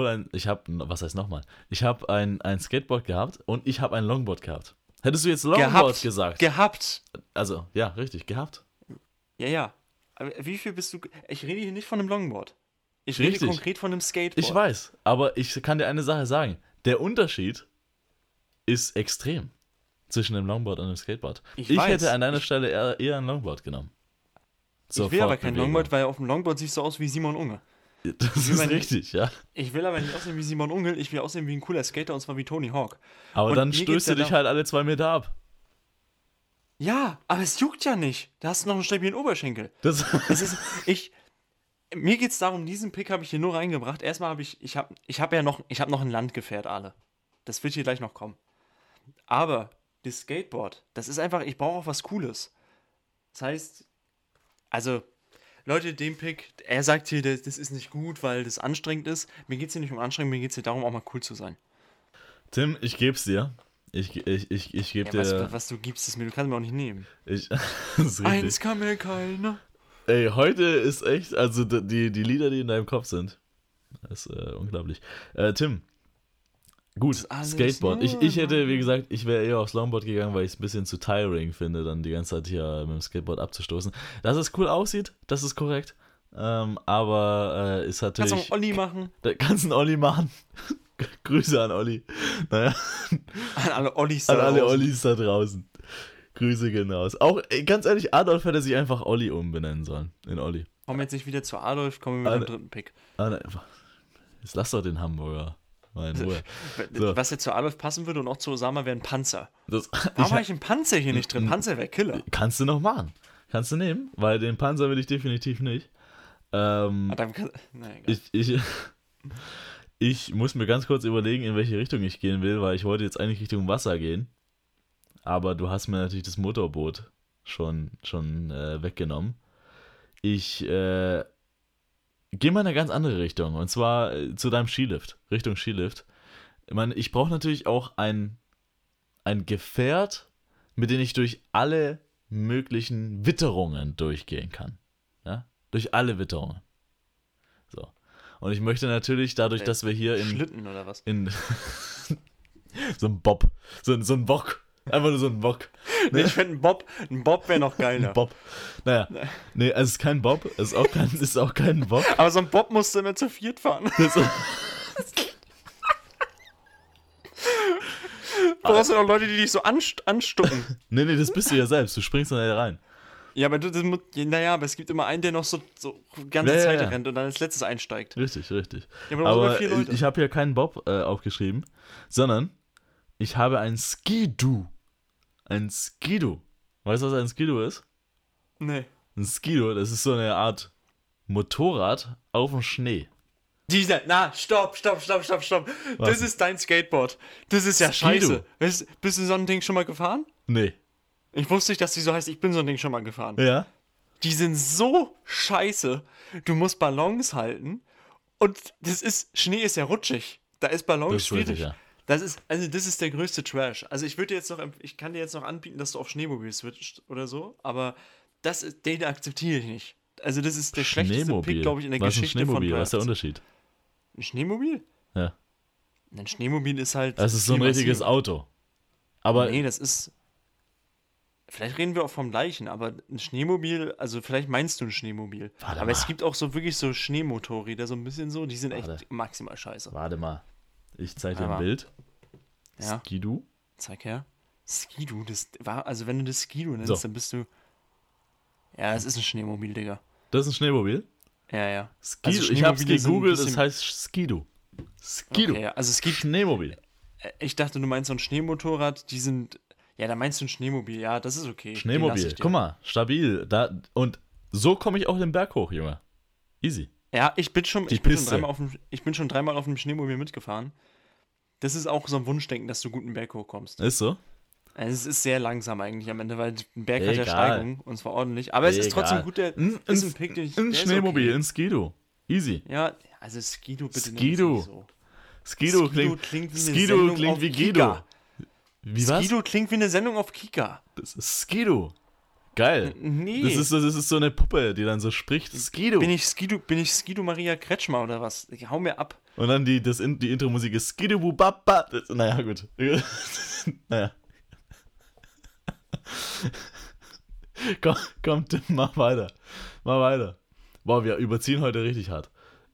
[SPEAKER 2] ein Skateboard gehabt und ich habe ein Longboard gehabt. Hättest du jetzt Longboard gesagt?
[SPEAKER 1] Gehabt.
[SPEAKER 2] Also, ja, richtig, gehabt.
[SPEAKER 1] Ja. Aber wie viel bist du... Ich rede hier nicht von einem Longboard. Ich rede
[SPEAKER 2] Richtig.
[SPEAKER 1] konkret von einem Skateboard.
[SPEAKER 2] Ich weiß, aber ich kann dir eine Sache sagen. Der Unterschied ist extrem zwischen dem Longboard und dem Skateboard. Ich
[SPEAKER 1] weiß.
[SPEAKER 2] hätte an deiner Stelle eher ein Longboard genommen.
[SPEAKER 1] Ich will aber kein Longboard, weil auf dem Longboard siehst du aus wie Simon Unge.
[SPEAKER 2] Das ist richtig, ja.
[SPEAKER 1] Ich will aber nicht aussehen wie Simon Ungel, ich will aussehen wie ein cooler Skater und zwar wie Tony Hawk.
[SPEAKER 2] Aber
[SPEAKER 1] Und
[SPEAKER 2] dann
[SPEAKER 1] mir
[SPEAKER 2] stößt
[SPEAKER 1] geht's
[SPEAKER 2] du
[SPEAKER 1] ja
[SPEAKER 2] dich halt alle 2 Meter ab.
[SPEAKER 1] Ja, aber es juckt ja nicht. Da hast du noch einen stabilen Oberschenkel.
[SPEAKER 2] Das
[SPEAKER 1] Es ist, mir geht's darum, diesen Pick habe ich hier nur reingebracht. Erstmal habe ich habe noch ein Landgefährt, alle. Das wird hier gleich noch kommen. Aber das Skateboard, das ist einfach, ich brauche auch was Cooles. Das heißt, also, Leute, den Pick, er sagt hier, das ist nicht gut, weil das anstrengend ist. Mir geht's hier nicht um Anstrengung, mir geht's hier darum, auch mal cool zu sein.
[SPEAKER 2] Tim, ich geb's dir. Ich gebe dir.
[SPEAKER 1] Was du gibst, ist mir, du kannst mir auch nicht nehmen.
[SPEAKER 2] Das ist richtig.
[SPEAKER 1] Eins kann mir keiner.
[SPEAKER 2] Ey, heute ist echt, also die Lieder, die in deinem Kopf sind, das ist unglaublich. Tim, gut, Skateboard. Ich hätte, wie gesagt, ich wäre eher aufs Longboard gegangen, weil ich es ein bisschen zu tiring finde, dann die ganze Zeit hier mit dem Skateboard abzustoßen. Dass es cool aussieht, das ist korrekt. Aber ist natürlich.
[SPEAKER 1] Kannst du einen Olli machen?
[SPEAKER 2] Da kannst du einen Olli machen. Grüße an Olli. Naja.
[SPEAKER 1] An alle Ollis
[SPEAKER 2] da draußen. An alle Ollis da draußen. Grüße gehen raus. Auch, ganz ehrlich, Adolf hätte sich einfach Olli umbenennen sollen. In Olli.
[SPEAKER 1] Kommen wir jetzt nicht wieder zu Adolf, kommen wir mit dem dritten Pick.
[SPEAKER 2] Jetzt lass doch den Hamburger mal in Ruhe.
[SPEAKER 1] So. Was jetzt zu Adolf passen würde und auch zu Osama wäre ein Panzer. Warum habe ich einen Panzer hier nicht drin? Panzer wäre Killer.
[SPEAKER 2] Kannst du noch machen. Kannst du nehmen, weil den Panzer will ich definitiv nicht. Ich muss mir ganz kurz überlegen, in welche Richtung ich gehen will, weil ich wollte jetzt eigentlich Richtung Wasser gehen. Aber du hast mir natürlich das Motorboot schon weggenommen. Ich gehe mal in eine ganz andere Richtung. Und zwar zu deinem Skilift. Richtung Skilift. Ich meine, ich brauche natürlich auch ein Gefährt, mit dem ich durch alle möglichen Witterungen durchgehen kann. Ja? Durch alle Witterungen. So. Und ich möchte natürlich dadurch, dass wir hier in...
[SPEAKER 1] Schlitten oder was?
[SPEAKER 2] So ein Bob. So ein Bock. Einfach nur so ein Bock.
[SPEAKER 1] Nee, ich finde ein Bob wäre noch geiler.
[SPEAKER 2] Ein Bob. Naja. Nee, es ist kein Bob. Es ist auch kein Bob.
[SPEAKER 1] Aber so ein Bob musst du immer zu viert fahren. Brauchst du noch Leute, die dich so anstucken.
[SPEAKER 2] Nee, das bist du ja selbst. Du springst dann rein.
[SPEAKER 1] Ja, aber aber es gibt immer einen, der noch so ganze Zeit rennt und dann als letztes einsteigt.
[SPEAKER 2] Richtig.
[SPEAKER 1] Ja, aber
[SPEAKER 2] ich habe hier keinen Bob aufgeschrieben, sondern ich habe ein Ski-Doo. Ein Ski-Doo. Weißt du, was ein Ski-Doo ist?
[SPEAKER 1] Nee.
[SPEAKER 2] Ein Ski-Doo, das ist so eine Art Motorrad auf dem Schnee.
[SPEAKER 1] Stopp.
[SPEAKER 2] Was?
[SPEAKER 1] Das ist dein Skateboard. Das ist ja
[SPEAKER 2] Ski-Doo.
[SPEAKER 1] scheiße. Bist du so ein Ding schon mal gefahren?
[SPEAKER 2] Nee.
[SPEAKER 1] Ich wusste nicht, dass die so heißt. Ich bin so ein Ding schon mal gefahren.
[SPEAKER 2] Ja?
[SPEAKER 1] Die sind so scheiße. Du musst Ballons halten. Und Schnee ist ja rutschig. Da ist Ballons schwierig.
[SPEAKER 2] Richtig, ja.
[SPEAKER 1] Das ist der größte Trash. Also ich kann dir jetzt noch anbieten, dass du auf Schneemobil switcht oder so, aber den akzeptiere ich nicht. Also das ist der schlechteste Pick, glaube ich, in der Geschichte von Drafts.
[SPEAKER 2] Was ist der Unterschied?
[SPEAKER 1] Ein Schneemobil?
[SPEAKER 2] Ja.
[SPEAKER 1] Ein Schneemobil ist halt...
[SPEAKER 2] Das ist so ein richtiges Auto. Aber
[SPEAKER 1] nee, das ist... Vielleicht reden wir auch vom gleichen, aber ein Schneemobil, also vielleicht meinst du ein Schneemobil. Aber es gibt auch so wirklich so Schneemotorräder, so ein bisschen so, die sind echt maximal scheiße.
[SPEAKER 2] Warte mal. Ich zeige dir ein Bild.
[SPEAKER 1] Ja.
[SPEAKER 2] Skidoo.
[SPEAKER 1] Zeig her. Skidoo, also wenn du das Skidoo nennst, dann bist du... Ja, es ist ein Schneemobil, Digga.
[SPEAKER 2] Das ist ein Schneemobil?
[SPEAKER 1] Ja.
[SPEAKER 2] Skidoo, also ich hab's gegoogelt, das heißt Skidoo. Skidoo.
[SPEAKER 1] Okay, also es gibt...
[SPEAKER 2] Schneemobil.
[SPEAKER 1] Ich dachte, du meinst so ein Schneemotorrad, die sind... Ja, da meinst du ein Schneemobil, ja, das ist okay.
[SPEAKER 2] Schneemobil, guck mal, stabil. Und so komme ich auch den Berg hoch, Junge. Easy.
[SPEAKER 1] Ja, ich bin schon dreimal auf einem Schneemobil mitgefahren. Das ist auch so ein Wunschdenken, dass du gut einen Berg hochkommst.
[SPEAKER 2] Ist so?
[SPEAKER 1] Also es ist sehr langsam eigentlich am Ende, weil ein Berg hat ja Steigung und zwar ordentlich. Aber es ist trotzdem gut, ist ein Pick, den ich...
[SPEAKER 2] Ein Schneemobil, ein Skidoo. Easy.
[SPEAKER 1] Ja, also Skidoo bitte
[SPEAKER 2] Skidoo.
[SPEAKER 1] nicht so.
[SPEAKER 2] Skidoo klingt wie Guido.
[SPEAKER 1] Wie was? Skidoo klingt wie eine Sendung auf Kika.
[SPEAKER 2] Das ist Skidoo. Geil.
[SPEAKER 1] Nee.
[SPEAKER 2] Das ist so eine Puppe, die dann so spricht. Skidoo.
[SPEAKER 1] Bin ich Skidoo Maria Kretschmer oder was? Hau mir ab.
[SPEAKER 2] Und dann die Intro-Musik ist Skidoo Bubaba. Naja, gut. Naja. Komm, Tim, mach weiter. Boah, wir überziehen heute richtig hart.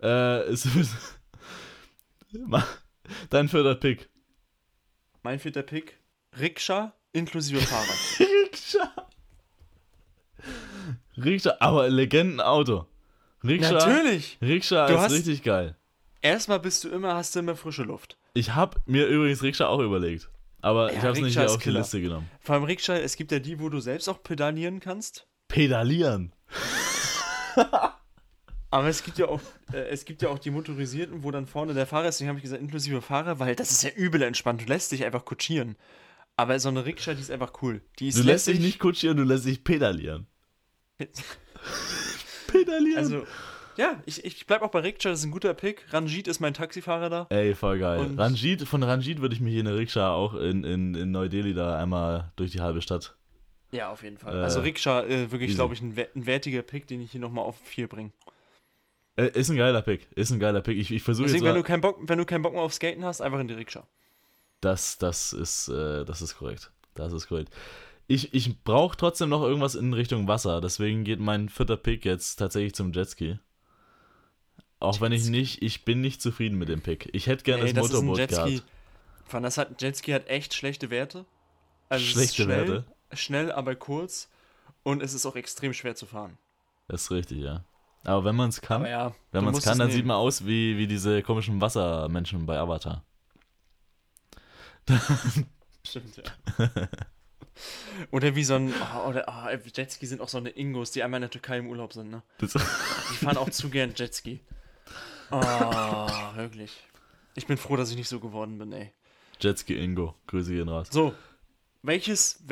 [SPEAKER 2] Dein vierter Pick.
[SPEAKER 1] Mein vierter Pick. Rikscha inklusive Fahrrad.
[SPEAKER 2] Rikscha, aber Legendenauto.
[SPEAKER 1] Natürlich!
[SPEAKER 2] Rikscha
[SPEAKER 1] Du
[SPEAKER 2] ist
[SPEAKER 1] hast-
[SPEAKER 2] richtig geil.
[SPEAKER 1] Erstmal hast du immer frische Luft.
[SPEAKER 2] Ich habe mir übrigens Rikscha auch überlegt. Aber
[SPEAKER 1] Ja,
[SPEAKER 2] ich habe es nicht
[SPEAKER 1] Rikscha
[SPEAKER 2] hier
[SPEAKER 1] ist
[SPEAKER 2] auf die
[SPEAKER 1] Killer.
[SPEAKER 2] Liste genommen.
[SPEAKER 1] Vor allem Rikscha, es gibt ja die, wo du selbst auch pedalieren kannst.
[SPEAKER 2] Pedalieren.
[SPEAKER 1] Aber es gibt ja auch die motorisierten, wo dann vorne der Fahrer ist. Deswegen habe ich gesagt, inklusive Fahrer, weil das ist ja übel entspannt. Du lässt dich einfach kutschieren. Aber so eine Rikscha, die ist einfach cool. Die ist
[SPEAKER 2] Du lässt dich
[SPEAKER 1] lässig.
[SPEAKER 2] nicht kutschieren, du lässt dich pedalieren. Pedalieren.
[SPEAKER 1] Also, ja, ich bleib auch bei Rikscha, das ist ein guter Pick. Ranjit ist mein Taxifahrer da.
[SPEAKER 2] Ey, voll geil.
[SPEAKER 1] Und-
[SPEAKER 2] Von Ranjit würde ich mich in der Rikscha auch in Neu-Delhi da einmal durch die halbe Stadt.
[SPEAKER 1] Ja, auf jeden Fall. Also Rikscha, wirklich,
[SPEAKER 2] easy.
[SPEAKER 1] glaube ich, ein wertiger Pick, den ich hier nochmal auf 4 bringe.
[SPEAKER 2] Ist ein geiler Pick. Ich versuche jetzt
[SPEAKER 1] Deswegen,
[SPEAKER 2] mal,
[SPEAKER 1] wenn du keinen Bock mehr auf Skaten hast, einfach in die Rikscha.
[SPEAKER 2] Das ist korrekt. Das ist korrekt. Ich brauche trotzdem noch irgendwas in Richtung Wasser. Deswegen geht mein 4. Pick jetzt tatsächlich zum Jetski. Auch wenn ich bin nicht zufrieden mit dem Pick. Ich hätte gerne das Motorboot gehabt.
[SPEAKER 1] Jetski hat echt schlechte Werte. Also es ist
[SPEAKER 2] Schlechte Werte.
[SPEAKER 1] Schnell, aber kurz. Und es ist auch extrem schwer zu fahren.
[SPEAKER 2] Das ist richtig, ja. Aber wenn man es kann,
[SPEAKER 1] Aber ja,
[SPEAKER 2] wenn
[SPEAKER 1] du
[SPEAKER 2] man es
[SPEAKER 1] musst
[SPEAKER 2] kann, dann
[SPEAKER 1] nehmen.
[SPEAKER 2] sieht man aus wie diese komischen Wassermenschen bei Avatar.
[SPEAKER 1] Stimmt, ja. Oder wie so ein. Jetski sind auch so eine Ingos, die einmal in der Türkei im Urlaub sind, ne?
[SPEAKER 2] Das,
[SPEAKER 1] Die fahren auch zu gern Jetski. Oh, wirklich. Ich bin froh, dass ich nicht so geworden bin, ey.
[SPEAKER 2] Jetski Ingo, Grüße gehen raus.
[SPEAKER 1] So, welches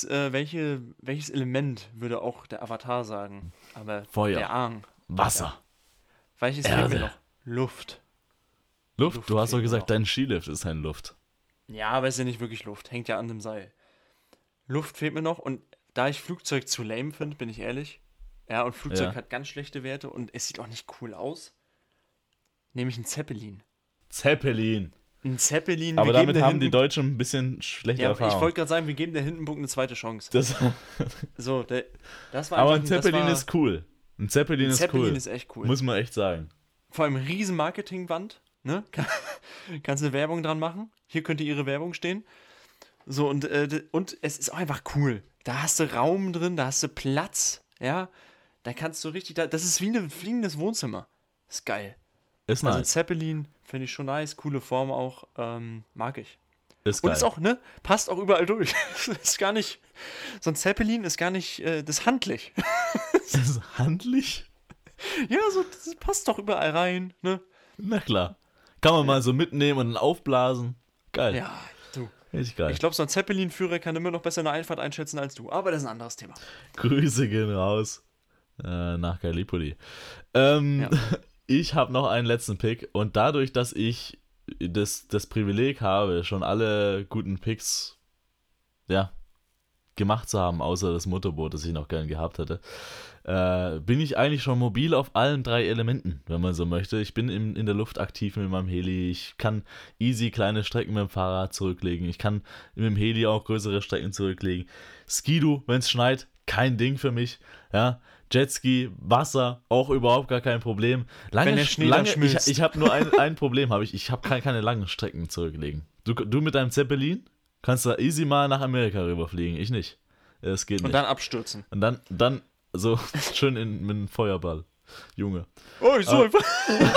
[SPEAKER 1] Element würde auch der Avatar sagen? Aber
[SPEAKER 2] Feuer.
[SPEAKER 1] der Aang.
[SPEAKER 2] Wasser.
[SPEAKER 1] Welches
[SPEAKER 2] Erde.
[SPEAKER 1] fehlt mir noch? Luft.
[SPEAKER 2] Luft? Du hast doch
[SPEAKER 1] fehlt mir
[SPEAKER 2] gesagt,
[SPEAKER 1] noch.
[SPEAKER 2] dein Skilift ist ein Luft.
[SPEAKER 1] Ja, aber ist ja nicht wirklich Luft. Hängt ja an dem Seil. Luft fehlt mir noch und da ich Flugzeug zu lame finde, bin ich ehrlich. Ja, und Flugzeug
[SPEAKER 2] Ja.
[SPEAKER 1] hat ganz schlechte Werte und es sieht auch nicht cool aus. Nehme ich einen Zeppelin.
[SPEAKER 2] Zeppelin.
[SPEAKER 1] Ein Zeppelin.
[SPEAKER 2] Aber
[SPEAKER 1] wir geben
[SPEAKER 2] damit
[SPEAKER 1] der
[SPEAKER 2] haben die
[SPEAKER 1] Hindenburg-
[SPEAKER 2] Deutschen ein bisschen schlechte
[SPEAKER 1] Ja, ich
[SPEAKER 2] Erfahrung.
[SPEAKER 1] wollte gerade sagen, wir geben der Hindenburg eine zweite Chance.
[SPEAKER 2] Das,
[SPEAKER 1] So, das war
[SPEAKER 2] aber
[SPEAKER 1] einfach-
[SPEAKER 2] ein Zeppelin
[SPEAKER 1] das war-
[SPEAKER 2] ist cool. Ein Zeppelin ist
[SPEAKER 1] Zeppelin
[SPEAKER 2] cool.
[SPEAKER 1] ist echt cool.
[SPEAKER 2] Muss man echt sagen.
[SPEAKER 1] Vor allem riesen Marketingwand, ne? Kannst eine Werbung dran machen. Hier könnte ihre Werbung stehen. So, und es ist auch einfach cool. Da hast du Raum drin, da hast du Platz, ja. Da kannst du richtig, das ist wie ein fliegendes Wohnzimmer. Ist geil.
[SPEAKER 2] Ist
[SPEAKER 1] Also
[SPEAKER 2] nice.
[SPEAKER 1] Zeppelin finde ich schon nice, coole Form auch, mag ich.
[SPEAKER 2] Ist
[SPEAKER 1] Und
[SPEAKER 2] geil.
[SPEAKER 1] ist auch, ne, passt auch überall durch. Ist gar nicht, so ein Zeppelin ist gar nicht, das ist handlich.
[SPEAKER 2] Ist das handlich?
[SPEAKER 1] Ja, so, das passt doch überall rein, ne.
[SPEAKER 2] Na klar. Kann man mal so mitnehmen und dann aufblasen. Geil.
[SPEAKER 1] Ja, du.
[SPEAKER 2] Richtig geil.
[SPEAKER 1] Ich glaube, so ein Zeppelin-Führer kann immer noch besser eine Einfahrt einschätzen als du. Aber das ist ein anderes Thema.
[SPEAKER 2] Grüße gehen raus. Nach Gallipoli.
[SPEAKER 1] Ja.
[SPEAKER 2] Ich habe noch einen letzten Pick und dadurch, dass ich das Privileg habe, schon alle guten Picks gemacht zu haben, außer das Motorboot, das ich noch gern gehabt hätte, bin ich eigentlich schon mobil auf allen 3 Elementen, wenn man so möchte. Ich bin in der Luft aktiv mit meinem Heli. Ich kann easy kleine Strecken mit dem Fahrrad zurücklegen. Ich kann mit dem Heli auch größere Strecken zurücklegen. Ski-Doo, wenn es schneit, kein Ding für mich. Ja, Jetski, Wasser, auch überhaupt gar kein Problem.
[SPEAKER 1] Wenn der Schnee dann schmilzt.
[SPEAKER 2] Ich habe nur ein Problem, ich habe keine langen Strecken zurücklegen. Du mit deinem Zeppelin kannst da easy mal nach Amerika rüberfliegen, ich nicht. Das geht
[SPEAKER 1] Und
[SPEAKER 2] nicht.
[SPEAKER 1] dann abstürzen.
[SPEAKER 2] Und dann so schön mit einem Feuerball. Junge.
[SPEAKER 1] Oh, ich so einfach.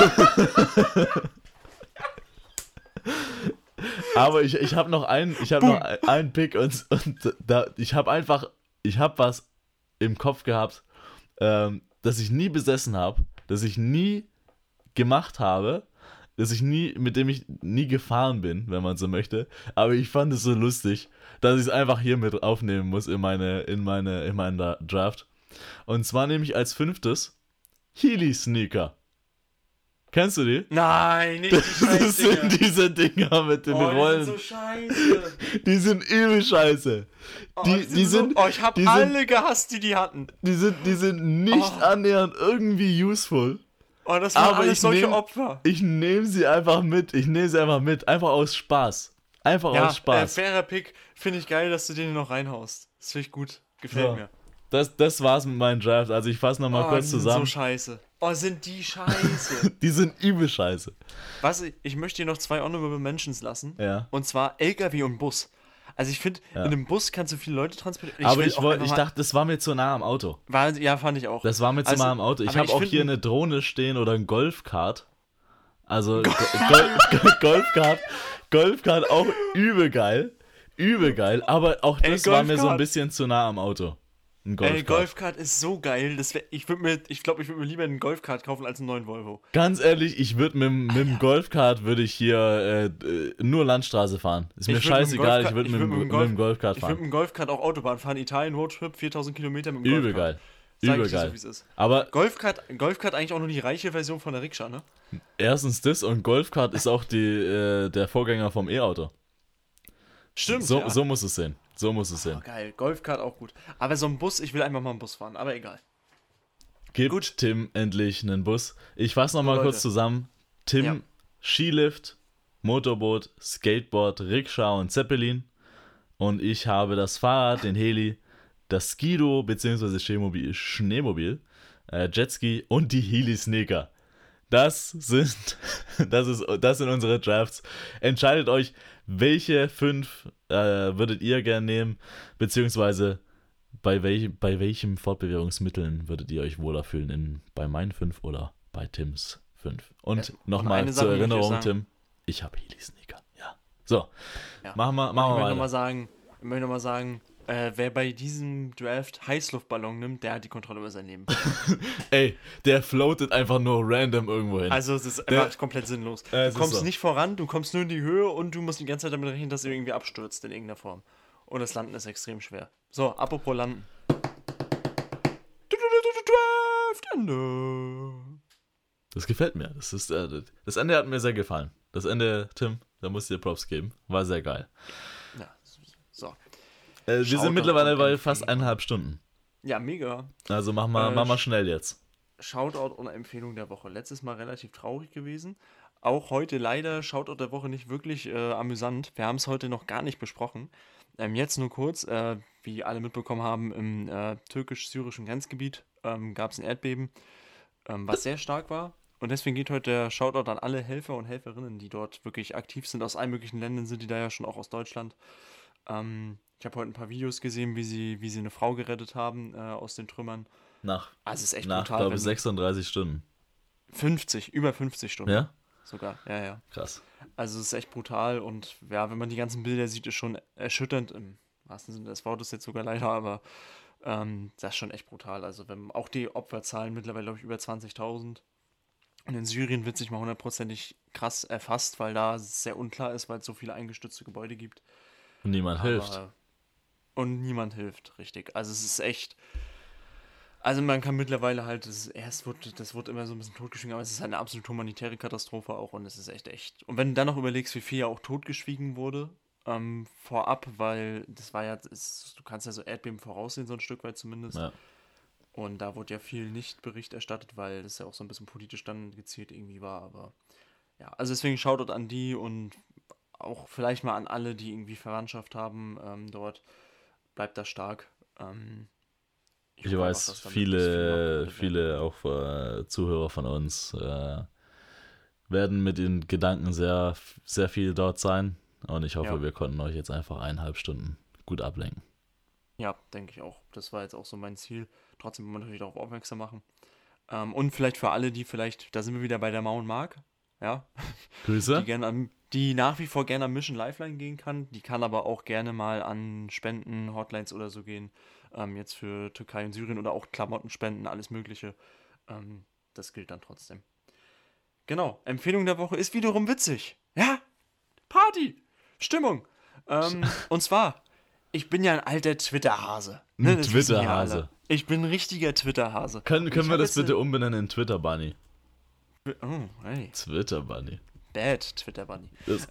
[SPEAKER 2] Aber ich habe noch einen Pick und ich habe was im Kopf gehabt, das ich nie besessen habe, das ich nie gemacht habe, mit dem ich nie gefahren bin, wenn man so möchte. Aber ich fand es so lustig, dass ich es einfach hier mit aufnehmen muss in meinen Draft. Und zwar nehme ich als 5. Heely-Sneaker. Kennst du die?
[SPEAKER 1] Nein, nicht die
[SPEAKER 2] Das
[SPEAKER 1] Scheißdinger.
[SPEAKER 2] sind diese Dinger mit den Rollen.
[SPEAKER 1] Die sind so scheiße.
[SPEAKER 2] Die sind übel scheiße. Die sind
[SPEAKER 1] ich hab
[SPEAKER 2] die sind-
[SPEAKER 1] alle gehasst, die hatten.
[SPEAKER 2] Die sind nicht annähernd irgendwie useful.
[SPEAKER 1] Oh, das waren
[SPEAKER 2] Aber
[SPEAKER 1] alles
[SPEAKER 2] ich
[SPEAKER 1] solche
[SPEAKER 2] nehm-
[SPEAKER 1] Opfer.
[SPEAKER 2] Ich nehme sie einfach mit. Einfach aus Spaß. Aus Spaß.
[SPEAKER 1] Fairer Pick. Finde ich geil, dass du den noch reinhaust. Das finde ich gut. Gefällt
[SPEAKER 2] So.
[SPEAKER 1] mir.
[SPEAKER 2] Das war's mit meinem Draft. Also ich fasse nochmal kurz
[SPEAKER 1] die sind
[SPEAKER 2] zusammen.
[SPEAKER 1] so scheiße. Oh, sind die scheiße.
[SPEAKER 2] Die sind übel scheiße.
[SPEAKER 1] Ich möchte hier noch 2 Honorable Mentions lassen.
[SPEAKER 2] Ja.
[SPEAKER 1] Und zwar LKW und Bus. Also ich finde, in einem Bus kannst du viele Leute transportieren.
[SPEAKER 2] Aber ich dachte, das war mir zu nah am Auto.
[SPEAKER 1] Ja, fand ich auch.
[SPEAKER 2] Das war mir zu nah am Auto. Ich habe auch hier eine Drohne stehen oder ein Golfkart. Also Golfkart auch übel geil. Übel geil. Aber auch das war mir so ein bisschen zu nah am Auto. Ein Golfkart.
[SPEAKER 1] Golfkart ist so geil. Ich glaube, ich würde mir lieber einen Golfkart kaufen als einen neuen Volvo.
[SPEAKER 2] Ganz ehrlich, ich würde mit dem Golfkart hier nur Landstraße fahren. Ist mir scheißegal, ich würde mit dem Golfkart fahren.
[SPEAKER 1] Ich würde mit dem Golfkart auch Autobahn fahren. Italien Roadtrip, 4000 Kilometer mit dem Golfkart.
[SPEAKER 2] Übel geil.
[SPEAKER 1] Übel geil. So, wie es ist.
[SPEAKER 2] Aber
[SPEAKER 1] Golfkart eigentlich auch nur die reiche Version von der Rikscha, ne?
[SPEAKER 2] Erstens das und Golfkart ist auch der Vorgänger vom E-Auto.
[SPEAKER 1] Stimmt,
[SPEAKER 2] so muss es sein. So muss es sein.
[SPEAKER 1] Geil, Golfkart auch gut. Aber so ein Bus, ich will einfach mal einen Bus fahren, aber egal.
[SPEAKER 2] Gibt Tim endlich einen Bus. Ich fasse nochmal kurz zusammen. Tim, Skilift, Motorboot, Skateboard, Rikscha und Zeppelin. Und ich habe das Fahrrad, den Heli, das Skido bzw. Schneemobil, Jetski und die Heli-Sneaker. Das sind unsere Drafts. Entscheidet euch, welche 5 würdet ihr gerne nehmen, beziehungsweise bei welchen Fortbewegungsmitteln würdet ihr euch wohler fühlen, bei meinen 5 oder bei Tims 5. Und nochmal zur Erinnerung, Tim, ich habe Heli-Sneaker. Ja. So, machen wir weiter.
[SPEAKER 1] Ich möchte nochmal sagen, wer bei diesem Draft Heißluftballon nimmt, der hat die Kontrolle über sein Leben.
[SPEAKER 2] Ey, der floatet einfach nur random irgendwo hin.
[SPEAKER 1] Also es ist einfach komplett sinnlos. Du kommst nicht voran, du kommst nur in die Höhe und du musst die ganze Zeit damit rechnen, dass du irgendwie abstürzt in irgendeiner Form. Und das Landen ist extrem schwer. So, apropos Landen. Draft Ende.
[SPEAKER 2] Das gefällt mir. Das Ende hat mir sehr gefallen. Das Ende, Tim, da musst du dir Props geben. War sehr geil.
[SPEAKER 1] Ja, so.
[SPEAKER 2] Wir sind mittlerweile bei fast 1,5 Stunden.
[SPEAKER 1] Ja, mega.
[SPEAKER 2] Also mach mal schnell jetzt.
[SPEAKER 1] Shoutout und Empfehlung der Woche. Letztes Mal relativ traurig gewesen. Auch heute leider Shoutout der Woche nicht wirklich amüsant. Wir haben es heute noch gar nicht besprochen. Jetzt nur kurz, wie alle mitbekommen haben, im türkisch-syrischen Grenzgebiet gab es ein Erdbeben, was sehr stark war. Und deswegen geht heute der Shoutout an alle Helfer und Helferinnen, die dort wirklich aktiv sind. Aus allen möglichen Ländern sind die da ja schon auch aus Deutschland. Ich habe heute ein paar Videos gesehen, wie sie eine Frau gerettet haben aus den Trümmern. Es ist echt brutal.
[SPEAKER 2] Glaube ich, 36 Stunden.
[SPEAKER 1] Über 50 Stunden.
[SPEAKER 2] Ja?
[SPEAKER 1] Sogar, ja.
[SPEAKER 2] Krass.
[SPEAKER 1] Also es ist echt brutal und ja, wenn man die ganzen Bilder sieht, ist schon erschütternd, im wahrsten Sinne des Wortes jetzt sogar leider, aber das ist schon echt brutal. Also wenn auch die Opferzahlen mittlerweile, glaube ich, über 20.000. Und in Syrien wird sich mal hundertprozentig krass erfasst, weil da sehr unklar ist, weil es so viele eingestürzte Gebäude gibt.
[SPEAKER 2] Und niemand hilft.
[SPEAKER 1] Und niemand hilft, richtig. Also es ist echt... Also man kann mittlerweile halt, das wird immer so ein bisschen totgeschwiegen, aber es ist halt eine absolut humanitäre Katastrophe auch und es ist echt. Und wenn du dann noch überlegst, wie viel ja auch totgeschwiegen wurde, vorab, weil das war ja, du kannst ja so Erdbeben voraussehen, so ein Stück weit zumindest. Ja. Und da wurde ja viel nicht Bericht erstattet, weil das ja auch so ein bisschen politisch dann gezielt irgendwie war, aber ja, also deswegen Shoutout an die und auch vielleicht mal an alle, die irgendwie Verwandtschaft haben dort, bleibt da stark.
[SPEAKER 2] Ich weiß, einfach, viele auch Zuhörer von uns werden mit den Gedanken sehr, sehr viel dort sein. Und ich hoffe, wir konnten euch jetzt einfach 1,5 Stunden gut ablenken.
[SPEAKER 1] Ja, denke ich auch. Das war jetzt auch so mein Ziel. Trotzdem wollen wir natürlich darauf aufmerksam machen. Und vielleicht für alle, die vielleicht, da sind wir wieder bei der Maun Mark. Ja.
[SPEAKER 2] Grüße.
[SPEAKER 1] Die nach wie vor gerne an Mission Lifeline gehen kann. Die kann aber auch gerne mal an Spenden, Hotlines oder so gehen. Jetzt für Türkei und Syrien oder auch Klamottenspenden, alles Mögliche. Das gilt dann trotzdem. Genau, Empfehlung der Woche ist wiederum witzig. Ja, Party, Stimmung. Und zwar, ich bin ja ein alter Twitter-Hase. Ne?
[SPEAKER 2] Ein Twitter-Hase.
[SPEAKER 1] Ich bin ein richtiger Twitter-Hase.
[SPEAKER 2] Können wir das bitte umbenennen in Twitter-Bunny?
[SPEAKER 1] Oh, hey.
[SPEAKER 2] Twitter-Bunny.
[SPEAKER 1] Bad Twitter-Bunny.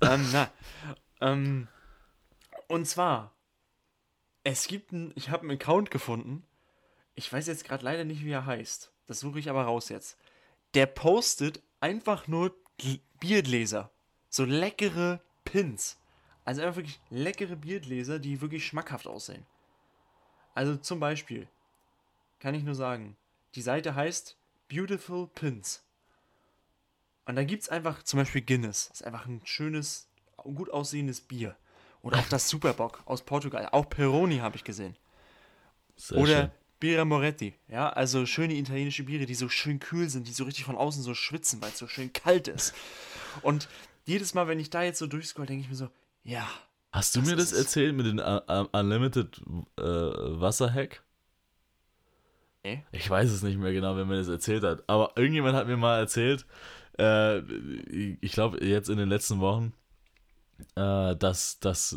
[SPEAKER 1] Und zwar, ich habe einen Account gefunden, ich weiß jetzt gerade leider nicht, wie er heißt, das suche ich aber raus jetzt. Der postet einfach nur Biergläser, so leckere Pins, also einfach wirklich leckere Biergläser, die wirklich schmackhaft aussehen. Also zum Beispiel, kann ich nur sagen, die Seite heißt Beautiful Pins. Und da gibt es einfach zum Beispiel Guinness, das ist einfach ein schönes, gut aussehendes Bier. Oder auch das Superbock aus Portugal. Auch Peroni habe ich gesehen.
[SPEAKER 2] Sehr
[SPEAKER 1] Oder
[SPEAKER 2] schön.
[SPEAKER 1] Birra Moretti. Ja, also schöne italienische Biere, die so schön kühl sind, die so richtig von außen so schwitzen, weil es so schön kalt ist. Und jedes Mal, wenn ich da jetzt so durchscroll, denke ich mir so, ja.
[SPEAKER 2] Hast du mir das
[SPEAKER 1] ist es.
[SPEAKER 2] erzählt mit dem Unlimited Wasserhack?
[SPEAKER 1] Nee?
[SPEAKER 2] Ich weiß es nicht mehr genau, wer mir das erzählt hat. Aber irgendjemand hat mir mal erzählt, ich glaube jetzt in den letzten Wochen, dass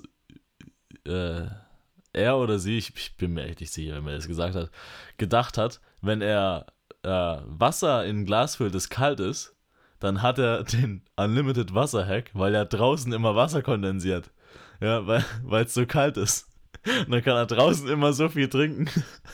[SPEAKER 2] er oder sie, ich bin mir echt nicht sicher, wer mir das gesagt hat, gedacht hat, wenn er Wasser in ein Glas füllt, das kalt ist, dann hat er den Unlimited Wasser-Hack, weil ja draußen immer Wasser kondensiert. Ja, weil es so kalt ist. Und dann kann er draußen immer so viel trinken,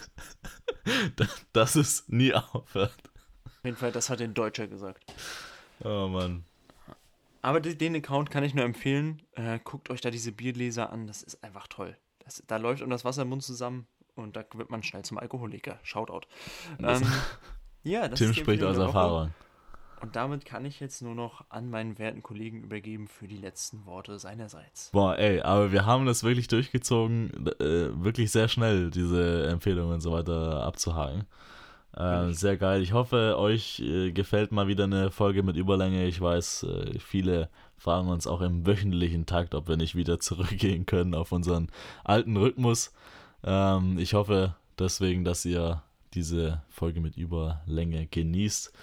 [SPEAKER 2] dass es nie aufhört.
[SPEAKER 1] Auf jeden Fall, das hat den Deutscher gesagt.
[SPEAKER 2] Oh Mann.
[SPEAKER 1] Aber den Account kann ich nur empfehlen. Guckt euch da diese Biergläser an, das ist einfach toll. Da läuft das Wasser im Mund zusammen und da wird man schnell zum Alkoholiker. Shoutout. Ja, das
[SPEAKER 2] Tim
[SPEAKER 1] ist die
[SPEAKER 2] spricht
[SPEAKER 1] Empfehlung
[SPEAKER 2] aus
[SPEAKER 1] der Woche.
[SPEAKER 2] Erfahrung.
[SPEAKER 1] Und damit kann ich jetzt nur noch an meinen werten Kollegen übergeben für die letzten Worte seinerseits.
[SPEAKER 2] Boah, ey, aber wir haben das wirklich durchgezogen, wirklich sehr schnell, diese Empfehlungen und so weiter abzuhaken. Sehr geil. Ich hoffe, euch gefällt mal wieder eine Folge mit Überlänge. Ich weiß, viele fragen uns auch im wöchentlichen Takt, ob wir nicht wieder zurückgehen können auf unseren alten Rhythmus. Ich hoffe deswegen, dass ihr diese Folge mit Überlänge genießt.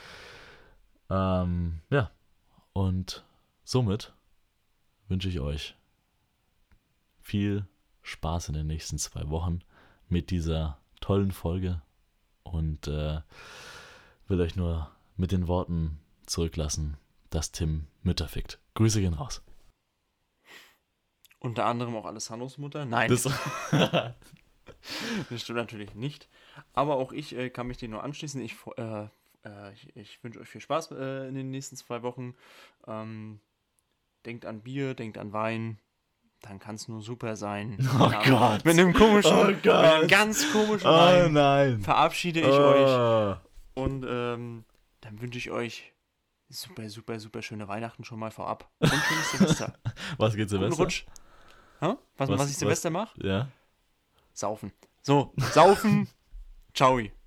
[SPEAKER 2] Ja, und somit wünsche ich euch viel Spaß in den nächsten 2 Wochen mit dieser tollen Folge und will euch nur mit den Worten zurücklassen, dass Tim Mütter fickt. Grüße gehen raus.
[SPEAKER 1] Unter anderem auch Alessandros Mutter. Nein,
[SPEAKER 2] Das,
[SPEAKER 1] das stimmt natürlich nicht. Aber auch ich kann mich dem nur anschließen. Ich wünsche euch viel Spaß in den nächsten 2 Wochen. Denkt an Bier, denkt an Wein. Dann kann es nur super sein.
[SPEAKER 2] Oh Gott.
[SPEAKER 1] Mit einem komischen,
[SPEAKER 2] Oh
[SPEAKER 1] mit
[SPEAKER 2] Gott.
[SPEAKER 1] einem ganz komischen
[SPEAKER 2] oh
[SPEAKER 1] Wein
[SPEAKER 2] nein.
[SPEAKER 1] verabschiede ich euch. Und dann wünsche ich euch super, super, super schöne Weihnachten schon mal vorab. Und schönes Silvester.
[SPEAKER 2] Was geht
[SPEAKER 1] Guten
[SPEAKER 2] Silvester?
[SPEAKER 1] Rutsch. Was ich Silvester mache?
[SPEAKER 2] Ja.
[SPEAKER 1] Saufen. So, saufen. Ciao.